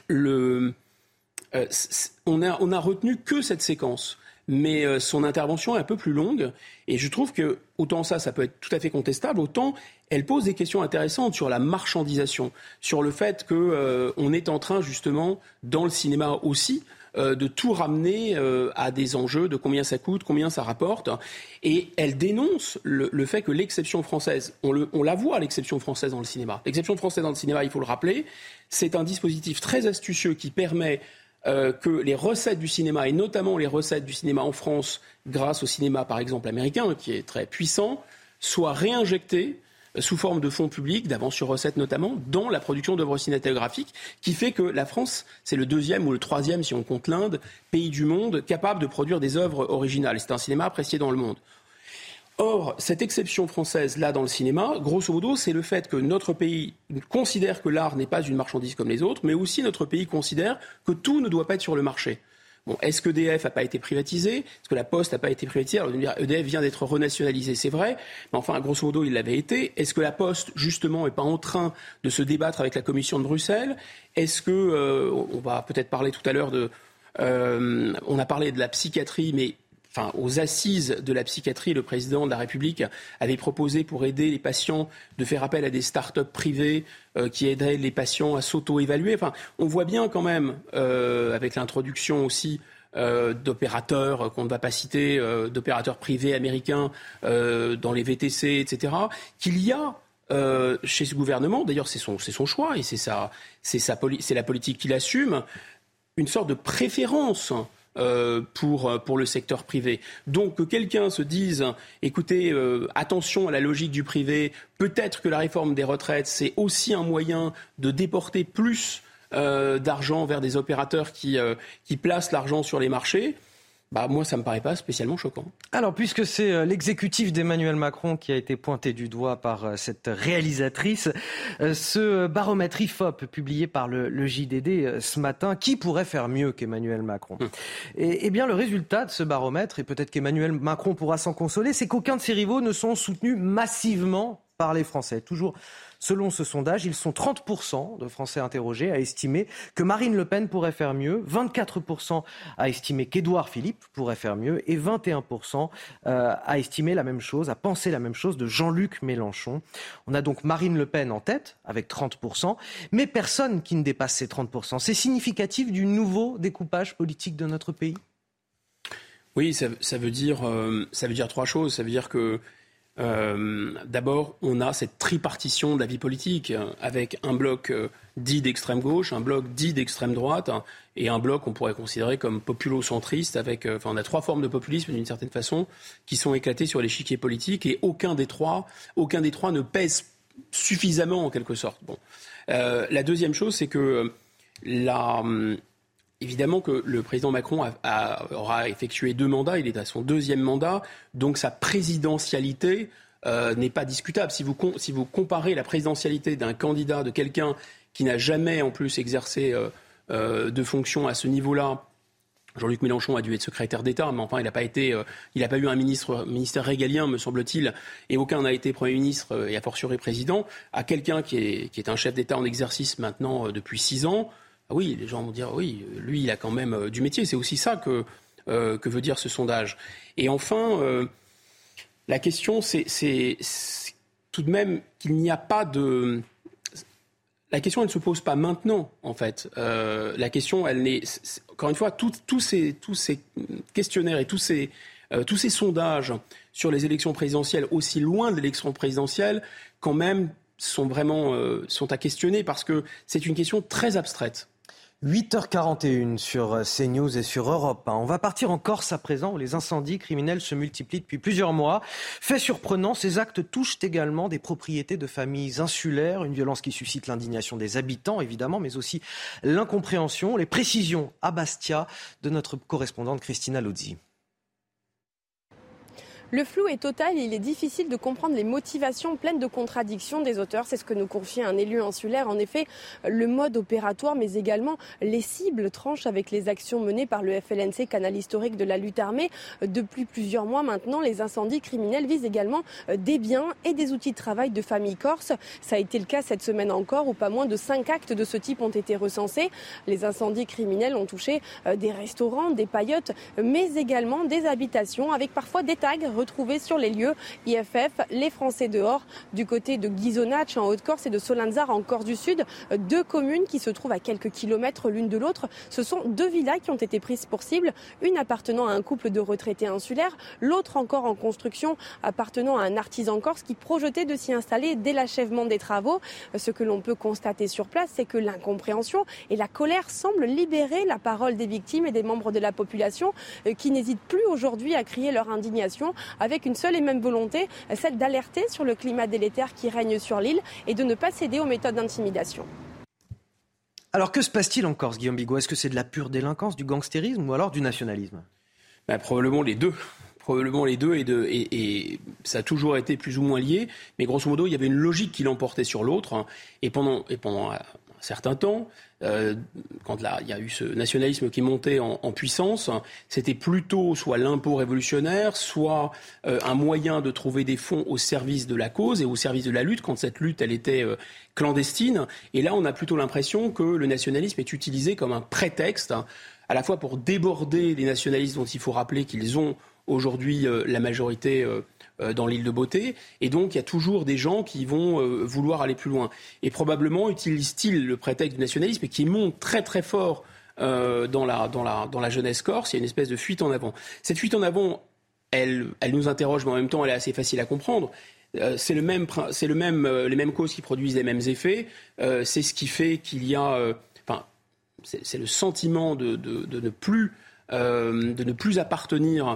le, euh, on, a, on a retenu que cette séquence. Mais euh, son intervention est un peu plus longue. Et je trouve que, autant ça, ça peut être tout à fait contestable, autant elle pose des questions intéressantes sur la marchandisation, sur le fait qu'on euh, est en train, justement, dans le cinéma aussi, euh, de tout ramener euh, à des enjeux de combien ça coûte, combien ça rapporte. Et elle dénonce le, le fait que l'exception française, on, le, on la voit, l'exception française dans le cinéma. L'exception française dans le cinéma, il faut le rappeler, c'est un dispositif très astucieux qui permet Euh, que les recettes du cinéma, et notamment les recettes du cinéma en France, grâce au cinéma par exemple américain, qui est très puissant, soient réinjectées euh, sous forme de fonds publics, d'avance sur recettes notamment, dans la production d'œuvres cinématographiques, qui fait que la France, c'est le deuxième ou le troisième, si on compte l'Inde, pays du monde capable de produire des œuvres originales. C'est un cinéma apprécié dans le monde. Or, cette exception française, là, dans le cinéma, grosso modo, c'est le fait que notre pays considère que l'art n'est pas une marchandise comme les autres, mais aussi notre pays considère que tout ne doit pas être sur le marché. Bon, est-ce que E D F n'a pas été privatisé ? Est-ce que la Poste n'a pas été privatisée ? Alors, E D F vient d'être renationalisé, c'est vrai, mais enfin, grosso modo, il l'avait été. Est-ce que la Poste, justement, n'est pas en train de se débattre avec la Commission de Bruxelles ? Est-ce que, euh, on va peut-être parler tout à l'heure de... Euh, on a parlé de la psychiatrie, mais... Enfin, aux assises de la psychiatrie, le président de la République avait proposé pour aider les patients de faire appel à des start-up privées euh, qui aideraient les patients à s'auto-évaluer. Enfin, on voit bien quand même, euh, avec l'introduction aussi euh, d'opérateurs qu'on ne va pas citer, euh, d'opérateurs privés américains euh, dans les V T C, et cetera, qu'il y a euh, chez ce gouvernement, d'ailleurs c'est son, c'est son choix et c'est, sa, c'est, sa, c'est la politique qu'il assume, une sorte de préférence Euh, pour, pour le secteur privé. Donc que quelqu'un se dise, écoutez, euh, attention à la logique du privé, peut-être que la réforme des retraites, c'est aussi un moyen de déporter plus euh, d'argent vers des opérateurs qui, euh, qui placent l'argent sur les marchés. Bah, moi, ça ne me paraît pas spécialement choquant. Alors, puisque c'est l'exécutif d'Emmanuel Macron qui a été pointé du doigt par cette réalisatrice, ce baromètre I F O P publié par le, le J D D ce matin, qui pourrait faire mieux qu'Emmanuel Macron ? hum. et, et bien, le résultat de ce baromètre, et peut-être qu'Emmanuel Macron pourra s'en consoler, c'est qu'aucun de ses rivaux ne sont soutenus massivement par les Français. Toujours selon ce sondage, ils sont trente pour cent de Français interrogés à estimer que Marine Le Pen pourrait faire mieux, vingt-quatre pour cent à estimer qu'Édouard Philippe pourrait faire mieux et vingt et un pour cent à estimer la même chose, à penser la même chose de Jean-Luc Mélenchon. On a donc Marine Le Pen en tête avec trente pour cent, mais personne qui ne dépasse ces trente pour cent. C'est significatif du nouveau découpage politique de notre pays ? Oui, ça, ça veut dire, euh, ça veut dire trois choses. Ça veut dire que Euh, d'abord, on a cette tripartition de la vie politique euh, avec un bloc euh, dit d'extrême gauche, un bloc dit d'extrême droite hein, et un bloc qu'on pourrait considérer comme populo-centriste. Avec, euh, enfin, on a trois formes de populisme d'une certaine façon qui sont éclatées sur l'échiquier politique et aucun des trois, aucun des trois ne pèse suffisamment en quelque sorte. Bon, euh, la deuxième chose, c'est que la Évidemment que le président Macron a, a, aura effectué deux mandats, il est à son deuxième mandat, donc sa présidentialité euh, n'est pas discutable. Si vous, si vous comparez la présidentialité d'un candidat, de quelqu'un qui n'a jamais en plus exercé euh, euh, de fonction à ce niveau-là, Jean-Luc Mélenchon a dû être secrétaire d'État, mais enfin il n'a pas été, euh, il n'a pas eu un ministre, ministère régalien, me semble-t-il, et aucun n'a été Premier ministre euh, et a fortiori président, à quelqu'un qui est, qui est un chef d'État en exercice maintenant euh, depuis six ans. Oui, les gens vont dire, oui, lui, il a quand même euh, du métier. C'est aussi ça que, euh, que veut dire ce sondage. Et enfin, euh, la question, c'est, c'est, c'est tout de même qu'il n'y a pas de... La question, elle ne se pose pas maintenant, en fait. Euh, la question, elle n'est... C'est, encore une fois, tous ces, tous ces questionnaires et tous ces, euh, tous ces sondages sur les élections présidentielles, aussi loin de l'élection présidentielle, quand même, sont vraiment euh, sont à questionner parce que c'est une question très abstraite. huit heures quarante et une sur CNews et sur Europe un. On va partir en Corse à présent où les incendies criminels se multiplient depuis plusieurs mois. Fait surprenant, ces actes touchent également des propriétés de familles insulaires, une violence qui suscite l'indignation des habitants évidemment, mais aussi l'incompréhension. Les précisions à Bastia de notre correspondante Christina Lozzi. Le flou est total et il est difficile de comprendre les motivations pleines de contradictions des auteurs. C'est ce que nous confie un élu insulaire. En effet, le mode opératoire, mais également les cibles tranchent avec les actions menées par le F L N C, canal historique de la lutte armée. Depuis plusieurs mois maintenant, les incendies criminels visent également des biens et des outils de travail de familles corses. Ça a été le cas cette semaine encore, où pas moins de cinq actes de ce type ont été recensés. Les incendies criminels ont touché des restaurants, des paillotes, mais également des habitations, avec parfois des tags retrouvés sur les lieux. I F F, les Français dehors, du côté de Ghisonaccia en Haute-Corse et de Solanzar en Corse du Sud, deux communes qui se trouvent à quelques kilomètres l'une de l'autre. Ce sont deux villas qui ont été prises pour cible, une appartenant à un couple de retraités insulaires, l'autre encore en construction appartenant à un artisan corse qui projetait de s'y installer dès l'achèvement des travaux. Ce que l'on peut constater sur place, c'est que l'incompréhension et la colère semblent libérer la parole des victimes et des membres de la population qui n'hésitent plus aujourd'hui à crier leur indignation avec une seule et même volonté, celle d'alerter sur le climat délétère qui règne sur l'île et de ne pas céder aux méthodes d'intimidation. Alors que se passe-t-il en Corse, Guillaume Bigot ? Est-ce que c'est de la pure délinquance, du gangstérisme ou alors du nationalisme ? Ben, probablement les deux. Probablement les deux, et, de, et, et ça a toujours été plus ou moins lié, mais grosso modo, il y avait une logique qui l'emportait sur l'autre, et pendant, et pendant un certain temps, euh, quand là, il y a eu ce nationalisme qui montait en, en puissance, c'était plutôt soit l'impôt révolutionnaire, soit euh, un moyen de trouver des fonds au service de la cause et au service de la lutte, quand cette lutte, elle était euh, clandestine, et là, on a plutôt l'impression que le nationalisme est utilisé comme un prétexte, hein, à la fois pour déborder les nationalistes dont il faut rappeler qu'ils ont aujourd'hui euh, la majorité euh, euh, dans l'île de Beauté, et donc il y a toujours des gens qui vont euh, vouloir aller plus loin. Et probablement utilisent-ils le prétexte du nationalisme, qui monte très très fort euh, dans, la, dans, la, dans la jeunesse corse. Il y a une espèce de fuite en avant. Cette fuite en avant, elle, elle nous interroge, mais en même temps elle est assez facile à comprendre. Euh, c'est le même, c'est le même, euh, les mêmes causes qui produisent les mêmes effets. Euh, c'est ce qui fait qu'il y a... Euh, enfin, c'est, c'est le sentiment de, de, de, ne, plus, euh, de ne plus appartenir...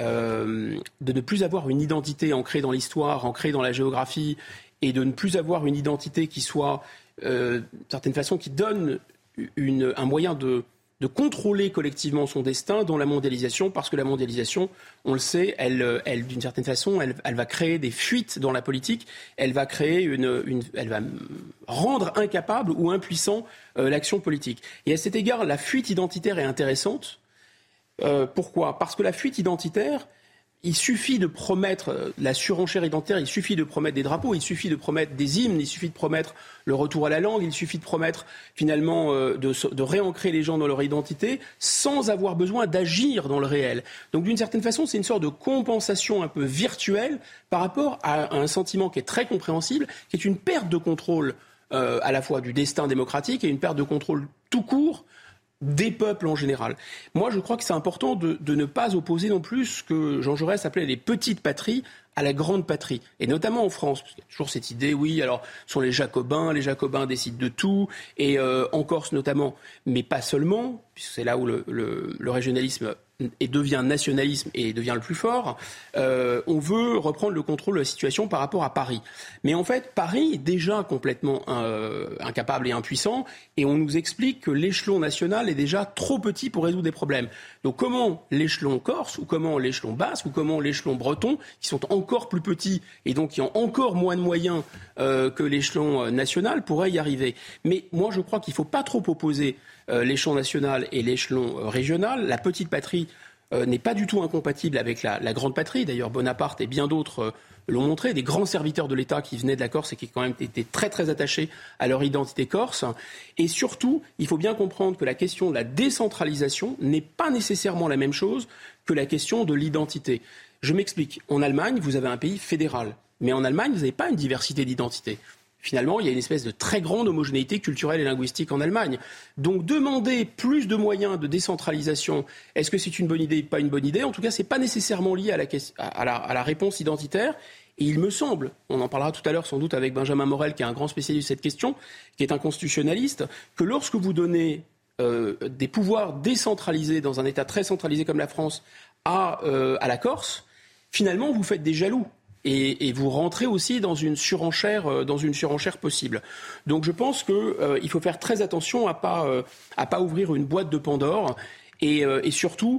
Euh, de ne plus avoir une identité ancrée dans l'histoire, ancrée dans la géographie, et de ne plus avoir une identité qui soit, euh, d'une certaine façon, qui donne une, un moyen de, de contrôler collectivement son destin dans la mondialisation, parce que la mondialisation, on le sait, elle, elle d'une certaine façon, elle, elle va créer des fuites dans la politique, elle va créer une, une elle va rendre incapable ou impuissant euh, l'action politique. Et à cet égard, la fuite identitaire est intéressante. Euh, pourquoi ? Parce que la fuite identitaire, il suffit de promettre euh, la surenchère identitaire, il suffit de promettre des drapeaux, il suffit de promettre des hymnes, il suffit de promettre le retour à la langue, il suffit de promettre finalement euh, de, de réancrer les gens dans leur identité sans avoir besoin d'agir dans le réel. Donc d'une certaine façon, c'est une sorte de compensation un peu virtuelle par rapport à, à un sentiment qui est très compréhensible, qui est une perte de contrôle euh, à la fois du destin démocratique et une perte de contrôle tout court des peuples en général. Moi, je crois que c'est important de, de ne pas opposer non plus ce que Jean Jaurès appelait les petites patries à la grande patrie. Et notamment en France, parce qu'il y a toujours cette idée, oui, alors, ce sont les Jacobins, les Jacobins décident de tout, et euh, en Corse notamment, mais pas seulement, puisque c'est là où le, le, le régionalisme et devient nationalisme et devient le plus fort, euh, on veut reprendre le contrôle de la situation par rapport à Paris. Mais en fait, Paris est déjà complètement euh, incapable et impuissant, et on nous explique que l'échelon national est déjà trop petit pour résoudre des problèmes. Donc comment l'échelon corse, ou comment l'échelon basque, ou comment l'échelon breton, qui sont encore plus petits et donc qui ont encore moins de moyens euh, que l'échelon national, pourraient y arriver. Mais moi, je crois qu'il ne faut pas trop opposer Euh, l'échelon national et l'échelon euh, régional. La petite patrie euh, n'est pas du tout incompatible avec la, la grande patrie. D'ailleurs, Bonaparte et bien d'autres euh, l'ont montré, des grands serviteurs de l'État qui venaient de la Corse et qui quand même étaient très très attachés à leur identité corse. Et surtout, il faut bien comprendre que la question de la décentralisation n'est pas nécessairement la même chose que la question de l'identité. Je m'explique. En Allemagne, vous avez un pays fédéral. Mais en Allemagne, vous n'avez pas une diversité d'identité. Finalement, il y a une espèce de très grande homogénéité culturelle et linguistique en Allemagne. Donc demander plus de moyens de décentralisation, est-ce que c'est une bonne idée ou pas une bonne idée ? En tout cas, ce n'est pas nécessairement lié à la, à, la, à la réponse identitaire. Et il me semble, on en parlera tout à l'heure sans doute avec Benjamin Morel, qui est un grand spécialiste de cette question, qui est un constitutionnaliste, que lorsque vous donnez euh, des pouvoirs décentralisés dans un État très centralisé comme la France à, euh, à la Corse, finalement, vous faites des jaloux. Et, et vous rentrez aussi dans une surenchère, dans une surenchère possible. Donc je pense qu'il euh, faut faire très attention à pas, euh, à pas ouvrir une boîte de Pandore. Et, euh, et surtout,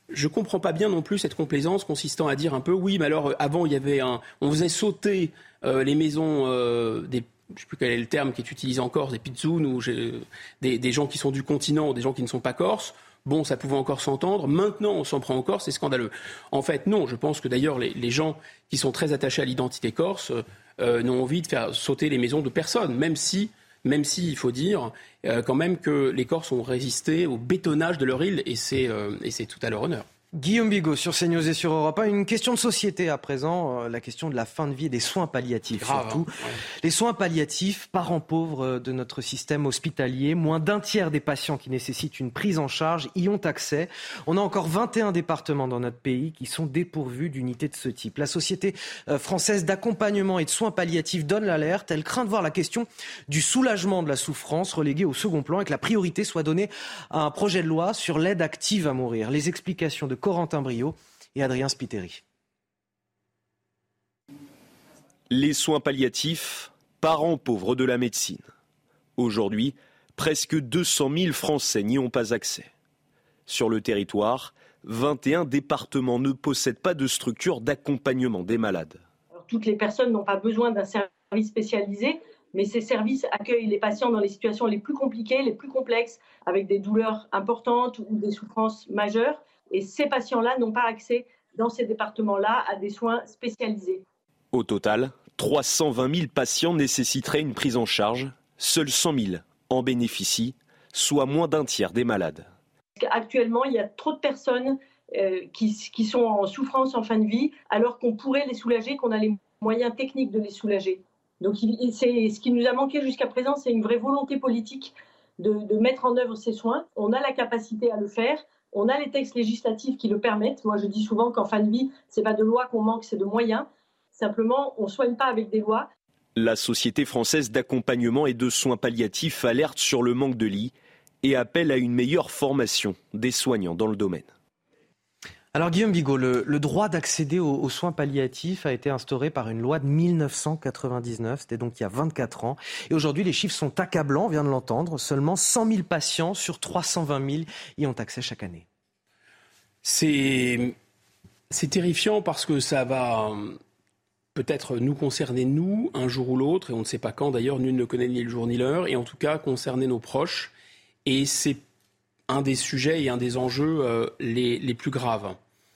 je comprends pas bien non plus cette complaisance consistant à dire un peu oui, mais alors avant il y avait un, on faisait sauter euh, les maisons euh, des, je ne sais plus quel est le terme qui est utilisé en Corse, des pizzounes ou des, des gens qui sont du continent ou des gens qui ne sont pas corses. Bon, ça pouvait encore s'entendre. Maintenant, on s'en prend en Corse, c'est scandaleux. En fait, non. Je pense que d'ailleurs les, les gens qui sont très attachés à l'identité corse euh, n'ont envie de faire sauter les maisons de personne, même si. Même si, il faut dire euh, quand même que les Corses ont résisté au bétonnage de leur île et c'est, euh, et c'est tout à leur honneur. Guillaume Bigot sur CNews et sur Europe un. Une question de société à présent, euh, la question de la fin de vie et des soins palliatifs. Grave, surtout. Hein, ouais. Les soins palliatifs, parents pauvres de notre système hospitalier, moins d'un tiers des patients qui nécessitent une prise en charge y ont accès. On a encore vingt et un départements dans notre pays qui sont dépourvus d'unités de ce type. La Société française d'accompagnement et de soins palliatifs donne l'alerte. Elle craint de voir la question du soulagement de la souffrance reléguée au second plan et que la priorité soit donnée à un projet de loi sur l'aide active à mourir. Les explications de Corentin Brio et Adrien Spiteri. Les soins palliatifs, parents pauvres de la médecine. Aujourd'hui, presque deux cent mille Français n'y ont pas accès. Sur le territoire, vingt et un départements ne possèdent pas de structure d'accompagnement des malades. Alors, toutes les personnes n'ont pas besoin d'un service spécialisé, mais ces services accueillent les patients dans les situations les plus compliquées, les plus complexes, avec des douleurs importantes ou des souffrances majeures. Et ces patients-là n'ont pas accès dans ces départements-là à des soins spécialisés. Au total, trois cent vingt mille patients nécessiteraient une prise en charge. Seuls cent mille en bénéficient, soit moins d'un tiers des malades. Actuellement, il y a trop de personnes euh, qui, qui sont en souffrance en fin de vie, alors qu'on pourrait les soulager, qu'on a les moyens techniques de les soulager. Donc il, c'est, ce qui nous a manqué jusqu'à présent, c'est une vraie volonté politique de, de mettre en œuvre ces soins. On a la capacité à le faire. On a les textes législatifs qui le permettent. Moi, je dis souvent qu'en fin de vie, ce n'est pas de loi qu'on manque, c'est de moyens. Simplement, on ne soigne pas avec des lois. La Société française d'accompagnement et de soins palliatifs alerte sur le manque de lits et appelle à une meilleure formation des soignants dans le domaine. Alors Guillaume Bigot, le, le droit d'accéder aux, aux soins palliatifs a été instauré par une loi de mille neuf cent quatre-vingt-dix-neuf, c'était donc il y a vingt-quatre ans. Et aujourd'hui, les chiffres sont accablants, on vient de l'entendre. Seulement cent mille patients sur trois cent vingt mille y ont accès chaque année. C'est, c'est terrifiant parce que ça va peut-être nous concerner, nous, un jour ou l'autre, et on ne sait pas quand d'ailleurs, nul ne connaît ni le jour ni l'heure, et en tout cas concerner nos proches. Et c'est un des sujets et un des enjeux euh, les, les plus graves.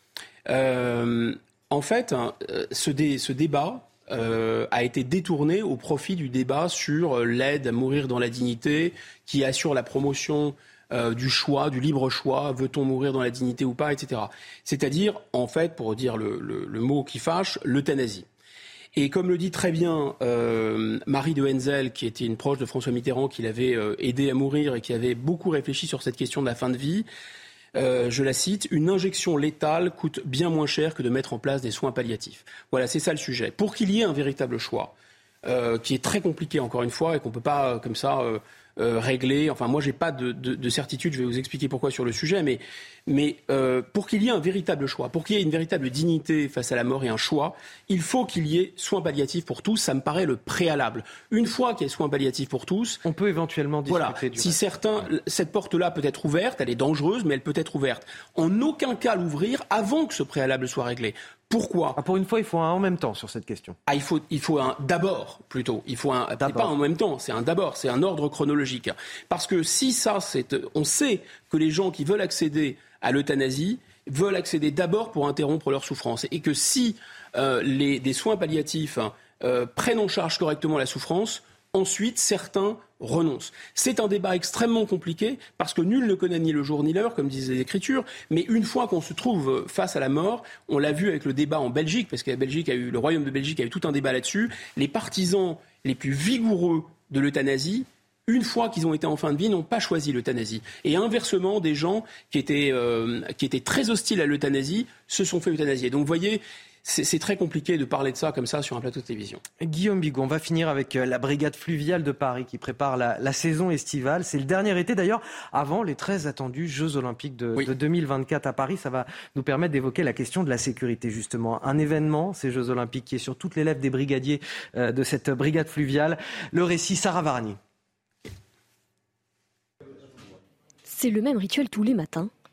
Euh, en fait, hein, ce, dé, ce débat euh, a été détourné au profit du débat sur l'aide à mourir dans la dignité, qui assure la promotion euh, du choix, du libre choix, veut-on mourir dans la dignité ou pas, et cetera. C'est-à-dire, en fait, pour dire le, le, le mot qui fâche, l'euthanasie. Et comme le dit très bien euh, Marie de Henzel, qui était une proche de François Mitterrand, qui l'avait euh, aidé à mourir et qui avait beaucoup réfléchi sur cette question de la fin de vie, euh, je la cite, « Une injection létale coûte bien moins cher que de mettre en place des soins palliatifs ». Voilà, c'est ça le sujet. Pour qu'il y ait un véritable choix, euh, qui est très compliqué encore une fois et qu'on ne peut pas euh, comme ça euh, euh, régler, enfin moi j'ai pas de, de, de certitude, je vais vous expliquer pourquoi sur le sujet, mais, mais euh, pour qu'il y ait un véritable choix, pour qu'il y ait une véritable dignité face à la mort et un choix, il faut qu'il y ait soins palliatifs pour tous, ça me paraît le préalable. Une fois qu'il y a soins palliatifs pour tous, on peut éventuellement discuter voilà, du si reste. certains, cette porte-là peut être ouverte, elle est dangereuse, mais elle peut être ouverte. En aucun cas l'ouvrir avant que ce préalable soit réglé. Pourquoi ? Ah, pour une fois, il faut un en même temps sur cette question. Ah, il faut, il faut un d'abord, plutôt. Il faut un, c'est pas en même temps, c'est un d'abord, c'est un ordre chronologique. Parce que si ça, c'est, on sait que les gens qui veulent accéder à l'euthanasie veulent accéder d'abord pour interrompre leur souffrance. Et que si euh, les, des soins palliatifs euh, prennent en charge correctement la souffrance, ensuite, certains renoncent. C'est un débat extrêmement compliqué parce que nul ne connaît ni le jour ni l'heure, comme disent les Écritures. Mais une fois qu'on se trouve face à la mort, on l'a vu avec le débat en Belgique, parce que la Belgique a eu, le Royaume de Belgique a eu tout un débat là-dessus. Les partisans les plus vigoureux de l'euthanasie, une fois qu'ils ont été en fin de vie, n'ont pas choisi l'euthanasie. Et inversement, des gens qui étaient, euh, qui étaient très hostiles à l'euthanasie se sont fait euthanasier. Donc vous voyez, C'est, c'est très compliqué de parler de ça comme ça sur un plateau de télévision. Guillaume Bigot, on va finir avec la brigade fluviale de Paris qui prépare la, la saison estivale. C'est le dernier été d'ailleurs avant les très attendus Jeux Olympiques de, oui. de deux mille vingt-quatre à Paris. Ça va nous permettre d'évoquer la question de la sécurité justement. Un événement, ces Jeux Olympiques, qui est sur toutes les lèvres des brigadiers euh, de cette brigade fluviale. Le récit, Sarah Varni. C'est le même rituel tous les matins.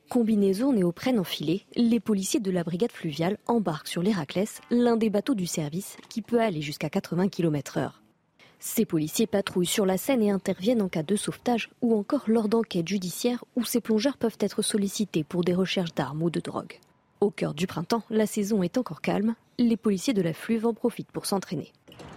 Combinaison néoprène enfilée, les policiers de la brigade fluviale embarquent sur l'Héraclès, l'un des bateaux du service qui peut aller jusqu'à quatre-vingts kilomètres heure. Ces policiers patrouillent sur la Seine et interviennent en cas de sauvetage ou encore lors d'enquêtes judiciaires où ces plongeurs peuvent être sollicités pour des recherches d'armes ou de drogue. Au cœur du printemps, la saison est encore calme, les policiers de la Fluve en profitent pour s'entraîner.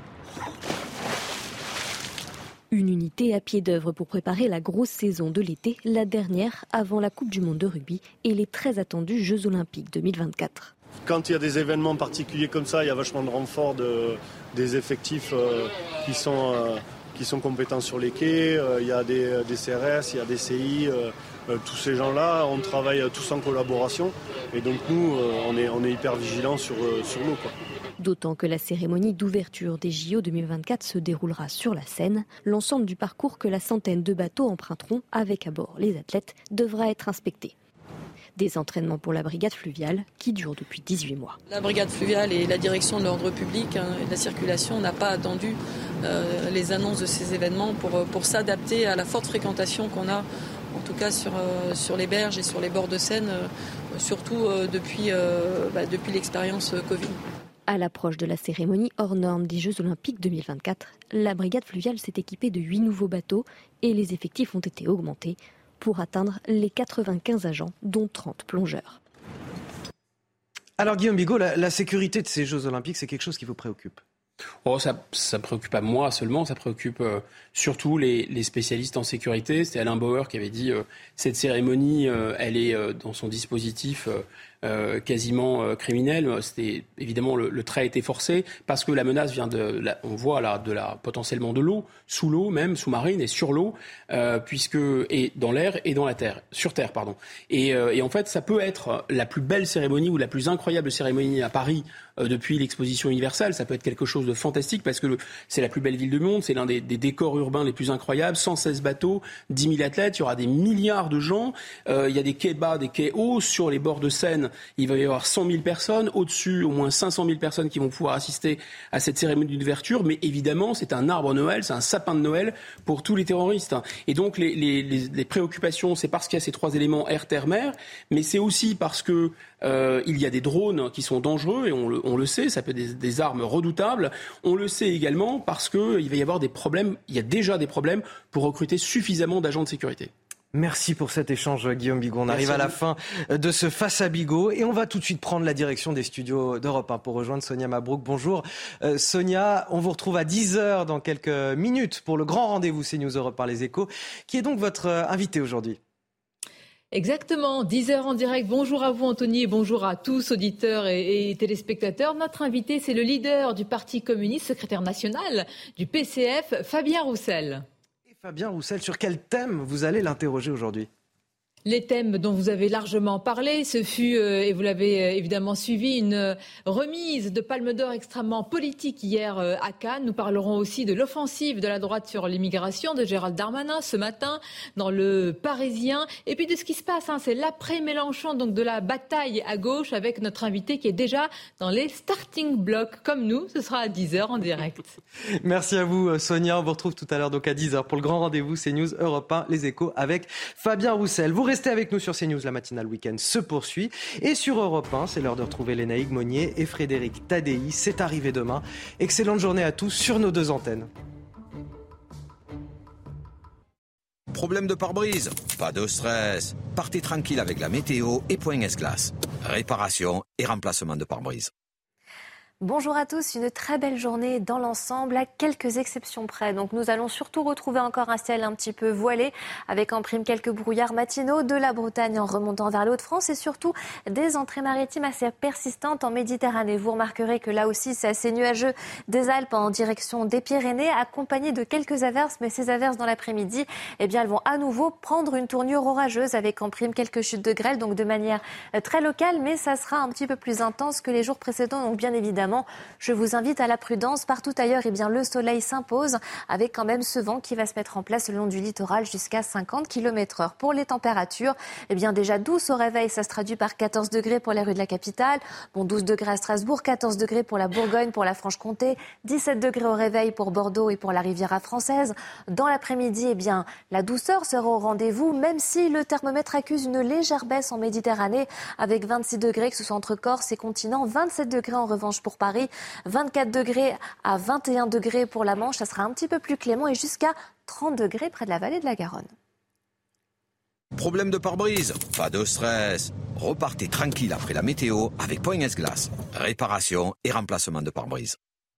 Une unité à pied d'œuvre pour préparer la grosse saison de l'été, la dernière avant la Coupe du Monde de rugby et les très attendus Jeux Olympiques deux mille vingt-quatre. Quand il y a des événements particuliers comme ça, il y a vachement de renforts de, des effectifs euh, qui, sont, euh, qui sont compétents sur les quais, euh, il y a des, des C R S, il y a des C I, euh, euh, tous ces gens-là, on travaille tous en collaboration et donc nous, euh, on, est, on est hyper vigilants sur, euh, sur l'eau, quoi. D'autant que la cérémonie d'ouverture des J O deux mille vingt-quatre se déroulera sur la Seine. L'ensemble du parcours que la centaine de bateaux emprunteront avec à bord les athlètes devra être inspecté. Des entraînements pour la brigade fluviale qui durent depuis dix-huit mois. La brigade fluviale et la direction de l'ordre public hein, et de la circulation n'a pas attendu euh, les annonces de ces événements pour, pour s'adapter à la forte fréquentation qu'on a, en tout cas sur, euh, sur les berges et sur les bords de Seine, euh, surtout euh, depuis, euh, bah, depuis l'expérience Covid. À l'approche de la cérémonie hors norme des Jeux Olympiques deux mille vingt-quatre, la brigade fluviale s'est équipée de huit nouveaux bateaux et les effectifs ont été augmentés pour atteindre les quatre-vingt-quinze agents, dont trente plongeurs. Alors Guillaume Bigot, la, la sécurité de ces Jeux Olympiques, c'est quelque chose qui vous préoccupe ? Oh, ça ça préoccupe pas moi seulement, ça préoccupe euh, surtout les, les spécialistes en sécurité. C'était Alain Bauer qui avait dit euh, cette cérémonie, euh, elle est euh, dans son dispositif euh, euh, quasiment euh, criminel. C'était évidemment le, le trait a été forcé parce que la menace vient de, la, on voit là de la potentiellement de l'eau, sous l'eau même, sous-marine et sur l'eau, euh, puisque et dans l'air et dans la terre, sur terre pardon. Et, euh, et en fait, ça peut être la plus belle cérémonie ou la plus incroyable cérémonie à Paris euh, depuis l'exposition universelle. Ça peut être quelque chose de fantastique parce que le, c'est la plus belle ville du monde, c'est l'un des, des décors urbains les plus incroyables, cent seize bateaux, dix mille athlètes, il y aura des milliards de gens, euh, il y a des quais bas, des quais hauts, sur les bords de Seine, il va y avoir cent mille personnes, au-dessus au moins cinq cent mille personnes qui vont pouvoir assister à cette cérémonie d'ouverture, mais évidemment c'est un arbre Noël, c'est un sapin de Noël pour tous les terroristes. Et donc les, les, les, les préoccupations, c'est parce qu'il y a ces trois éléments air, terre, mer, mais c'est aussi parce que euh, il y a des drones qui sont dangereux et on le, on le sait, ça peut être des, des armes redoutables. On le sait également parce qu'il va y avoir des problèmes, il y a déjà des problèmes pour recruter suffisamment d'agents de sécurité. Merci pour cet échange, Guillaume Bigot. On Merci arrive à la fin de ce Face à Bigot et on va tout de suite prendre la direction des studios d'Europe un pour rejoindre Sonia Mabrouk. Bonjour euh, Sonia, on vous retrouve à dix heures dans quelques minutes pour le grand rendez-vous CNews Europe par les Échos. Qui est donc votre euh, invité aujourd'hui ? Exactement, dix heures en direct. Bonjour à vous Anthony et bonjour à tous auditeurs et, et téléspectateurs. Notre invité, c'est le leader du Parti communiste, secrétaire national du P C F, Fabien Roussel. Et Fabien Roussel, sur quel thème vous allez l'interroger aujourd'hui ? Les thèmes dont vous avez largement parlé, ce fut, euh, et vous l'avez euh, évidemment suivi, une euh, remise de Palme d'Or extrêmement politique hier euh, à Cannes. Nous parlerons aussi de l'offensive de la droite sur l'immigration de Gérald Darmanin ce matin dans le Parisien. Et puis de ce qui se passe, hein, c'est l'après-Mélenchon, donc de la bataille à gauche avec notre invité qui est déjà dans les starting blocks comme nous. Ce sera à dix heures en direct. Merci à vous Sonia. On vous retrouve tout à l'heure donc à dix heures pour le grand rendez-vous CNews Europe un, les Échos avec Fabien Roussel. Vous restez avec nous sur CNews, la matinale week-end se poursuit. Et sur Europe un, c'est l'heure de retrouver Lénaïque Monnier et Frédéric Tadei. C'est arrivé demain. Excellente journée à tous sur nos deux antennes. Problème de pare-brise ? Pas de stress. Partez tranquille avec la météo et Point S-Glace. Réparation et remplacement de pare-brise. Bonjour à tous, une très belle journée dans l'ensemble, à quelques exceptions près. Donc nous allons surtout retrouver encore un ciel un petit peu voilé, avec en prime quelques brouillards matinaux de la Bretagne en remontant vers les Hauts-de-France et surtout des entrées maritimes assez persistantes en Méditerranée. Vous remarquerez que là aussi c'est assez nuageux des Alpes en direction des Pyrénées, accompagné de quelques averses, mais ces averses dans l'après-midi, eh bien elles vont à nouveau prendre une tournure orageuse avec en prime quelques chutes de grêle, donc de manière très locale, mais ça sera un petit peu plus intense que les jours précédents, donc bien évidemment. évidemment, je vous invite à la prudence. Partout ailleurs, eh bien, le soleil s'impose avec quand même ce vent qui va se mettre en place le long du littoral jusqu'à cinquante kilomètres heure. Pour les températures, eh bien, déjà douce au réveil, ça se traduit par quatorze degrés pour les rues de la capitale. Bon, douze degrés à Strasbourg, quatorze degrés pour la Bourgogne, pour la Franche-Comté, dix-sept degrés au réveil pour Bordeaux et pour la Riviera française. Dans l'après-midi, eh bien, la douceur sera au rendez-vous, même si le thermomètre accuse une légère baisse en Méditerranée avec vingt-six degrés, que ce soit entre Corse et continent, vingt-sept degrés en revanche pour Paris, vingt-quatre degrés à vingt et un degrés pour la Manche, ça sera un petit peu plus clément et jusqu'à trente degrés près de la vallée de la Garonne. Problème de pare-brise? Pas de stress. Repartez tranquille après la météo avec Point S-Glace. Réparation et remplacement de pare-brise.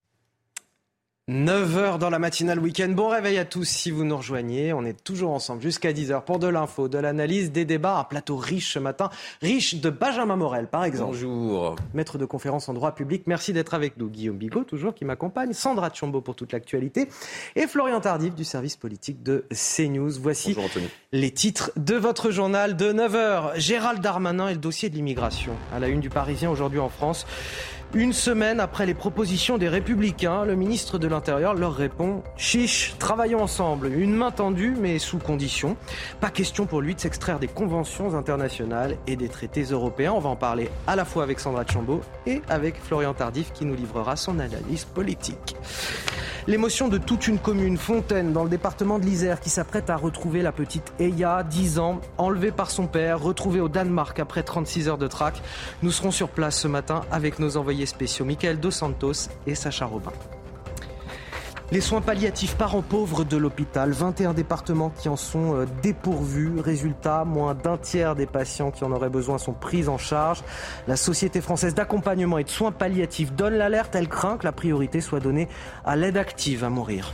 neuf heures dans la matinale week-end. Bon réveil à tous si vous nous rejoignez. On est toujours ensemble jusqu'à dix heures pour de l'info, de l'analyse, des débats. Un plateau riche ce matin. Riche de Benjamin Morel, par exemple. Bonjour. Maître de conférence en droit public. Merci d'être avec nous. Guillaume Bigot, toujours, qui m'accompagne. Sandra Tchombo pour toute l'actualité. Et Florian Tardif du service politique de CNews. Voici Bonjour, Anthony. Les titres de votre journal de neuf heures. Gérald Darmanin et le dossier de l'immigration. À la une du Parisien aujourd'hui en France. Une semaine après les propositions des Républicains, le ministre de l'Intérieur leur répond « Chiche, travaillons ensemble ». Une main tendue, mais sous condition. Pas question pour lui de s'extraire des conventions internationales et des traités européens. On va en parler à la fois avec Sandra Tchombo et avec Florian Tardif qui nous livrera son analyse politique. L'émotion de toute une commune, Fontaine, dans le département de l'Isère, qui s'apprête à retrouver la petite Eya, dix ans, enlevée par son père, retrouvée au Danemark après trente-six heures de traque. Nous serons sur place ce matin avec nos envoyés spéciaux Michael Dos Santos et Sacha Robin. Les soins palliatifs parents pauvres de l'hôpital, vingt et un départements qui en sont dépourvus. Résultat, moins d'un tiers des patients qui en auraient besoin sont pris en charge. La Société française d'accompagnement et de soins palliatifs donne l'alerte. Elle craint que la priorité soit donnée à l'aide active à mourir.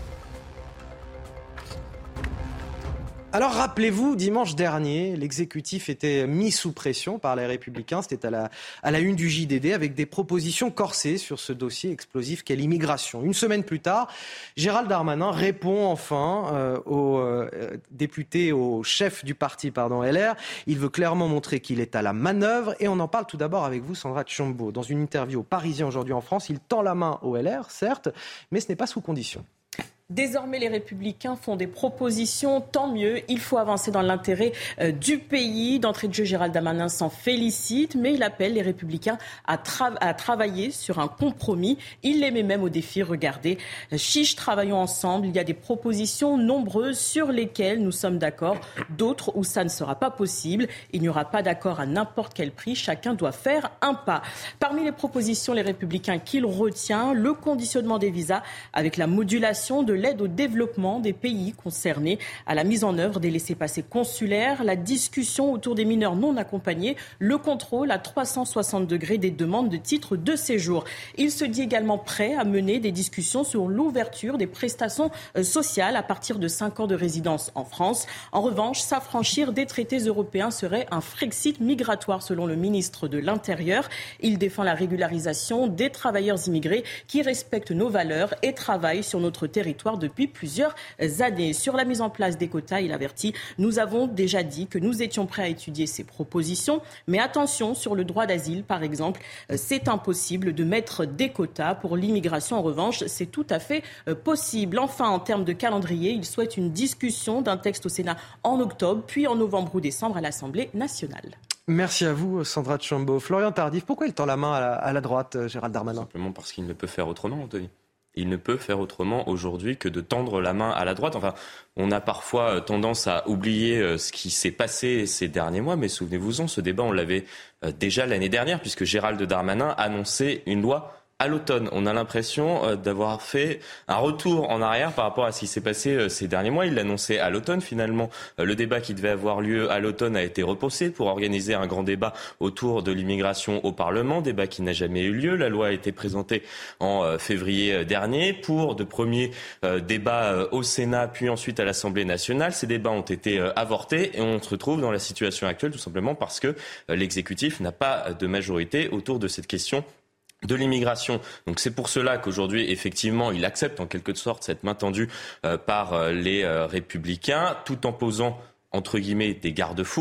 Alors rappelez-vous, dimanche dernier, l'exécutif était mis sous pression par les Républicains. C'était à la, à la une du J D D avec des propositions corsées sur ce dossier explosif qu'est l'immigration. Une semaine plus tard, Gérald Darmanin répond enfin euh, au euh, député, au chef du parti, pardon, L R. Il veut clairement montrer qu'il est à la manœuvre et on en parle tout d'abord avec vous, Sandra Tchombo. Dans une interview au Parisien aujourd'hui en France, il tend la main au L R, certes, mais ce n'est pas sous condition. Désormais, les Républicains font des propositions, tant mieux. Il faut avancer dans l'intérêt euh, du pays. D'entrée de jeu, Gérald Darmanin s'en félicite, mais il appelle les Républicains à, tra- à travailler sur un compromis. Il les met même au défi. Regardez, chiche, travaillons ensemble. Il y a des propositions nombreuses sur lesquelles nous sommes d'accord, d'autres où ça ne sera pas possible. Il n'y aura pas d'accord à n'importe quel prix. Chacun doit faire un pas. Parmi les propositions, les Républicains qu'il retient, le conditionnement des visas avec la modulation de l'aide au développement des pays concernés, à la mise en œuvre des laissez-passer consulaires, la discussion autour des mineurs non accompagnés, le contrôle à trois cent soixante degrés des demandes de titres de séjour. Il se dit également prêt à mener des discussions sur l'ouverture des prestations sociales à partir de cinq ans de résidence en France. En revanche, s'affranchir des traités européens serait un Frexit migratoire selon le ministre de l'Intérieur. Il défend la régularisation des travailleurs immigrés qui respectent nos valeurs et travaillent sur notre territoire depuis plusieurs années. Sur la mise en place des quotas, il avertit « Nous avons déjà dit que nous étions prêts à étudier ces propositions, mais attention, sur le droit d'asile, par exemple, c'est impossible de mettre des quotas. Pour l'immigration, en revanche, c'est tout à fait possible. » Enfin, en termes de calendrier, il souhaite une discussion d'un texte au Sénat en octobre, puis en novembre ou décembre à l'Assemblée nationale. Merci à vous, Sandra Tchombo. Florian Tardif, pourquoi il tend la main à la, à la droite, Gérald Darmanin ? Simplement parce qu'il ne peut faire autrement, Anthony. Il ne peut faire autrement aujourd'hui que de tendre la main à la droite. Enfin, on a parfois tendance à oublier ce qui s'est passé ces derniers mois, mais souvenez-vous-en, ce débat, on l'avait déjà l'année dernière, puisque Gérald Darmanin annonçait une loi à l'automne. On a l'impression d'avoir fait un retour en arrière par rapport à ce qui s'est passé ces derniers mois. Il l'annonçait à l'automne. Finalement, le débat qui devait avoir lieu à l'automne a été repoussé pour organiser un grand débat autour de l'immigration au Parlement, débat qui n'a jamais eu lieu. La loi a été présentée en février dernier pour de premiers débats au Sénat, puis ensuite à l'Assemblée nationale. Ces débats ont été avortés et on se retrouve dans la situation actuelle tout simplement parce que l'exécutif n'a pas de majorité autour de cette question de l'immigration. Donc c'est pour cela qu'aujourd'hui, effectivement, il accepte en quelque sorte cette main tendue euh, par euh, les euh, Républicains, tout en posant, entre guillemets, des garde-fous.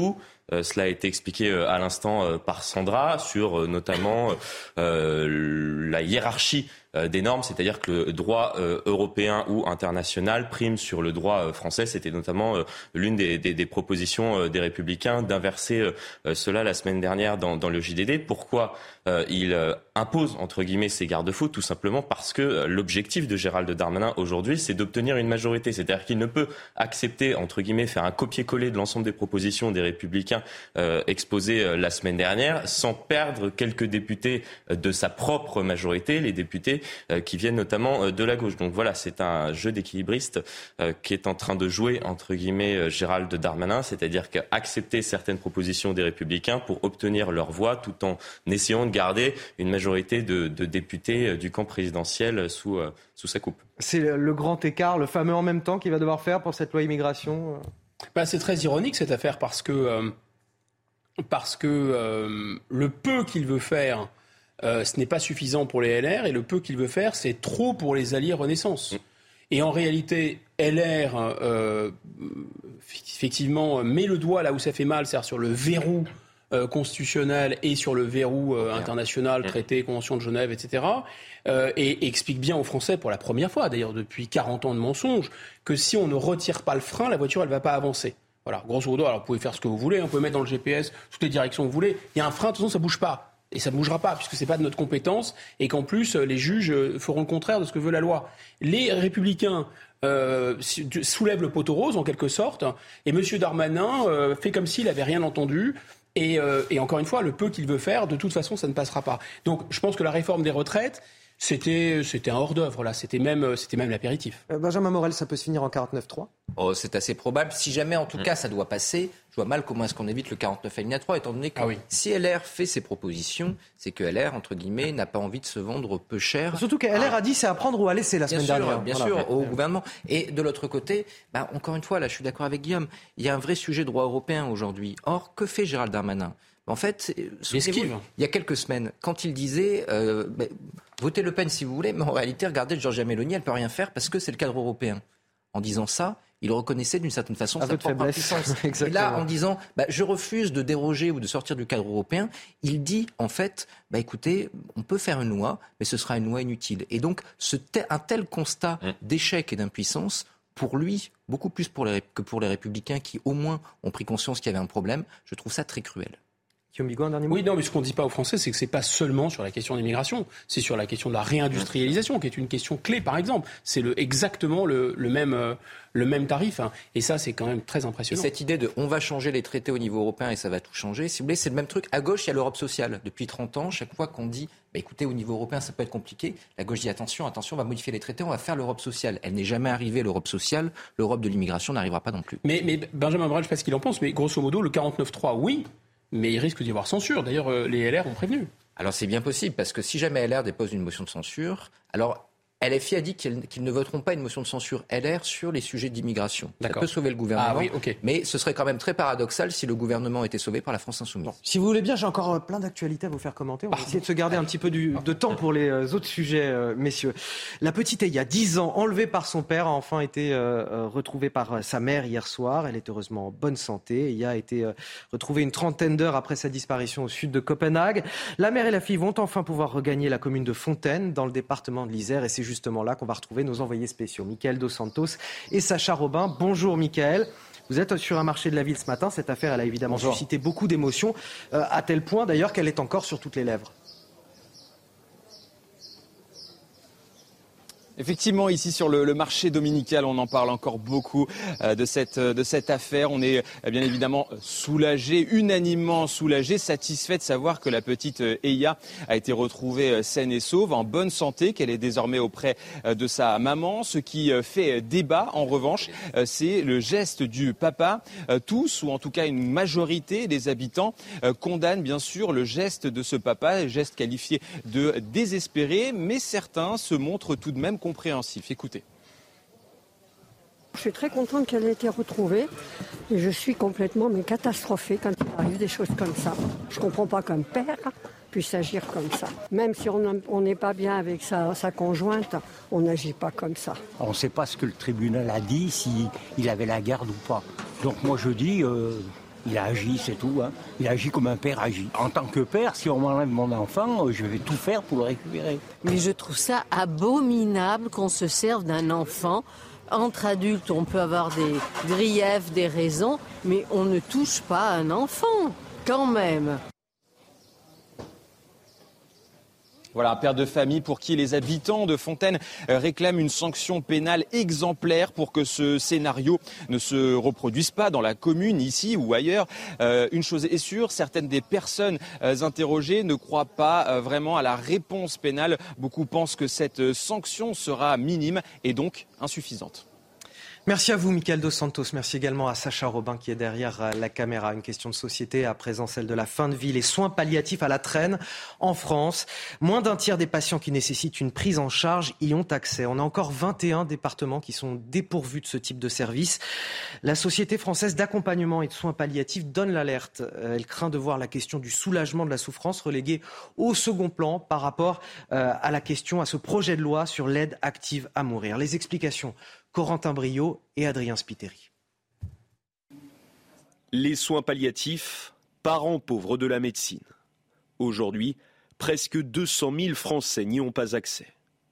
Euh, cela a été expliqué euh, à l'instant euh, par Sandra sur euh, notamment euh, la hiérarchie euh, des normes, c'est-à-dire que le droit euh, européen ou international prime sur le droit euh, français. C'était notamment euh, l'une des, des, des propositions euh, des Républicains d'inverser euh, cela la semaine dernière dans, dans le J D D. Pourquoi euh, il euh, impose entre guillemets ces garde-fous? Tout simplement parce que euh, l'objectif de Gérald Darmanin aujourd'hui, c'est d'obtenir une majorité. C'est-à-dire qu'il ne peut accepter entre guillemets faire un copier-coller de l'ensemble des propositions des Républicains euh, exposées euh, la semaine dernière, sans perdre quelques députés euh, de sa propre majorité, les députés euh, qui viennent notamment euh, de la gauche. Donc voilà, c'est un jeu d'équilibriste euh, qui est en train de jouer entre guillemets euh, Gérald Darmanin, c'est-à-dire qu'accepter certaines propositions des Républicains pour obtenir leur voix, tout en essayant de garder une majorité de, de députés euh, du camp présidentiel sous, euh, sous sa coupe. C'est le grand écart, le fameux en même temps qu'il va devoir faire pour cette loi immigration. Bah, c'est très ironique cette affaire parce que, euh, parce que euh, le peu qu'il veut faire, euh, ce n'est pas suffisant pour les L R, et le peu qu'il veut faire, c'est trop pour les alliés Renaissance. Mmh. Et en réalité, L R, euh, effectivement, met le doigt là où ça fait mal, c'est-à-dire sur le verrou euh, constitutionnel et sur le verrou euh, international, traité, convention de Genève, et cetera, euh, et, et explique bien aux Français, pour la première fois d'ailleurs depuis quarante ans de mensonges, que si on ne retire pas le frein, la voiture elle ne va pas avancer. Voilà, grosso modo, alors vous pouvez faire ce que vous voulez, on peut mettre dans le G P S toutes les directions que vous voulez, il y a un frein, de toute façon ça ne bouge pas. Et ça ne bougera pas, puisque ce n'est pas de notre compétence, et qu'en plus, les juges feront le contraire de ce que veut la loi. Les Républicains euh, soulèvent le poteau rose, en quelque sorte, et M. Darmanin euh, fait comme s'il n'avait rien entendu. Et, euh, et encore une fois, le peu qu'il veut faire, de toute façon, ça ne passera pas. Donc, je pense que la réforme des retraites, c'était, c'était un hors-d'œuvre, là. C'était même, c'était même l'apéritif. Euh, Benjamin Morel, ça peut se finir en quarante-neuf trois? Oh, c'est assez probable. Si jamais, en tout mmh. cas, ça doit passer, je vois mal comment est-ce qu'on évite le quarante-neuf alinéa trois, étant donné que ah oui. si L R fait ses propositions, c'est que L R, entre guillemets, n'a pas envie de se vendre peu cher. Surtout que L R ah. a dit c'est à prendre ou à laisser la bien semaine sûr, dernière. Bien voilà. sûr, au gouvernement. Et de l'autre côté, bah, encore une fois, là, je suis d'accord avec Guillaume, il y a un vrai sujet droit européen aujourd'hui. Or, que fait Gérald Darmanin? En fait, il y a quelques semaines, quand il disait euh, bah, votez Le Pen si vous voulez, mais en réalité, regardez Giorgia Meloni, elle ne peut rien faire parce que c'est le cadre européen. En disant ça, il reconnaissait d'une certaine façon sa propre impuissance. Et là, en disant bah, je refuse de déroger ou de sortir du cadre européen, il dit en fait bah, écoutez, on peut faire une loi, mais ce sera une loi inutile. Et donc, ce te- un tel constat d'échec et d'impuissance, pour lui, beaucoup plus pour les, que pour les Républicains qui, au moins, ont pris conscience qu'il y avait un problème, je trouve ça très cruel. Bigot, un dernier mot ? Oui, non, mais ce qu'on ne dit pas aux Français, c'est que ce n'est pas seulement sur la question de l'immigration, c'est sur la question de la réindustrialisation, qui est une question clé, par exemple. C'est le, exactement le, le, même, euh, le même tarif, hein. Et ça, c'est quand même très impressionnant. Et cette idée de on va changer les traités au niveau européen et ça va tout changer, si vous voulez, c'est le même truc. À gauche, il y a l'Europe sociale. Depuis trente ans, chaque fois qu'on dit bah, écoutez, au niveau européen, ça peut être compliqué, la gauche dit attention, attention, on va modifier les traités, on va faire l'Europe sociale. Elle n'est jamais arrivée, l'Europe sociale. L'Europe de l'immigration n'arrivera pas non plus. Mais, mais Benjamin Morel, je ne sais pas ce qu'il en pense, mais grosso modo, le quarante-neuf trois, oui. Mais il risque d'y avoir censure. D'ailleurs, euh, les L R ont prévenu. Alors c'est bien possible, parce que si jamais L R dépose une motion de censure, alors L F I a dit qu'ils, qu'ils ne voteront pas une motion de censure L R sur les sujets d'immigration. D'accord. Ça peut sauver le gouvernement, ah, oui, okay. Mais ce serait quand même très paradoxal si le gouvernement était sauvé par la France Insoumise. Bon, si vous voulez bien, j'ai encore plein d'actualités à vous faire commenter. On va essayer de se garder un petit peu du, de temps pour les autres sujets, euh, messieurs. La petite Eya, dix ans, enlevée par son père, a enfin été euh, retrouvée par sa mère hier soir. Elle est heureusement en bonne santé. Eya a été euh, retrouvée une trentaine d'heures après sa disparition au sud de Copenhague. La mère et la fille vont enfin pouvoir regagner la commune de Fontaine, dans le département de l'Isère. Et c'est justement là qu'on va retrouver nos envoyés spéciaux, Mickaël Dos Santos et Sacha Robin. Bonjour Mickaël. Vous êtes sur un marché de la ville ce matin. Cette affaire, elle a évidemment Bonjour. suscité beaucoup d'émotions, euh, à tel point d'ailleurs qu'elle est encore sur toutes les lèvres. Effectivement, ici sur le, le marché dominical, on en parle encore beaucoup euh, de cette de cette affaire. On est euh, bien évidemment soulagé, unanimement soulagé, satisfait de savoir que la petite euh, Eya a été retrouvée euh, saine et sauve, en bonne santé, qu'elle est désormais auprès euh, de sa maman. Ce qui euh, fait débat, en revanche, euh, c'est le geste du papa. Euh, tous, ou en tout cas une majorité des habitants, euh, condamnent bien sûr le geste de ce papa, geste qualifié de désespéré, mais certains se montrent tout de même compréhensif. Écoutez. Je suis très contente qu'elle ait été retrouvée et je suis complètement mais catastrophée quand il arrive des choses comme ça. Je ne comprends pas qu'un père puisse agir comme ça. Même si on n'est pas bien avec sa, sa conjointe, on n'agit pas comme ça. On ne sait pas ce que le tribunal a dit, s'il avait la garde ou pas. Donc moi je dis, euh, Il a agi, c'est tout. Hein. Il a agi comme un père agit. En tant que père, si on m'enlève mon enfant, je vais tout faire pour le récupérer. Mais je trouve ça abominable qu'on se serve d'un enfant. Entre adultes, on peut avoir des griefs, des raisons, mais on ne touche pas un enfant, quand même. Voilà, un père de famille pour qui les habitants de Fontaine réclament une sanction pénale exemplaire pour que ce scénario ne se reproduise pas dans la commune, ici ou ailleurs. Euh, une chose est sûre, certaines des personnes euh, interrogées ne croient pas euh, vraiment à la réponse pénale. Beaucoup pensent que cette sanction sera minime et donc insuffisante. Merci à vous, Mickaël Dos Santos. Merci également à Sacha Robin qui est derrière la caméra. Une question de société, à présent celle de la fin de vie. Les soins palliatifs à la traîne en France. Moins d'un tiers des patients qui nécessitent une prise en charge y ont accès. On a encore vingt et un départements qui sont dépourvus de ce type de service. La Société française d'accompagnement et de soins palliatifs donne l'alerte. Elle craint de voir la question du soulagement de la souffrance reléguée au second plan par rapport à la question, à ce projet de loi sur l'aide active à mourir. Les explications, Corentin Brio et Adrien Spiteri. Les soins palliatifs, parents pauvres de la médecine. Aujourd'hui, presque deux cent mille Français n'y ont pas accès.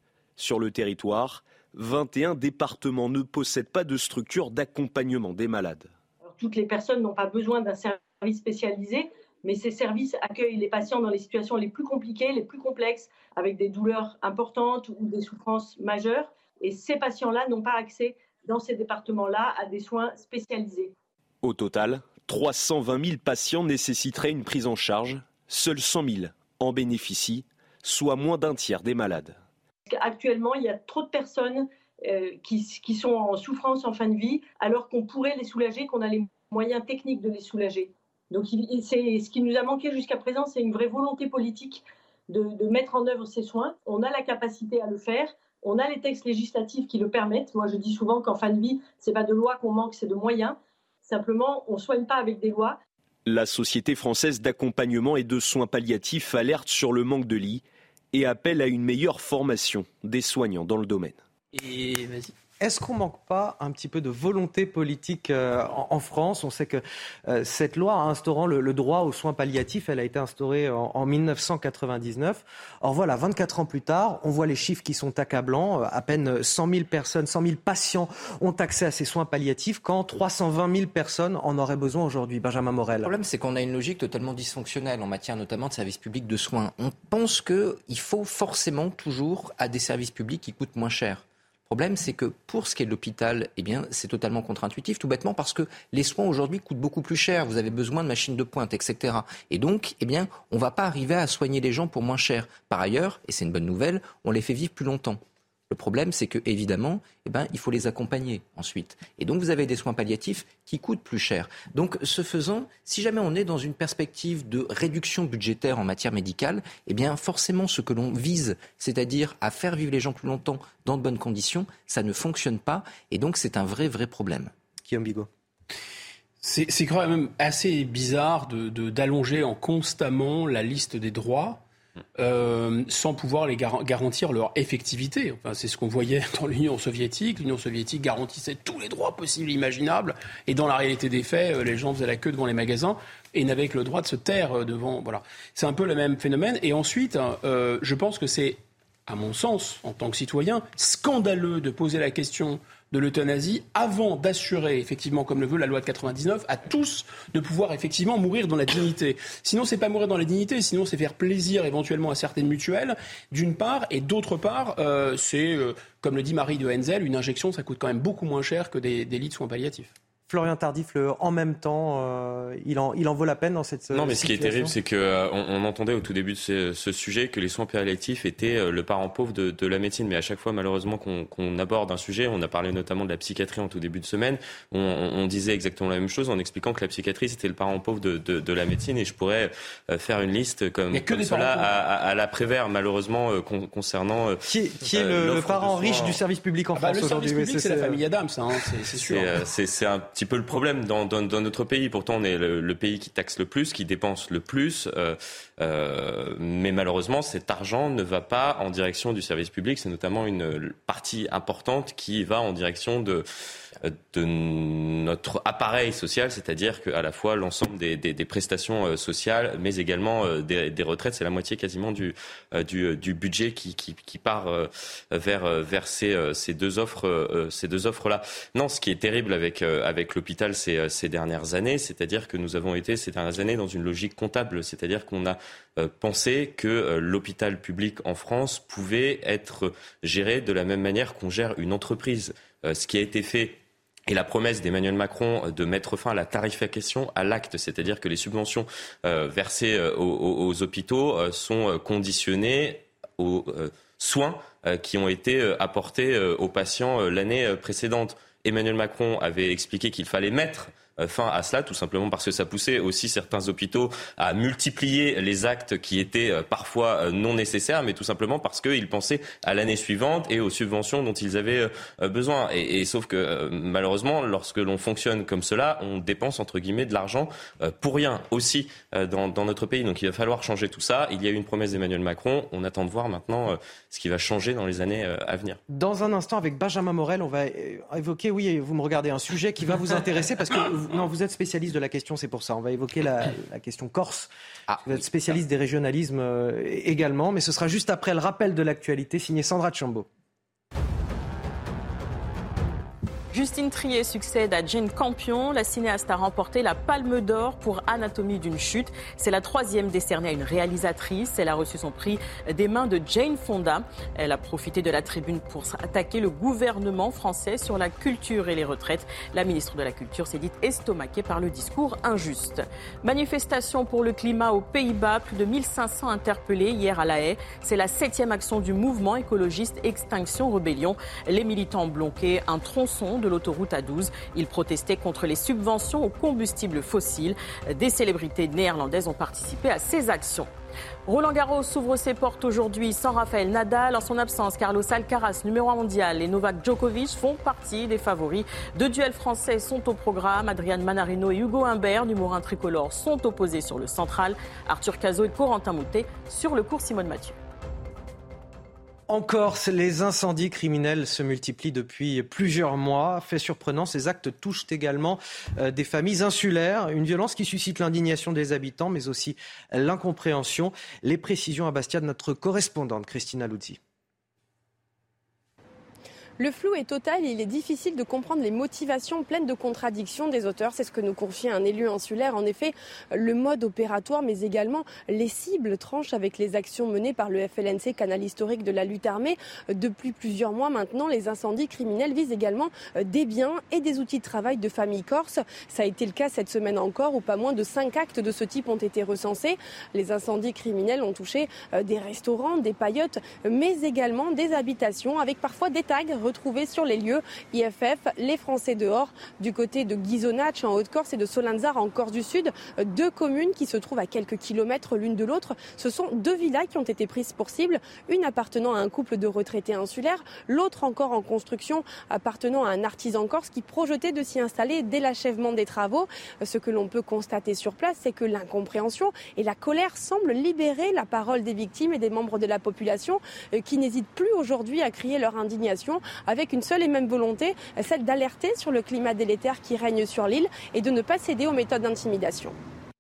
Sur le territoire, vingt et un départements ne possèdent pas de structure d'accompagnement des malades. Alors, toutes les personnes n'ont pas besoin d'un service spécialisé, mais ces services accueillent les patients dans les situations les plus compliquées, les plus complexes, avec des douleurs importantes ou des souffrances majeures. Et ces patients-là n'ont pas accès dans ces départements-là à des soins spécialisés. Au total, trois cent vingt mille patients nécessiteraient une prise en charge. Seuls cent mille en bénéficient, soit moins d'un tiers des malades. Actuellement, il y a trop de personnes euh, qui, qui sont en souffrance en fin de vie, alors qu'on pourrait les soulager, qu'on a les moyens techniques de les soulager. Donc il, c'est, ce qui nous a manqué jusqu'à présent, c'est une vraie volonté politique de, de mettre en œuvre ces soins. On a la capacité à le faire. On a les textes législatifs qui le permettent. Moi, je dis souvent qu'en fin de vie, ce n'est pas de loi qu'on manque, c'est de moyens. Simplement, on ne soigne pas avec des lois. La Société française d'accompagnement et de soins palliatifs alerte sur le manque de lits et appelle à une meilleure formation des soignants dans le domaine. Et vas-y. Est-ce qu'on ne manque pas un petit peu de volonté politique euh, en, en France ? On sait que euh, cette loi instaurant le, le droit aux soins palliatifs, elle a été instaurée en, en dix-neuf cent quatre-vingt-dix-neuf. Or voilà, vingt-quatre ans plus tard, on voit les chiffres qui sont accablants. À peine cent mille personnes, cent mille patients ont accès à ces soins palliatifs quand trois cent vingt mille personnes en auraient besoin aujourd'hui. Benjamin Morel. Le problème, c'est qu'on a une logique totalement dysfonctionnelle en matière notamment de services publics de soins. On pense qu'il faut forcément toujours à des services publics qui coûtent moins cher. Le problème, c'est que pour ce qui est de l'hôpital, eh bien, c'est totalement contre-intuitif, tout bêtement parce que les soins aujourd'hui coûtent beaucoup plus cher. Vous avez besoin de machines de pointe, et cetera. Et donc, eh bien, on ne va pas arriver à soigner les gens pour moins cher. Par ailleurs, et c'est une bonne nouvelle, on les fait vivre plus longtemps. Le problème, c'est que évidemment, eh ben, il faut les accompagner ensuite. Et donc, vous avez des soins palliatifs qui coûtent plus cher. Donc, ce faisant, si jamais on est dans une perspective de réduction budgétaire en matière médicale, eh bien, forcément, ce que l'on vise, c'est-à-dire à faire vivre les gens plus longtemps dans de bonnes conditions, ça ne fonctionne pas. Et donc, c'est un vrai, vrai problème. Guillaume Bigot. C'est, c'est quand même assez bizarre de, de, d'allonger en constamment la liste des droits. Euh, sans pouvoir les gar- garantir leur effectivité. Enfin, c'est ce qu'on voyait dans l'Union soviétique. L'Union soviétique garantissait tous les droits possibles et imaginables. Et dans la réalité des faits, les gens faisaient la queue devant les magasins et n'avaient que le droit de se taire devant. Voilà. C'est un peu le même phénomène. Et ensuite, euh, je pense que c'est, à mon sens, en tant que citoyen, scandaleux de poser la question de l'euthanasie avant d'assurer, effectivement, comme le veut la loi de quatre-vingt-dix-neuf, à tous de pouvoir effectivement mourir dans la dignité. Sinon, c'est pas mourir dans la dignité, sinon c'est faire plaisir éventuellement à certaines mutuelles, d'une part, et d'autre part, euh, c'est, euh, comme le dit Marie de Henzel, une injection, ça coûte quand même beaucoup moins cher que des, des lits de soins palliatifs. Florian Tardif, le en même temps, euh, il, en, il en vaut la peine dans cette Non, mais situation. Ce qui est terrible, c'est qu'on euh, on entendait au tout début de ce, ce sujet que les soins palliatifs étaient euh, le parent pauvre de, de la médecine. Mais à chaque fois, malheureusement, qu'on, qu'on aborde un sujet, on a parlé notamment de la psychiatrie en tout début de semaine, on, on, on disait exactement la même chose en expliquant que la psychiatrie, c'était le parent pauvre de, de, de la médecine. Et je pourrais euh, faire une liste comme, comme cela à, à, à l'après-vert, malheureusement, euh, con, concernant... Euh, qui est, qui est euh, le, le parent riche du service public en ah bah, France le aujourd'hui. Le service public, oui, c'est, c'est la famille Adams, hein, c'est, c'est sûr. C'est, euh, c'est, c'est un petit peu le problème dans, dans, dans notre pays. Pourtant, on est le, le pays qui taxe le plus, qui dépense le plus. Euh, euh, mais malheureusement, cet argent ne va pas en direction du service public. C'est notamment une partie importante qui va en direction de... de notre appareil social, c'est-à-dire qu'à la fois l'ensemble des, des, des prestations sociales, mais également des, des retraites, c'est la moitié quasiment du, du, du budget qui, qui, qui part vers, vers ces, ces deux offres, ces deux offres-là. Non, ce qui est terrible avec, avec l'hôpital ces, ces dernières années, c'est-à-dire que nous avons été ces dernières années dans une logique comptable, c'est-à-dire qu'on a pensé que l'hôpital public en France pouvait être géré de la même manière qu'on gère une entreprise. Ce qui a été fait et la promesse d'Emmanuel Macron de mettre fin à la tarification à l'acte, c'est-à-dire que les subventions euh, versées euh, aux, aux hôpitaux euh, sont conditionnées aux euh, soins euh, qui ont été euh, apportés euh, aux patients euh, l'année précédente. Emmanuel Macron avait expliqué qu'il fallait mettre fin à cela, tout simplement parce que ça poussait aussi certains hôpitaux à multiplier les actes qui étaient parfois non nécessaires, mais tout simplement parce qu'ils pensaient à l'année suivante et aux subventions dont ils avaient besoin. Et, et sauf que malheureusement, lorsque l'on fonctionne comme cela, on dépense entre guillemets de l'argent pour rien aussi dans, dans notre pays. Donc il va falloir changer tout ça. Il y a eu une promesse d'Emmanuel Macron. On attend de voir maintenant ce qui va changer dans les années à venir. Dans un instant, avec Benjamin Morel, on va évoquer, oui, vous me regardez, un sujet qui va vous intéresser parce que non, vous êtes spécialiste de la question, c'est pour ça. On va évoquer la, la question corse. Ah, vous êtes spécialiste des régionalismes euh, également, mais ce sera juste après le rappel de l'actualité signé Sandra Tchambo. Justine Triet succède à Jane Campion. La cinéaste a remporté la Palme d'Or pour Anatomie d'une chute. C'est la troisième décernée à une réalisatrice. Elle a reçu son prix des mains de Jane Fonda. Elle a profité de la tribune pour attaquer le gouvernement français sur la culture et les retraites. La ministre de la Culture s'est dite estomaquée par le discours injuste. Manifestation pour le climat aux Pays-Bas. Plus de mille cinq cents interpellés hier à La Haye. C'est la septième action du mouvement écologiste Extinction Rebellion. Les militants ont bloqué un tronçon de de l'autoroute A douze. Ils protestaient contre les subventions aux combustibles fossiles. Des célébrités néerlandaises ont participé à ces actions. Roland Garros s'ouvre ses portes aujourd'hui sans Rafael Nadal. En son absence, Carlos Alcaraz, numéro un mondial, et Novak Djokovic font partie des favoris. Deux duels français sont au programme. Adrian Manarino et Hugo Humbert, numéro un tricolore, sont opposés sur le central. Arthur Cazot et Corentin Moutet sur le court Simone Mathieu. En Corse, les incendies criminels se multiplient depuis plusieurs mois. Fait surprenant, ces actes touchent également euh, des familles insulaires. Une violence qui suscite l'indignation des habitants, mais aussi l'incompréhension. Les précisions à Bastia de notre correspondante Christina Luzzi. Le flou est total et il est difficile de comprendre les motivations pleines de contradictions des auteurs. C'est ce que nous confie un élu insulaire. En effet, le mode opératoire, mais également les cibles tranchent avec les actions menées par le F L N C, canal historique de la lutte armée. Depuis plusieurs mois maintenant, les incendies criminels visent également des biens et des outils de travail de familles corses. Ça a été le cas cette semaine encore, où pas moins de cinq actes de ce type ont été recensés. Les incendies criminels ont touché des restaurants, des paillotes, mais également des habitations, avec parfois des tags retrouvés sur les lieux. I F F, les Français dehors, du côté de Ghisonaccia en Haute-Corse et de Solinzar en Corse du Sud, deux communes qui se trouvent à quelques kilomètres l'une de l'autre. Ce sont deux villas qui ont été prises pour cible, une appartenant à un couple de retraités insulaires, l'autre encore en construction appartenant à un artisan corse qui projetait de s'y installer dès l'achèvement des travaux. Ce que l'on peut constater sur place, c'est que l'incompréhension et la colère semblent libérer la parole des victimes et des membres de la population qui n'hésitent plus aujourd'hui à crier leur indignation avec une seule et même volonté, celle d'alerter sur le climat délétère qui règne sur l'île et de ne pas céder aux méthodes d'intimidation.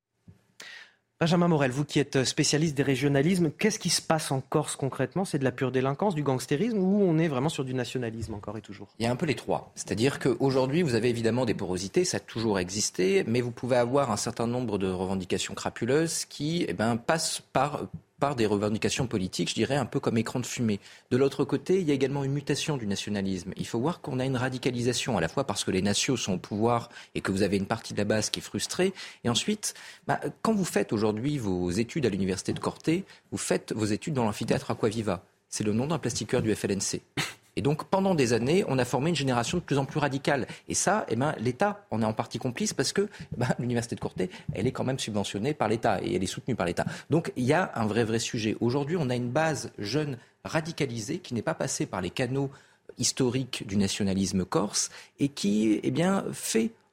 Benjamin Morel, vous qui êtes spécialiste des régionalismes, qu'est-ce qui se passe en Corse concrètement ? C'est de la pure délinquance, du gangstérisme, ou on est vraiment sur du nationalisme encore et toujours ? Il y a un peu les trois. C'est-à-dire qu'aujourd'hui, vous avez évidemment des porosités, ça a toujours existé, mais vous pouvez avoir un certain nombre de revendications crapuleuses qui eh ben, passent par... par des revendications politiques, je dirais, un peu comme écran de fumée. De l'autre côté, il y a également une mutation du nationalisme. Il faut voir qu'on a une radicalisation, à la fois parce que les nations sont au pouvoir et que vous avez une partie de la base qui est frustrée. Et ensuite, bah, quand vous faites aujourd'hui vos études à l'université de Corté, vous faites vos études dans l'amphithéâtre Aquaviva. C'est le nom d'un plastiqueur du F L N C. Et donc, pendant des années, on a formé une génération de plus en plus radicale. Et ça, eh ben, l'État en est en partie complice parce que eh ben, l'université de Corté, elle est quand même subventionnée par l'État et elle est soutenue par l'État. Donc, il y a un vrai, vrai sujet. Aujourd'hui, on a une base jeune radicalisée qui n'est pas passée par les canaux historiques du nationalisme corse et qui, eh bien, fait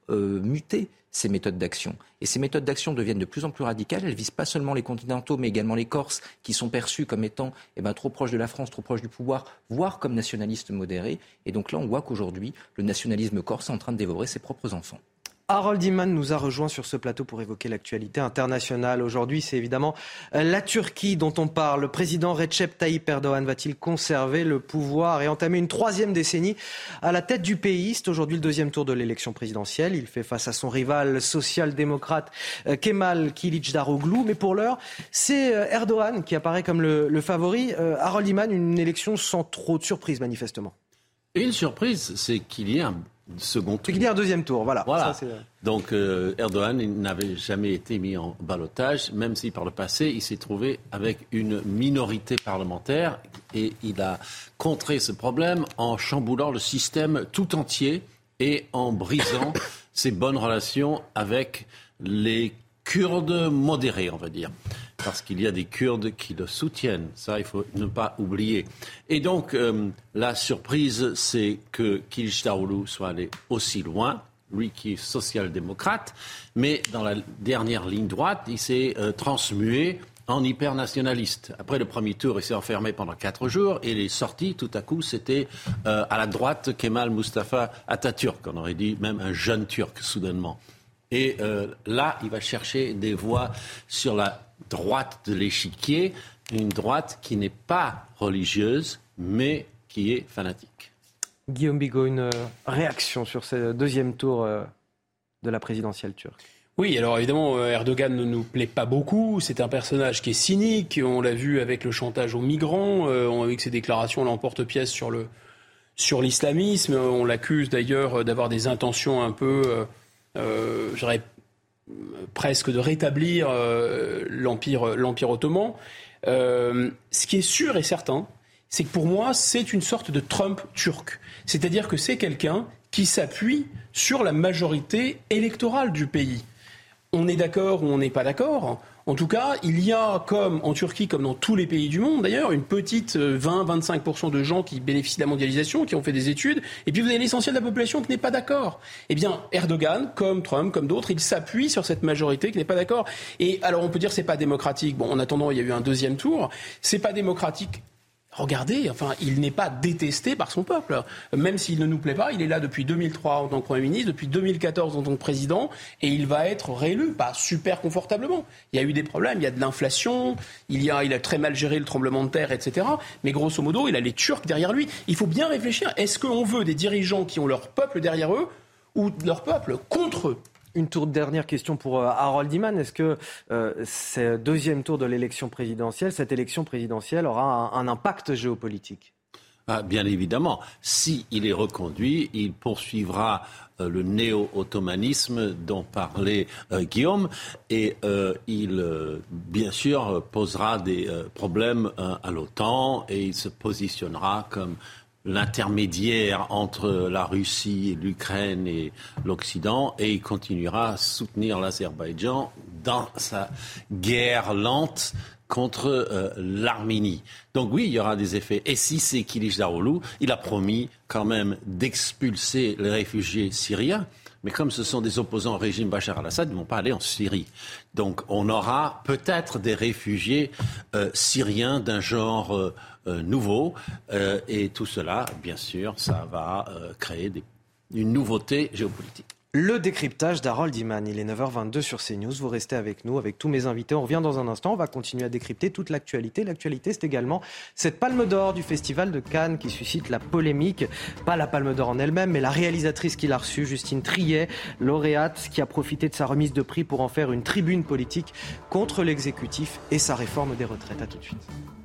euh, muter ces méthodes d'action. Et ces méthodes d'action deviennent de plus en plus radicales. Elles ne visent pas seulement les continentaux, mais également les Corses, qui sont perçus comme étant eh ben, trop proches de la France, trop proches du pouvoir, voire comme nationalistes modérés. Et donc là, on voit qu'aujourd'hui, le nationalisme corse est en train de dévorer ses propres enfants. Harold Iman nous a rejoint sur ce plateau pour évoquer l'actualité internationale. Aujourd'hui, c'est évidemment la Turquie dont on parle. Le président Recep Tayyip Erdogan va-t-il conserver le pouvoir et entamer une troisième décennie à la tête du pays? C'est aujourd'hui le deuxième tour de l'élection présidentielle. Il fait face à son rival social-démocrate Kemal Kılıçdaroğlu. Mais pour l'heure, c'est Erdogan qui apparaît comme le, le favori. Harold Iman, une élection sans trop de surprises, manifestement. Une surprise, c'est qu'il y ait un second tour. Il y a un deuxième tour, voilà. voilà. Ça, c'est... Donc euh, Erdogan il n'avait jamais été mis en ballottage, même si par le passé il s'est trouvé avec une minorité parlementaire et il a contré ce problème en chamboulant le système tout entier et en brisant ses bonnes relations avec les Kurdes modérés, on va dire. Parce qu'il y a des Kurdes qui le soutiennent. Ça, il faut ne pas oublier. Et donc, euh, la surprise, c'est que Kılıçdaroğlu soit allé aussi loin, lui qui est social-démocrate, mais dans la dernière ligne droite, il s'est euh, transmué en hyper-nationaliste. Après le premier tour, il s'est enfermé pendant quatre jours et il est sorti, tout à coup, c'était euh, à la droite Kemal Mustafa Atatürk, on aurait dit même un jeune Turc, soudainement. Et euh, là, il va chercher des voix sur la droite de l'échiquier, une droite qui n'est pas religieuse, mais qui est fanatique. Guillaume Bigot, une réaction sur ce deuxième tour de la présidentielle turque? Oui, alors évidemment, Erdogan ne nous plaît pas beaucoup. C'est un personnage qui est cynique. On l'a vu avec le chantage aux migrants, avec ses déclarations à l'emporte-pièce sur, le, sur l'islamisme. On l'accuse d'ailleurs d'avoir des intentions un peu... Euh, je dirais presque de rétablir euh, l'empire, l'empire ottoman. Euh, ce qui est sûr et certain, c'est que pour moi, c'est une sorte de Trump turc. C'est-à-dire que c'est quelqu'un qui s'appuie sur la majorité électorale du pays. On est d'accord ou on n'est pas d'accord. En tout cas, il y a, comme en Turquie, comme dans tous les pays du monde d'ailleurs, une petite vingt à vingt-cinq pour cent de gens qui bénéficient de la mondialisation, qui ont fait des études, et puis vous avez l'essentiel de la population qui n'est pas d'accord. Eh bien, Erdogan, comme Trump, comme d'autres, il s'appuie sur cette majorité qui n'est pas d'accord. Et alors, on peut dire que c'est pas démocratique. Bon, en attendant, il y a eu un deuxième tour. C'est pas démocratique. Regardez, enfin, il n'est pas détesté par son peuple. Même s'il ne nous plaît pas, il est là depuis deux mille trois en tant que Premier ministre, depuis deux mille quatorze en tant que président, et il va être réélu, pas super confortablement. Il y a eu des problèmes, il y a de l'inflation, il, y a, il a très mal géré le tremblement de terre, et cetera. Mais grosso modo, il a les Turcs derrière lui. Il faut bien réfléchir. Est-ce qu'on veut des dirigeants qui ont leur peuple derrière eux ou leur peuple contre eux ? Une toute dernière question pour euh, Harold Iman. Est-ce que euh, ce deuxième tour de l'élection présidentielle, cette élection présidentielle aura un, un impact géopolitique ? Ah, bien évidemment. Si il est reconduit, il poursuivra euh, le néo-ottomanisme dont parlait euh, Guillaume et euh, il, euh, bien sûr, posera des euh, problèmes euh, à l'OTAN et il se positionnera comme l'intermédiaire entre la Russie, l'Ukraine et l'Occident, et il continuera à soutenir l'Azerbaïdjan dans sa guerre lente contre euh, l'Arménie. Donc oui, il y aura des effets. Et si c'est Kılıçdaroğlu, il a promis quand même d'expulser les réfugiés syriens. Mais comme ce sont des opposants au régime Bachar al-Assad, ils ne vont pas aller en Syrie. Donc on aura peut-être des réfugiés euh, syriens d'un genre euh, euh, nouveau. Euh, et tout cela, bien sûr, ça va euh, créer des, une nouveauté géopolitique. Le décryptage d'Harold Iman, il est neuf heures vingt-deux sur CNews. Vous restez avec nous, avec tous mes invités. On revient dans un instant, on va continuer à décrypter toute l'actualité. L'actualité, c'est également cette palme d'or du Festival de Cannes qui suscite la polémique. Pas la palme d'or en elle-même, mais la réalisatrice qui l'a reçue, Justine Triet, lauréate, qui a profité de sa remise de prix pour en faire une tribune politique contre l'exécutif et sa réforme des retraites. À tout de suite.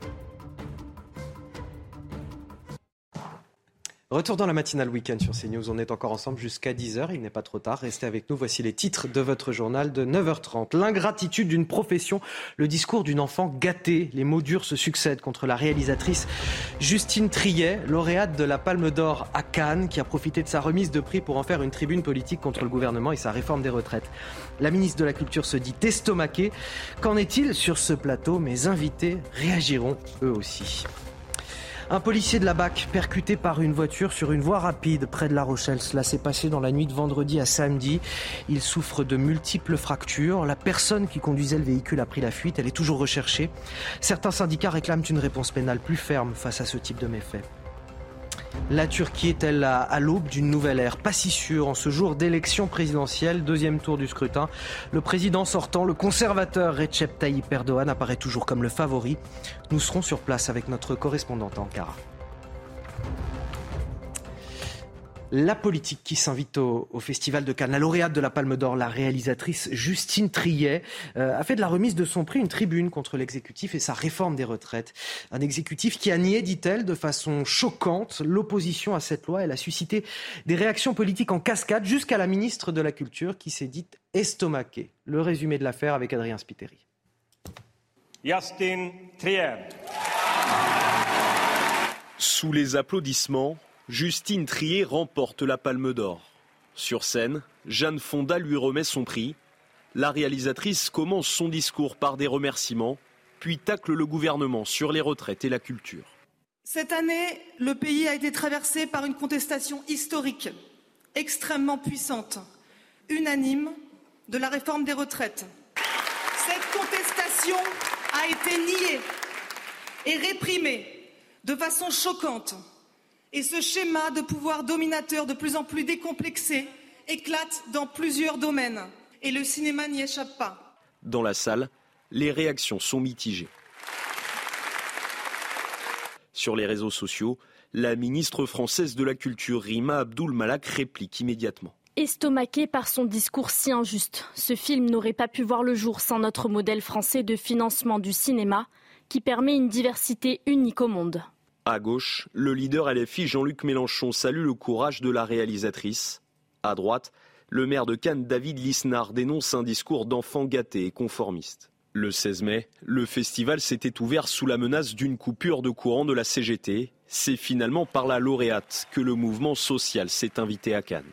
Retour dans la matinale week-end sur CNews. On est encore ensemble jusqu'à dix heures. Il n'est pas trop tard. Restez avec nous. Voici les titres de votre journal de neuf heures trente. L'ingratitude d'une profession, le discours d'une enfant gâtée. Les mots durs se succèdent contre la réalisatrice Justine Triet, lauréate de la Palme d'Or à Cannes, qui a profité de sa remise de prix pour en faire une tribune politique contre le gouvernement et sa réforme des retraites. La ministre de la Culture se dit estomaquée. Qu'en est-il sur ce plateau ? Mes invités réagiront eux aussi. Un policier de la B A C percuté par une voiture sur une voie rapide près de La Rochelle. Cela s'est passé dans la nuit de vendredi à samedi. Il souffre de multiples fractures. La personne qui conduisait le véhicule a pris la fuite. Elle est toujours recherchée. Certains syndicats réclament une réponse pénale plus ferme face à ce type de méfaits. La Turquie est-elle à, à l'aube d'une nouvelle ère? Pas si sûr en ce jour d'élection présidentielle, deuxième tour du scrutin. Le président sortant, le conservateur Recep Tayyip Erdogan, apparaît toujours comme le favori. Nous serons sur place avec notre correspondante à Ankara. La politique qui s'invite au, au Festival de Cannes. La lauréate de la Palme d'Or, la réalisatrice Justine Triet, euh, a fait de la remise de son prix une tribune contre l'exécutif et sa réforme des retraites. Un exécutif qui a nié, dit-elle, de façon choquante, l'opposition à cette loi. Elle a suscité des réactions politiques en cascade jusqu'à la ministre de la Culture qui s'est dite estomaquée. Le résumé de l'affaire avec Adrien Spiteri. Justine Triet. Sous les applaudissements, Justine Triet remporte la Palme d'Or. Sur scène, Jeanne Fonda lui remet son prix. La réalisatrice commence son discours par des remerciements, puis tacle le gouvernement sur les retraites et la culture. Cette année, le pays a été traversé par une contestation historique, extrêmement puissante, unanime, de la réforme des retraites. Cette contestation a été niée et réprimée de façon choquante. Et ce schéma de pouvoir dominateur de plus en plus décomplexé éclate dans plusieurs domaines. Et le cinéma n'y échappe pas. Dans la salle, les réactions sont mitigées. Sur les réseaux sociaux, la ministre française de la Culture, Rima Abdul Malak, réplique immédiatement. Estomaqué par son discours si injuste, ce film n'aurait pas pu voir le jour sans notre modèle français de financement du cinéma qui permet une diversité unique au monde. À gauche, le leader L F I Jean-Luc Mélenchon salue le courage de la réalisatrice. À droite, le maire de Cannes David Lisnard dénonce un discours d'enfant gâté et conformiste. Le seize mai, le festival s'était ouvert sous la menace d'une coupure de courant de la C G T. C'est finalement par la lauréate que le mouvement social s'est invité à Cannes.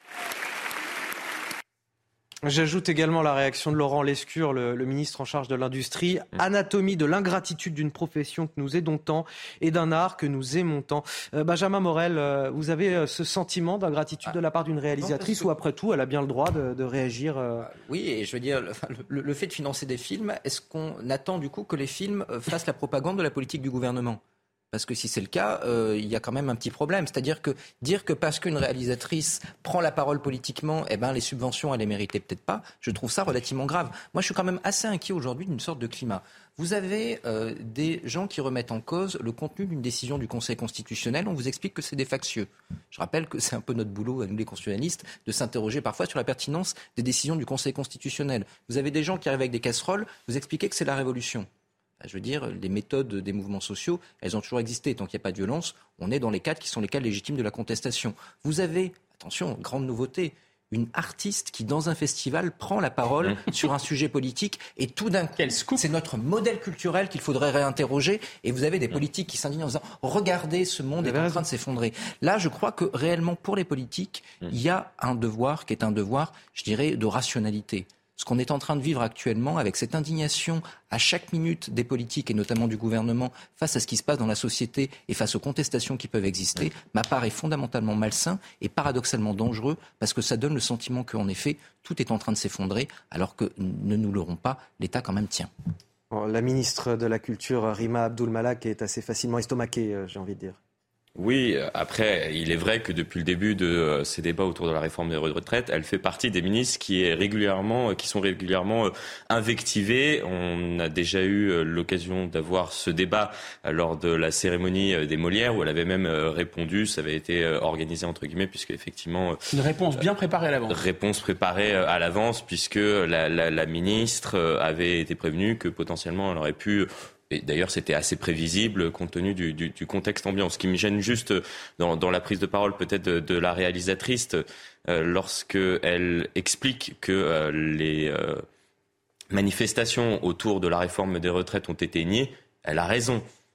J'ajoute également la réaction de Laurent Lescure, le, le ministre en charge de l'Industrie. Anatomie de l'ingratitude d'une profession que nous aidons tant et d'un art que nous aimons tant. Euh, Benjamin Morel, euh, vous avez euh, ce sentiment d'ingratitude de la part d'une réalisatrice, non, que... ou après tout, elle a bien le droit de, de réagir euh... Oui, et je veux dire, le, le, le fait de financer des films, est-ce qu'on attend du coup que les films fassent la propagande de la politique du gouvernement ? Parce que si c'est le cas, euh, il y a quand même un petit problème. C'est-à-dire que dire que parce qu'une réalisatrice prend la parole politiquement, eh ben, les subventions, elle les méritait peut-être pas, je trouve ça relativement grave. Moi, je suis quand même assez inquiet aujourd'hui d'une sorte de climat. Vous avez euh, des gens qui remettent en cause le contenu d'une décision du Conseil constitutionnel. On vous explique que c'est des factieux. Je rappelle que c'est un peu notre boulot, à nous les constitutionnalistes, de s'interroger parfois sur la pertinence des décisions du Conseil constitutionnel. Vous avez des gens qui arrivent avec des casseroles, vous expliquez que c'est la révolution. Je veux dire, les méthodes des mouvements sociaux, elles ont toujours existé. Tant qu'il n'y a pas de violence, on est dans les cadres qui sont les cadres légitimes de la contestation. Vous avez, attention, grande nouveauté, une artiste qui, dans un festival, prend la parole sur un sujet politique et tout d'un coup, c'est notre modèle culturel qu'il faudrait réinterroger. Et vous avez des politiques qui s'indignent en disant « Regardez, ce monde est en train de s'effondrer ». Là, je crois que réellement, pour les politiques, il y a un devoir qui est un devoir, je dirais, de rationalité. Ce qu'on est en train de vivre actuellement avec cette indignation à chaque minute des politiques et notamment du gouvernement face à ce qui se passe dans la société et face aux contestations qui peuvent exister, m'apparaît fondamentalement malsain et paradoxalement dangereux parce que ça donne le sentiment qu'en effet, tout est en train de s'effondrer alors que, ne nous leurrons pas, l'État quand même tient. La ministre de la Culture, Rima Abdul Malak, est assez facilement estomaquée, j'ai envie de dire. Oui, après, il est vrai que depuis le début de ces débats autour de la réforme des retraites, elle fait partie des ministres qui, est régulièrement, qui sont régulièrement invectivés. On a déjà eu l'occasion d'avoir ce débat lors de la cérémonie des Molières où elle avait même répondu, ça avait été organisé entre guillemets, puisque effectivement... Une réponse bien préparée à l'avance. Réponse préparée à l'avance, puisque la, la, la ministre avait été prévenue que potentiellement elle aurait pu... Et d'ailleurs, c'était assez prévisible compte tenu du, du, du contexte ambiant. Ce qui me gêne juste dans, dans la prise de parole peut-être de, de la réalisatrice, euh, lorsqu'elle explique que euh, les euh, manifestations autour de la réforme des retraites ont été niées, elle a raison.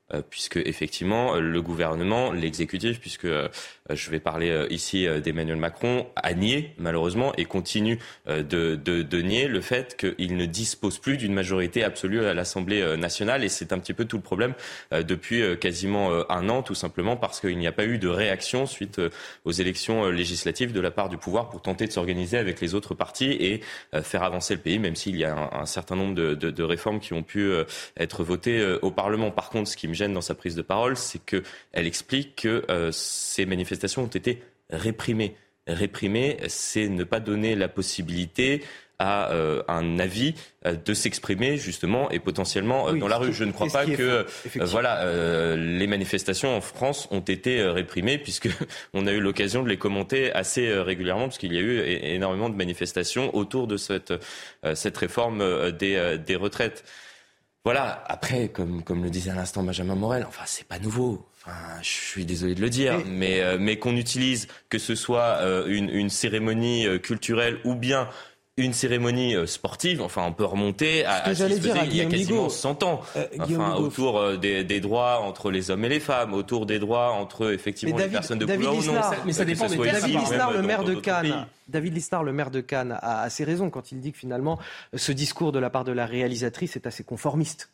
Euh, puisque effectivement le gouvernement, l'exécutif, puisque euh, je vais parler euh, ici euh, d'Emmanuel Macron, a nié malheureusement et continue euh, de, de, de nier le fait qu'il ne dispose plus d'une majorité absolue à l'Assemblée euh, nationale, et c'est un petit peu tout le problème euh, depuis euh, quasiment euh, un an, tout simplement parce qu'il n'y a pas eu de réaction suite euh, aux élections euh, législatives de la part du pouvoir pour tenter de s'organiser avec les autres partis et euh, faire avancer le pays, même s'il y a un, un certain nombre de, de, de réformes qui ont pu euh, être votées euh, au Parlement. Par contre, ce qui me gêne dans sa prise de parole, c'est qu'elle explique que euh, ces manifestations ont été réprimées. Réprimées, c'est ne pas donner la possibilité à euh, un avis euh, de s'exprimer justement et potentiellement euh, oui, dans la rue. Je ne crois pas que euh, voilà euh, les manifestations en France ont été euh, réprimées, puisque on a eu l'occasion de les commenter assez euh, régulièrement, parce qu'il y a eu é- énormément de manifestations autour de cette euh, cette réforme euh, des euh, des retraites. Voilà, après, comme, comme le disait à l'instant Benjamin Morel, enfin, c'est pas nouveau. Enfin, je suis désolé de le dire, et... mais, euh, mais qu'on utilise, que ce soit euh, une, une cérémonie euh, culturelle ou bien une cérémonie euh, sportive, enfin, on peut remonter à, à ce qui se faisait il y a quasiment cent ans. Euh, enfin, autour euh, des, des droits entre les hommes et les femmes, autour des droits entre, effectivement, David, les personnes de David couleur Lisnard, ou non. Mais ça dépend des David Lisnard, le maire de Cannes. Pays. David Lisnard, le maire de Cannes, a assez raison quand il dit que finalement, ce discours de la part de la réalisatrice est assez conformiste.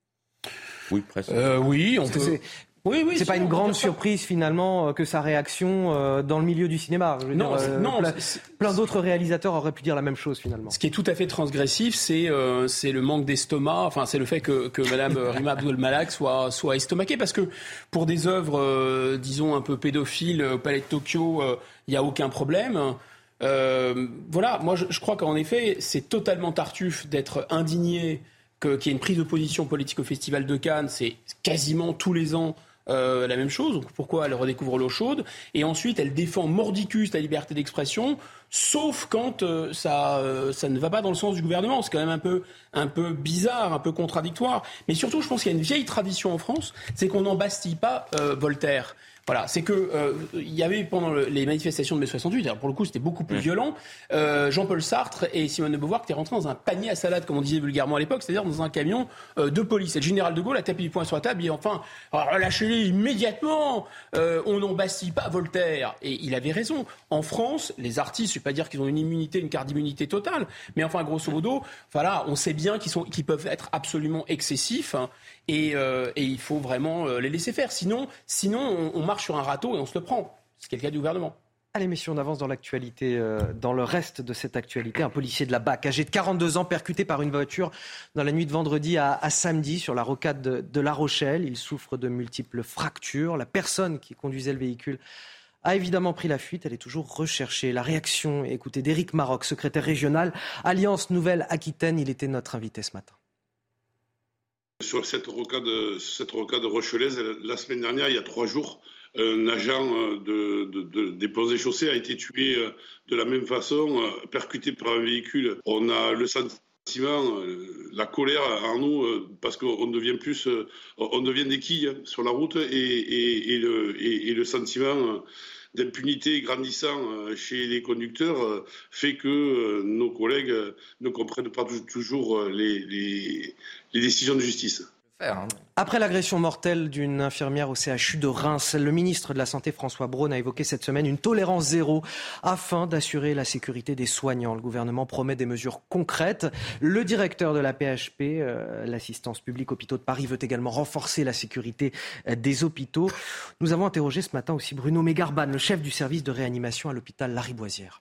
Oui, presque. Euh, oui, on peut... C'est... Oui, oui, c'est pas une grande surprise finalement que sa réaction euh, dans le milieu du cinéma. Je veux non, dire, euh, non, plein, plein d'autres réalisateurs auraient pu dire la même chose finalement. Ce qui est tout à fait transgressif, c'est euh, c'est le manque d'estomac. Enfin, c'est le fait que que Madame Rima Abdul-Malak soit soit estomaquée, parce que pour des œuvres, euh, disons un peu pédophiles, au Palais de Tokyo, il euh, y a aucun problème. Euh, voilà, moi je, je crois qu'en effet, c'est totalement tartuffe d'être indigné que, qu'il y ait une prise de position politique au Festival de Cannes. C'est quasiment tous les ans. Euh, la même chose, donc pourquoi elle redécouvre l'eau chaude? Et ensuite, elle défend mordicus la liberté d'expression, sauf quand euh, ça, euh, ça ne va pas dans le sens du gouvernement. C'est quand même un peu, un peu bizarre, un peu contradictoire. Mais surtout, je pense qu'il y a une vieille tradition en France, c'est qu'on n'embastille pas euh, Voltaire. Voilà, c'est que euh, il y avait pendant le, les manifestations de mai soixante-huit, alors pour le coup c'était beaucoup plus mmh. violent, euh, Jean-Paul Sartre et Simone de Beauvoir qui étaient rentrés dans un panier à salade, comme on disait vulgairement à l'époque, c'est-à-dire dans un camion euh, de police. Et le général de Gaulle a tapé du poing sur la table et enfin, relâchez-les immédiatement, euh, on n'embastille pas Voltaire. Et il avait raison. En France, les artistes, je ne vais pas dire qu'ils ont une immunité, une carte d'immunité totale, mais enfin grosso modo, voilà, on sait bien qu'ils, sont, qu'ils peuvent être absolument excessifs. Hein, Et, euh, et il faut vraiment euh, les laisser faire. Sinon, sinon on, on marche sur un râteau et on se le prend. C'est le cas du gouvernement. Allez, messieurs, on avance dans l'actualité, euh, dans le reste de cette actualité. Un policier de la B A C, âgé de quarante-deux ans, percuté par une voiture dans la nuit de vendredi à, à samedi sur la rocade de, de La Rochelle. Il souffre de multiples fractures. La personne qui conduisait le véhicule a évidemment pris la fuite. Elle est toujours recherchée. La réaction, écoutez, d'Éric Maroc, secrétaire régional Alliance Nouvelle-Aquitaine. Il était notre invité ce matin. Sur cette rocade, cette rocade rochelaise, la semaine dernière, il y a trois jours, un agent de, de, de, des ponts et chaussées a été tué de la même façon, percuté par un véhicule. On a le sentiment, la colère en nous, parce qu'on devient plus, on devient des quilles sur la route, et, et, et, le, et, et le sentiment d'impunité grandissant chez les conducteurs fait que nos collègues ne comprennent pas toujours les, les, les décisions de justice. Après l'agression mortelle d'une infirmière au C H U de Reims, le ministre de la Santé François Braun a évoqué cette semaine une tolérance zéro afin d'assurer la sécurité des soignants. Le gouvernement promet des mesures concrètes. Le directeur de la P H P, euh, l'assistance publique hôpitaux de Paris, veut également renforcer la sécurité des hôpitaux. Nous avons interrogé ce matin aussi Bruno Mégarban, le chef du service de réanimation à l'hôpital Lariboisière.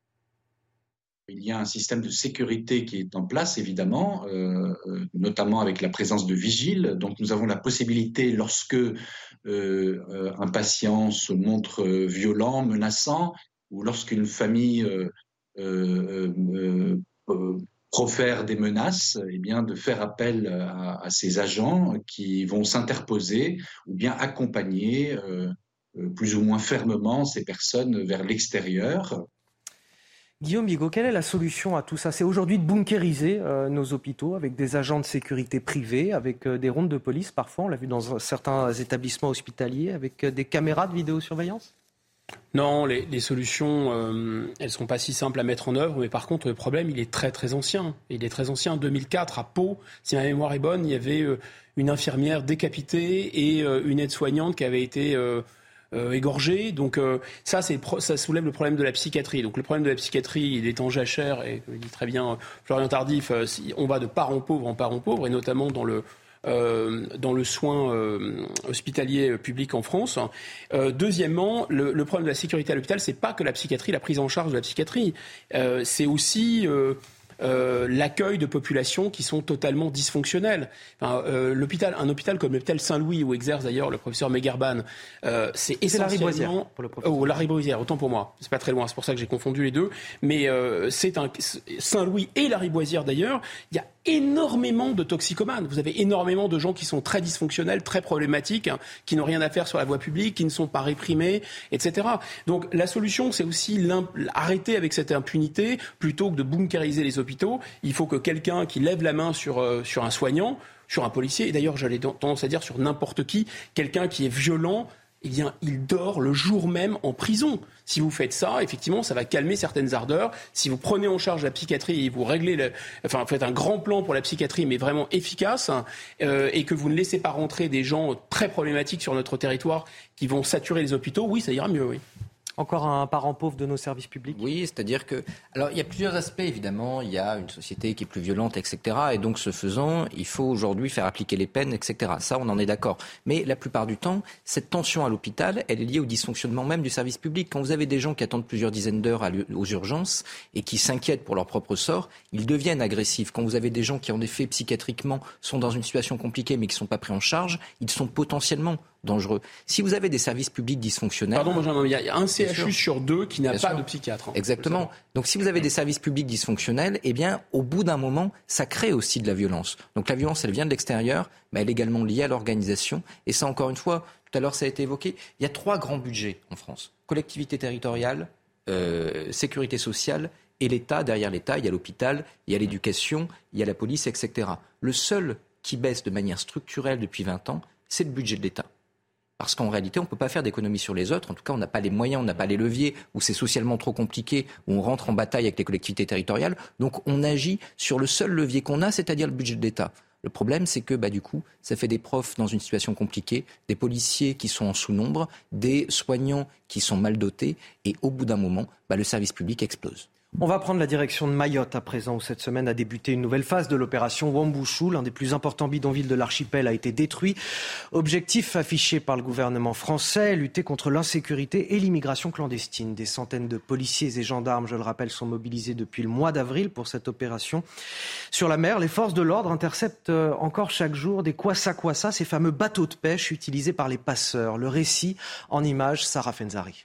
Il y a un système de sécurité qui est en place, évidemment, euh, notamment avec la présence de vigiles. Donc nous avons la possibilité, lorsque euh, un patient se montre violent, menaçant, ou lorsqu'une famille euh, euh, euh, euh, profère des menaces, eh bien, de faire appel à, à ces agents qui vont s'interposer ou bien accompagner euh, plus ou moins fermement ces personnes vers l'extérieur. Guillaume Bigot, quelle est la solution à tout ça? C'est aujourd'hui de bunkériser euh, nos hôpitaux avec des agents de sécurité privés, avec euh, des rondes de police parfois, on l'a vu dans certains établissements hospitaliers, avec euh, des caméras de vidéosurveillance? Non, les, les solutions, euh, elles ne sont pas si simples à mettre en œuvre, mais par contre, le problème, il est très très ancien. Il est très ancien. En deux mille quatre, à Pau, si ma mémoire est bonne, il y avait euh, une infirmière décapitée et euh, une aide-soignante qui avait été euh, euh, égorgée. Donc euh, ça, c'est, ça soulève le problème de la psychiatrie. Donc le problème de la psychiatrie, il est en jachère, et comme dit très bien euh, Florian Tardif, euh, on va de parents pauvres en parents pauvres, et notamment dans le... Euh, dans le soin euh, hospitalier public en France. Euh, deuxièmement, le, le problème de la sécurité à l'hôpital, c'est pas que la psychiatrie, la prise en charge de la psychiatrie, euh, c'est aussi euh, euh, l'accueil de populations qui sont totalement dysfonctionnelles. Enfin, euh, l'hôpital, un hôpital comme l'hôpital Saint-Louis, où exerce d'ailleurs le professeur Megarban, euh, c'est essentiellement... C'est Lariboisière, pour le professeur. Oh, Lariboisière, autant pour moi. C'est pas très loin, c'est pour ça que j'ai confondu les deux. Mais euh, c'est un Saint-Louis et Lariboisière d'ailleurs. Il y a énormément de toxicomanes. Vous avez énormément de gens qui sont très dysfonctionnels, très problématiques, hein, qui n'ont rien à faire sur la voie publique, qui ne sont pas réprimés, et cetera. Donc la solution, c'est aussi arrêter avec cette impunité plutôt que de bunkériser les hôpitaux. Il faut que quelqu'un qui lève la main sur, euh, sur un soignant, sur un policier, et d'ailleurs j'allais tendance à dire sur n'importe qui, quelqu'un qui est violent, eh bien, il dort le jour même en prison. Si vous faites ça, effectivement, ça va calmer certaines ardeurs. Si vous prenez en charge la psychiatrie et vous réglez, le, enfin, faites un grand plan pour la psychiatrie, mais vraiment efficace, euh, et que vous ne laissez pas rentrer des gens très problématiques sur notre territoire qui vont saturer les hôpitaux, oui, ça ira mieux, oui. Encore un parent pauvre de nos services publics ? Oui, c'est-à-dire que... Alors, il y a plusieurs aspects, évidemment. Il y a une société qui est plus violente, et cetera. Et donc, ce faisant, il faut aujourd'hui faire appliquer les peines, et cetera. Ça, on en est d'accord. Mais la plupart du temps, cette tension à l'hôpital, elle est liée au dysfonctionnement même du service public. Quand vous avez des gens qui attendent plusieurs dizaines d'heures aux urgences et qui s'inquiètent pour leur propre sort, ils deviennent agressifs. Quand vous avez des gens qui, en effet, psychiatriquement, sont dans une situation compliquée mais qui ne sont pas pris en charge, ils sont potentiellement dangereux. Si vous avez des services publics dysfonctionnels... Pardon, Benjamin, il y a un C H U sur deux qui n'a pas de psychiatre. Hein. Exactement. Donc si vous avez des services publics dysfonctionnels, eh bien, au bout d'un moment, ça crée aussi de la violence. Donc la violence, elle vient de l'extérieur, mais elle est également liée à l'organisation. Et ça, encore une fois, tout à l'heure, ça a été évoqué. Il y a trois grands budgets en France. Collectivité territoriale, euh, sécurité sociale et l'État. Derrière l'État, il y a l'hôpital, il y a l'éducation, il y a la police, et cetera. Le seul qui baisse de manière structurelle depuis vingt ans, c'est le budget de l'État. Parce qu'en réalité, on ne peut pas faire d'économies sur les autres. En tout cas, on n'a pas les moyens, on n'a pas les leviers, où c'est socialement trop compliqué, où on rentre en bataille avec les collectivités territoriales. Donc, on agit sur le seul levier qu'on a, c'est-à-dire le budget de l'État. Le problème, c'est que, bah, du coup, ça fait des profs dans une situation compliquée, des policiers qui sont en sous-nombre, des soignants qui sont mal dotés, et au bout d'un moment, bah, le service public explose. On va prendre la direction de Mayotte à présent, où cette semaine a débuté une nouvelle phase de l'opération Wambouchou. L'un des plus importants bidonvilles de l'archipel a été détruit. Objectif affiché par le gouvernement français, lutter contre l'insécurité et l'immigration clandestine. Des centaines de policiers et gendarmes, je le rappelle, sont mobilisés depuis le mois d'avril pour cette opération. Sur la mer, les forces de l'ordre interceptent encore chaque jour des kwassa-kwassa, ces fameux bateaux de pêche utilisés par les passeurs. Le récit en images, Sarah Fenzari.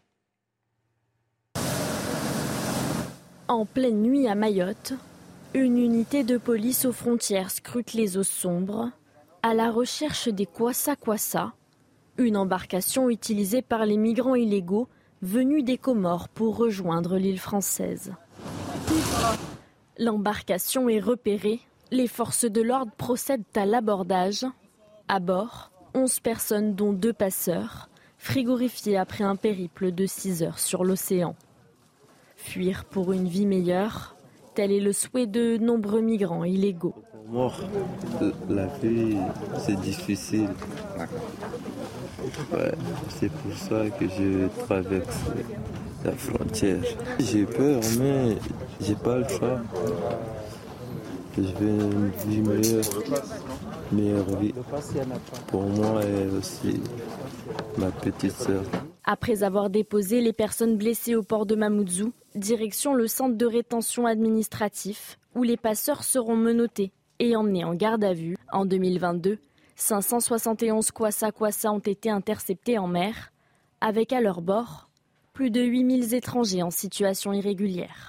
En pleine nuit à Mayotte, une unité de police aux frontières scrute les eaux sombres à la recherche des kwassa-kwassa, une embarcation utilisée par les migrants illégaux venus des Comores pour rejoindre l'île française. L'embarcation est repérée, les forces de l'ordre procèdent à l'abordage. À bord, onze personnes dont deux passeurs, frigorifiés après un périple de six heures sur l'océan. Fuir pour une vie meilleure, tel est le souhait de nombreux migrants illégaux. Pour moi, la vie, c'est difficile. Ouais, c'est pour ça que je traverse la frontière. J'ai peur, mais j'ai pas le choix. Je veux une vie meilleure, meilleure vie. Pour moi et aussi ma petite sœur. Après avoir déposé les personnes blessées au port de Mamoudzou, direction le centre de rétention administratif, où les passeurs seront menottés et emmenés en garde à vue. En deux mille vingt-deux, cinq cent soixante et onze kwassa-kwassa ont été interceptés en mer, avec à leur bord plus de huit mille étrangers en situation irrégulière.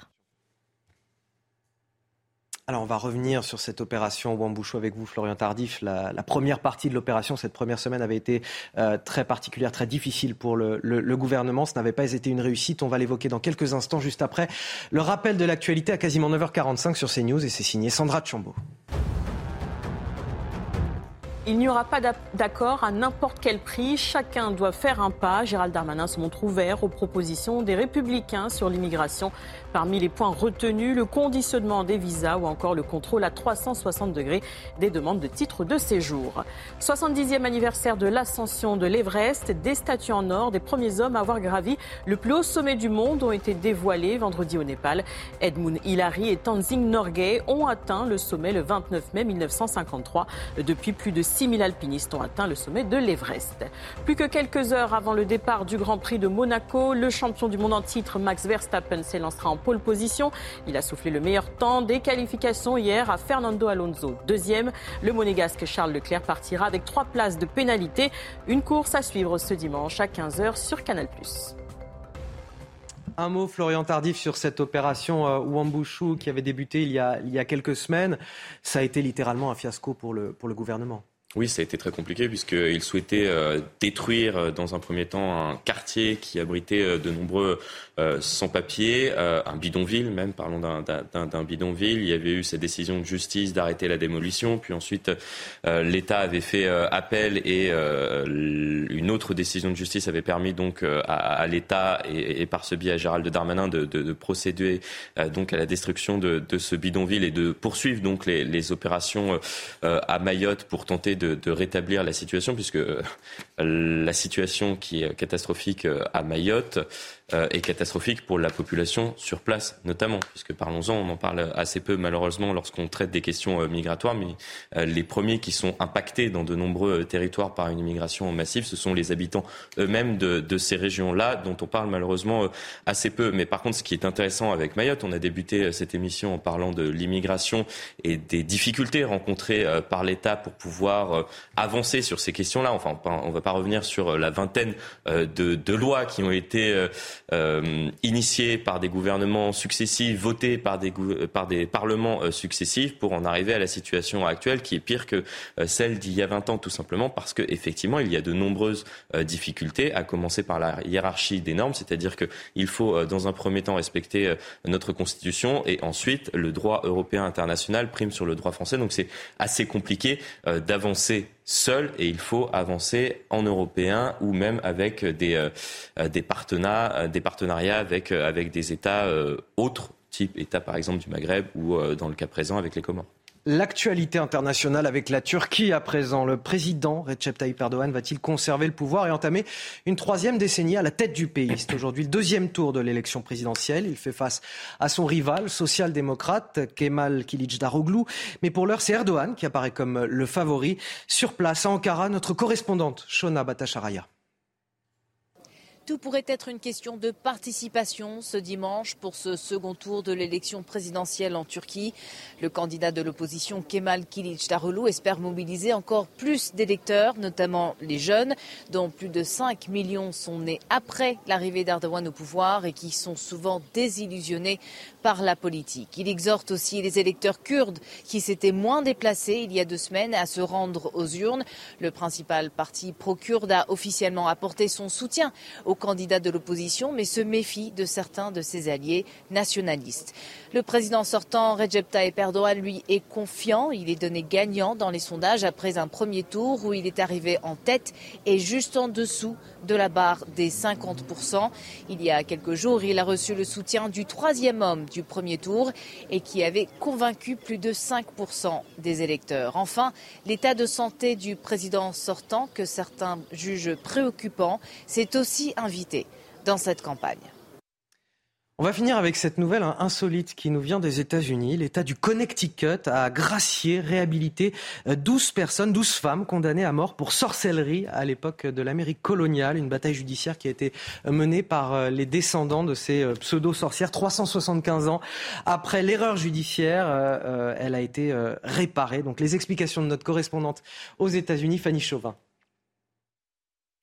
Alors on va revenir sur cette opération Wambouchou avec vous, Florian Tardif. La, la première partie de l'opération, cette première semaine avait été euh, très particulière, très difficile pour le, le, le gouvernement. Ce n'avait pas été une réussite. On va l'évoquer dans quelques instants, juste après le rappel de l'actualité à quasiment neuf heures quarante-cinq sur CNews, et c'est signé Sandra Tchambo. Il n'y aura pas d'accord à n'importe quel prix. Chacun doit faire un pas. Gérald Darmanin se montre ouvert aux propositions des Républicains sur l'immigration. Parmi les points retenus, le conditionnement des visas ou encore le contrôle à trois cent soixante degrés des demandes de titres de séjour. soixante-dixième anniversaire de l'ascension de l'Everest. Des statues en or des premiers hommes à avoir gravi le plus haut sommet du monde ont été dévoilées vendredi au Népal. Edmund Hillary et Tenzing Norgay ont atteint le sommet le vingt-neuf mai mille neuf cent cinquante-trois. Depuis, plus de six mille alpinistes ont atteint le sommet de l'Everest. Plus que quelques heures avant le départ du Grand Prix de Monaco, le champion du monde en titre Max Verstappen s'élancera en pole position. Il a soufflé le meilleur temps des qualifications hier à Fernando Alonso. Deuxième, le monégasque Charles Leclerc partira avec trois places de pénalité. Une course à suivre ce dimanche à quinze heures sur Canal plus. Un mot, Florian Tardif, sur cette opération euh, Wuambushu qui avait débuté il y a, il y a quelques semaines. Ça a été littéralement un fiasco pour le, pour le gouvernement. Oui, ça a été très compliqué puisqu'il souhaitait euh, détruire euh, dans un premier temps un quartier qui abritait euh, de nombreux euh, sans-papiers, euh, un bidonville même, parlons d'un, d'un, d'un bidonville. Il y avait eu cette décision de justice d'arrêter la démolition, puis ensuite euh, l'État avait fait euh, appel et euh, une autre décision de justice avait permis donc euh, à, à l'État et, et par ce biais à Gérald Darmanin de, de, de procéder euh, donc à la destruction de, de ce bidonville et de poursuivre donc les, les opérations euh, à Mayotte pour tenter de De, de rétablir la situation, puisque euh, la situation qui est catastrophique euh, à Mayotte euh, est catastrophique pour la population sur place, notamment, puisque parlons-en, on en parle assez peu malheureusement lorsqu'on traite des questions euh, migratoires, mais euh, les premiers qui sont impactés dans de nombreux euh, territoires par une immigration massive, ce sont les habitants eux-mêmes de, de ces régions-là, dont on parle malheureusement euh, assez peu. Mais par contre, ce qui est intéressant avec Mayotte, on a débuté euh, cette émission en parlant de l'immigration et des difficultés rencontrées euh, par l'État pour pouvoir euh, avancer sur ces questions-là. Enfin, on ne va pas revenir sur la vingtaine euh, de, de lois qui ont été euh, euh, initiées par des gouvernements successifs, votées par des, par des parlements euh, successifs pour en arriver à la situation actuelle qui est pire que euh, celle d'il y a vingt ans, tout simplement parce qu'effectivement, il y a de nombreuses euh, difficultés, à commencer par la hiérarchie des normes, c'est-à-dire qu'il faut, euh, dans un premier temps, respecter euh, notre Constitution et ensuite, le droit européen international prime sur le droit français. Donc, c'est assez compliqué euh, d'avancer seul et il faut avancer en européen ou même avec des, euh, des, partenariats, des partenariats avec, avec des États euh, autres, type États par exemple du Maghreb ou euh, dans le cas présent avec les Comores. L'actualité internationale avec la Turquie à présent. Le président Recep Tayyip Erdogan va-t-il conserver le pouvoir et entamer une troisième décennie à la tête du pays ? C'est aujourd'hui le deuxième tour de l'élection présidentielle. Il fait face à son rival social-démocrate Kemal Kılıçdaroğlu. Mais pour l'heure, c'est Erdogan qui apparaît comme le favori. Sur place à Ankara, notre correspondante Shona Bataşaraya. Tout pourrait être une question de participation ce dimanche pour ce second tour de l'élection présidentielle en Turquie. Le candidat de l'opposition Kemal Kılıçdaroğlu espère mobiliser encore plus d'électeurs, notamment les jeunes, dont plus de cinq millions sont nés après l'arrivée d'Erdogan au pouvoir et qui sont souvent désillusionnés par la politique. Il exhorte aussi les électeurs kurdes qui s'étaient moins déplacés il y a deux semaines à se rendre aux urnes. Le principal parti pro-kurde a officiellement apporté son soutien au candidat de l'opposition, mais se méfie de certains de ses alliés nationalistes. Le président sortant, Recep Tayyip Erdogan, lui, est confiant. Il est donné gagnant dans les sondages après un premier tour où il est arrivé en tête et juste en dessous de la barre des cinquante pour cent. Il y a quelques jours, il a reçu le soutien du troisième homme du premier tour et qui avait convaincu plus de cinq pour cent des électeurs. Enfin, l'état de santé du président sortant, que certains jugent préoccupant, s'est aussi invité dans cette campagne. On va finir avec cette nouvelle hein, insolite qui nous vient des États-Unis. L'État du Connecticut a gracié, réhabilité douze personnes, douze femmes condamnées à mort pour sorcellerie à l'époque de l'Amérique coloniale. Une bataille judiciaire qui a été menée par les descendants de ces pseudo-sorcières. trois cent soixante-quinze ans après l'erreur judiciaire, euh, elle a été euh, réparée. Donc les explications de notre correspondante aux États-Unis, Fanny Chauvin.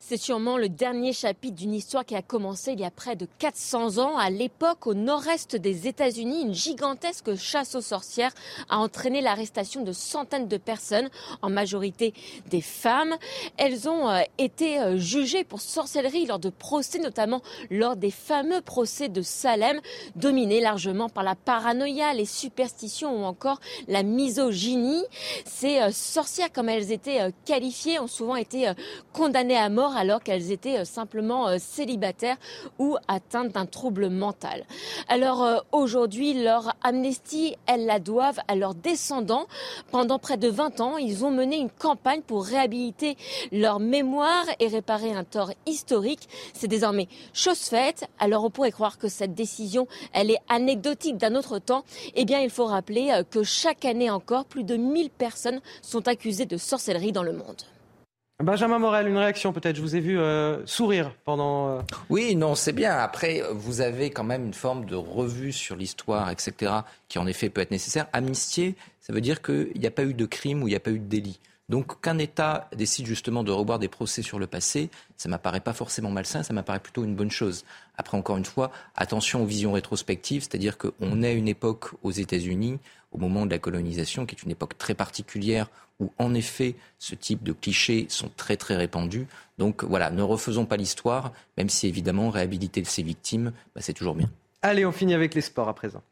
C'est sûrement le dernier chapitre d'une histoire qui a commencé il y a près de quatre cents ans. À l'époque, au nord-est des États-Unis, une gigantesque chasse aux sorcières a entraîné l'arrestation de centaines de personnes, en majorité des femmes. Elles ont euh, été euh, jugées pour sorcellerie lors de procès, notamment lors des fameux procès de Salem, dominés largement par la paranoïa, les superstitions ou encore la misogynie. Ces euh, sorcières, comme elles étaient euh, qualifiées, ont souvent été euh, condamnées à mort alors qu'elles étaient simplement célibataires ou atteintes d'un trouble mental. Alors aujourd'hui, leur amnistie, elles la doivent à leurs descendants. Pendant près de vingt ans, ils ont mené une campagne pour réhabiliter leur mémoire et réparer un tort historique. C'est désormais chose faite. Alors on pourrait croire que cette décision, elle est anecdotique d'un autre temps. Eh bien, il faut rappeler que chaque année encore, plus de mille personnes sont accusées de sorcellerie dans le monde. Benjamin Morel, une réaction peut-être. Je vous ai vu euh, sourire pendant... Euh... Oui, non, c'est bien. Après, vous avez quand même une forme de revue sur l'histoire, et cetera, qui en effet peut être nécessaire. Amnistier, ça veut dire qu'il n'y a pas eu de crime ou il n'y a pas eu de délit. Donc qu'un État décide justement de revoir des procès sur le passé, ça ne m'apparaît pas forcément malsain, ça m'apparaît plutôt une bonne chose. Après, encore une fois, attention aux visions rétrospectives, c'est-à-dire qu'on est une époque aux États-Unis, au moment de la colonisation, qui est une époque très particulière, où en effet, ce type de clichés sont très très répandus. Donc voilà, ne refaisons pas l'histoire, même si évidemment, réhabiliter ses victimes, bah, c'est toujours bien. Allez, on finit avec les sports à présent.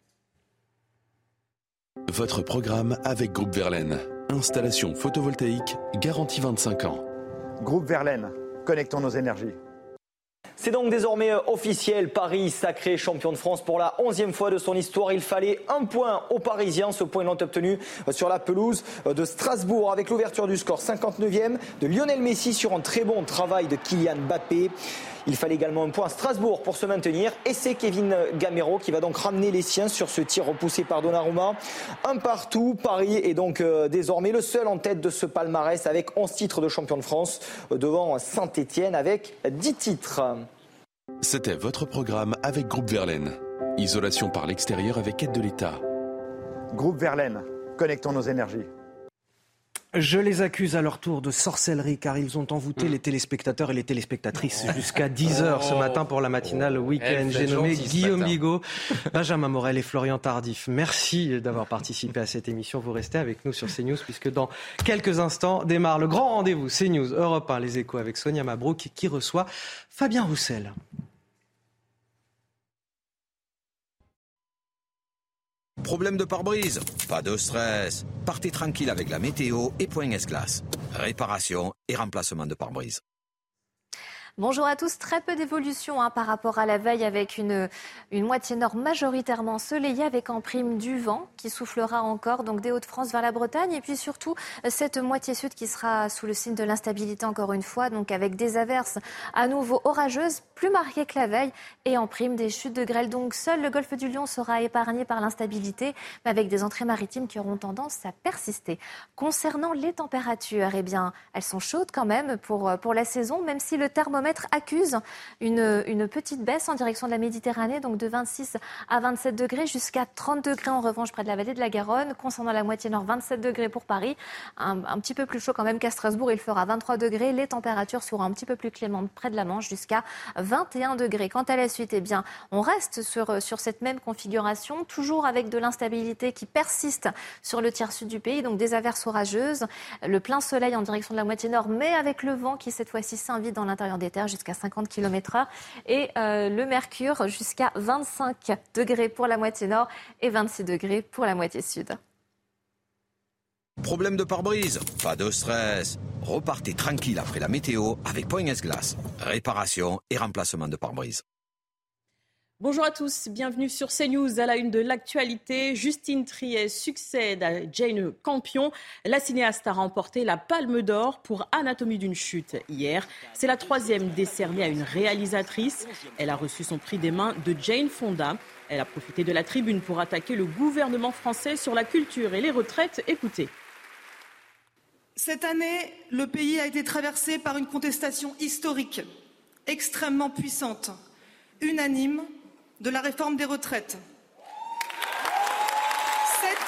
Votre programme avec Groupe Verlaine. Installation photovoltaïque, garantie vingt-cinq ans. Groupe Verlaine, connectons nos énergies. C'est donc désormais officiel, Paris sacré champion de France pour la onzième fois de son histoire. Il fallait un point aux Parisiens, ce point ils l'ont obtenu sur la pelouse de Strasbourg avec l'ouverture du score cinquante-neuvième de Lionel Messi sur un très bon travail de Kylian Mbappé. Il fallait également un point à Strasbourg pour se maintenir et c'est Kevin Gamero qui va donc ramener les siens sur ce tir repoussé par Donnarumma. Un partout, Paris est donc euh, désormais le seul en tête de ce palmarès avec onze titres de champion de France devant Saint-Étienne avec dix titres. C'était votre programme avec Groupe Verlaine. Isolation par l'extérieur avec aide de l'État. Groupe Verlaine, connectons nos énergies. Je les accuse à leur tour de sorcellerie car ils ont envoûté les téléspectateurs et les téléspectatrices jusqu'à dix heures ce matin pour la matinale Week-end. J'ai nommé Guillaume Bigot, Benjamin Morel et Florian Tardif. Merci d'avoir participé à cette émission. Vous restez avec nous sur CNews puisque dans quelques instants démarre le grand rendez-vous CNews Europe un, les échos avec Sonia Mabrouk qui reçoit Fabien Roussel. Problème de pare-brise? Pas de stress. Partez tranquille avec la météo et Point S-Glace. Réparation et remplacement de pare-brise. Bonjour à tous, très peu d'évolution hein, par rapport à la veille avec une, une moitié nord majoritairement ensoleillée avec en prime du vent qui soufflera encore donc des Hauts-de-France vers la Bretagne et puis surtout cette moitié sud qui sera sous le signe de l'instabilité encore une fois donc avec des averses à nouveau orageuses plus marquées que la veille et en prime des chutes de grêle. Donc seul le golfe du Lion sera épargné par l'instabilité mais avec des entrées maritimes qui auront tendance à persister. Concernant les températures, eh bien elles sont chaudes quand même pour, pour la saison même si le thermomètre accuse une, une petite baisse en direction de la Méditerranée, donc de vingt-six à vingt-sept degrés jusqu'à trente degrés en revanche près de la vallée de la Garonne. Concernant la moitié nord, vingt-sept degrés pour Paris, un, un petit peu plus chaud quand même qu'à Strasbourg, il fera vingt-trois degrés. Les températures seront un petit peu plus clémentes près de la Manche jusqu'à vingt et un degrés. Quant à la suite, eh bien, on reste sur, sur cette même configuration, toujours avec de l'instabilité qui persiste sur le tiers sud du pays, donc des averses orageuses, le plein soleil en direction de la moitié nord, mais avec le vent qui cette fois-ci s'invite dans l'intérieur des terres jusqu'à cinquante kilomètres heure et euh, le mercure jusqu'à vingt-cinq degrés pour la moitié nord et vingt-six degrés pour la moitié sud. Problème de pare-brise? Pas de stress. Repartez tranquille après la météo avec Point S-Glace. Réparation et remplacement de pare-brise. Bonjour à tous, bienvenue sur CNews. À la une de l'actualité, Justine Triet succède à Jane Campion. La cinéaste a remporté la Palme d'Or pour Anatomie d'une chute hier. C'est la troisième décernée à une réalisatrice. Elle a reçu son prix des mains de Jane Fonda. Elle a profité de la tribune pour attaquer le gouvernement français sur la culture et les retraites. Écoutez. Cette année, le pays a été traversé par une contestation historique, extrêmement puissante, unanime, de la réforme des retraites. Cette,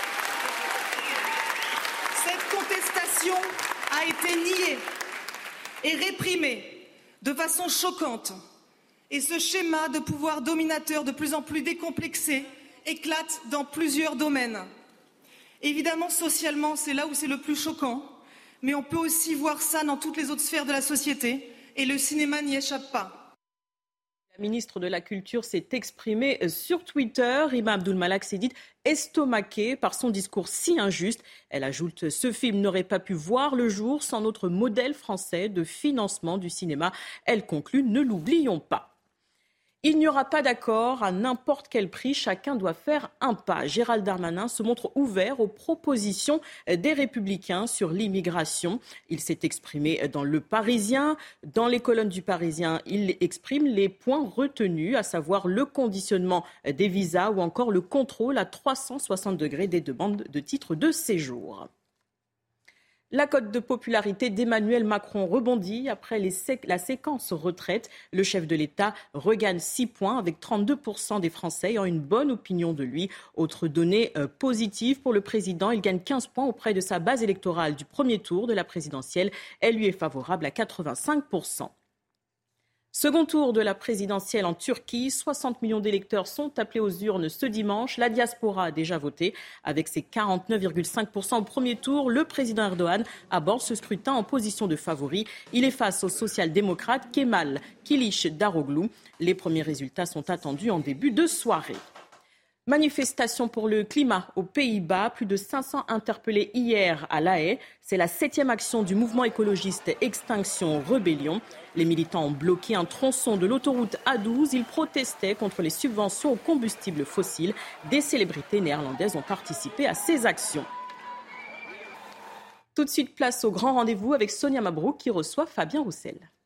cette contestation a été niée est réprimée de façon choquante. Et ce schéma de pouvoir dominateur de plus en plus décomplexé éclate dans plusieurs domaines. Évidemment, socialement, c'est là où c'est le plus choquant, mais on peut aussi voir ça dans toutes les autres sphères de la société, et le cinéma n'y échappe pas. La ministre de la Culture s'est exprimée sur Twitter. Rima Abdul-Malak s'est dite estomaquée par son discours si injuste. Elle ajoute « Ce film n'aurait pas pu voir le jour sans notre modèle français de financement du cinéma ». Elle conclut « Ne l'oublions pas ». Il n'y aura pas d'accord à n'importe quel prix, chacun doit faire un pas. Gérald Darmanin se montre ouvert aux propositions des Républicains sur l'immigration. Il s'est exprimé dans Le Parisien. Dans les colonnes du Parisien, il exprime les points retenus, à savoir le conditionnement des visas ou encore le contrôle à trois cent soixante degrés des demandes de titres de séjour. La cote de popularité d'Emmanuel Macron rebondit après les sé- la séquence retraite. Le chef de l'État regagne six points avec trente-deux pour cent des Français ayant une bonne opinion de lui. Autre donnée euh, positive pour le président, il gagne quinze points auprès de sa base électorale du premier tour de la présidentielle. Elle lui est favorable à quatre-vingt-cinq pour cent. Second tour de la présidentielle en Turquie, soixante millions d'électeurs sont appelés aux urnes ce dimanche. La diaspora a déjà voté. Avec ses quarante-neuf virgule cinq pour cent au premier tour, le président Erdogan aborde ce scrutin en position de favori. Il est face au social-démocrate Kemal Kılıçdaroğlu. Les premiers résultats sont attendus en début de soirée. Manifestation pour le climat aux Pays-Bas, plus de cinq cents interpellés hier à La Haye. C'est la septième action du mouvement écologiste Extinction Rebellion. Les militants ont bloqué un tronçon de l'autoroute A douze. Ils protestaient contre les subventions aux combustibles fossiles. Des célébrités néerlandaises ont participé à ces actions. Tout de suite, place au grand rendez-vous avec Sonia Mabrouk qui reçoit Fabien Roussel.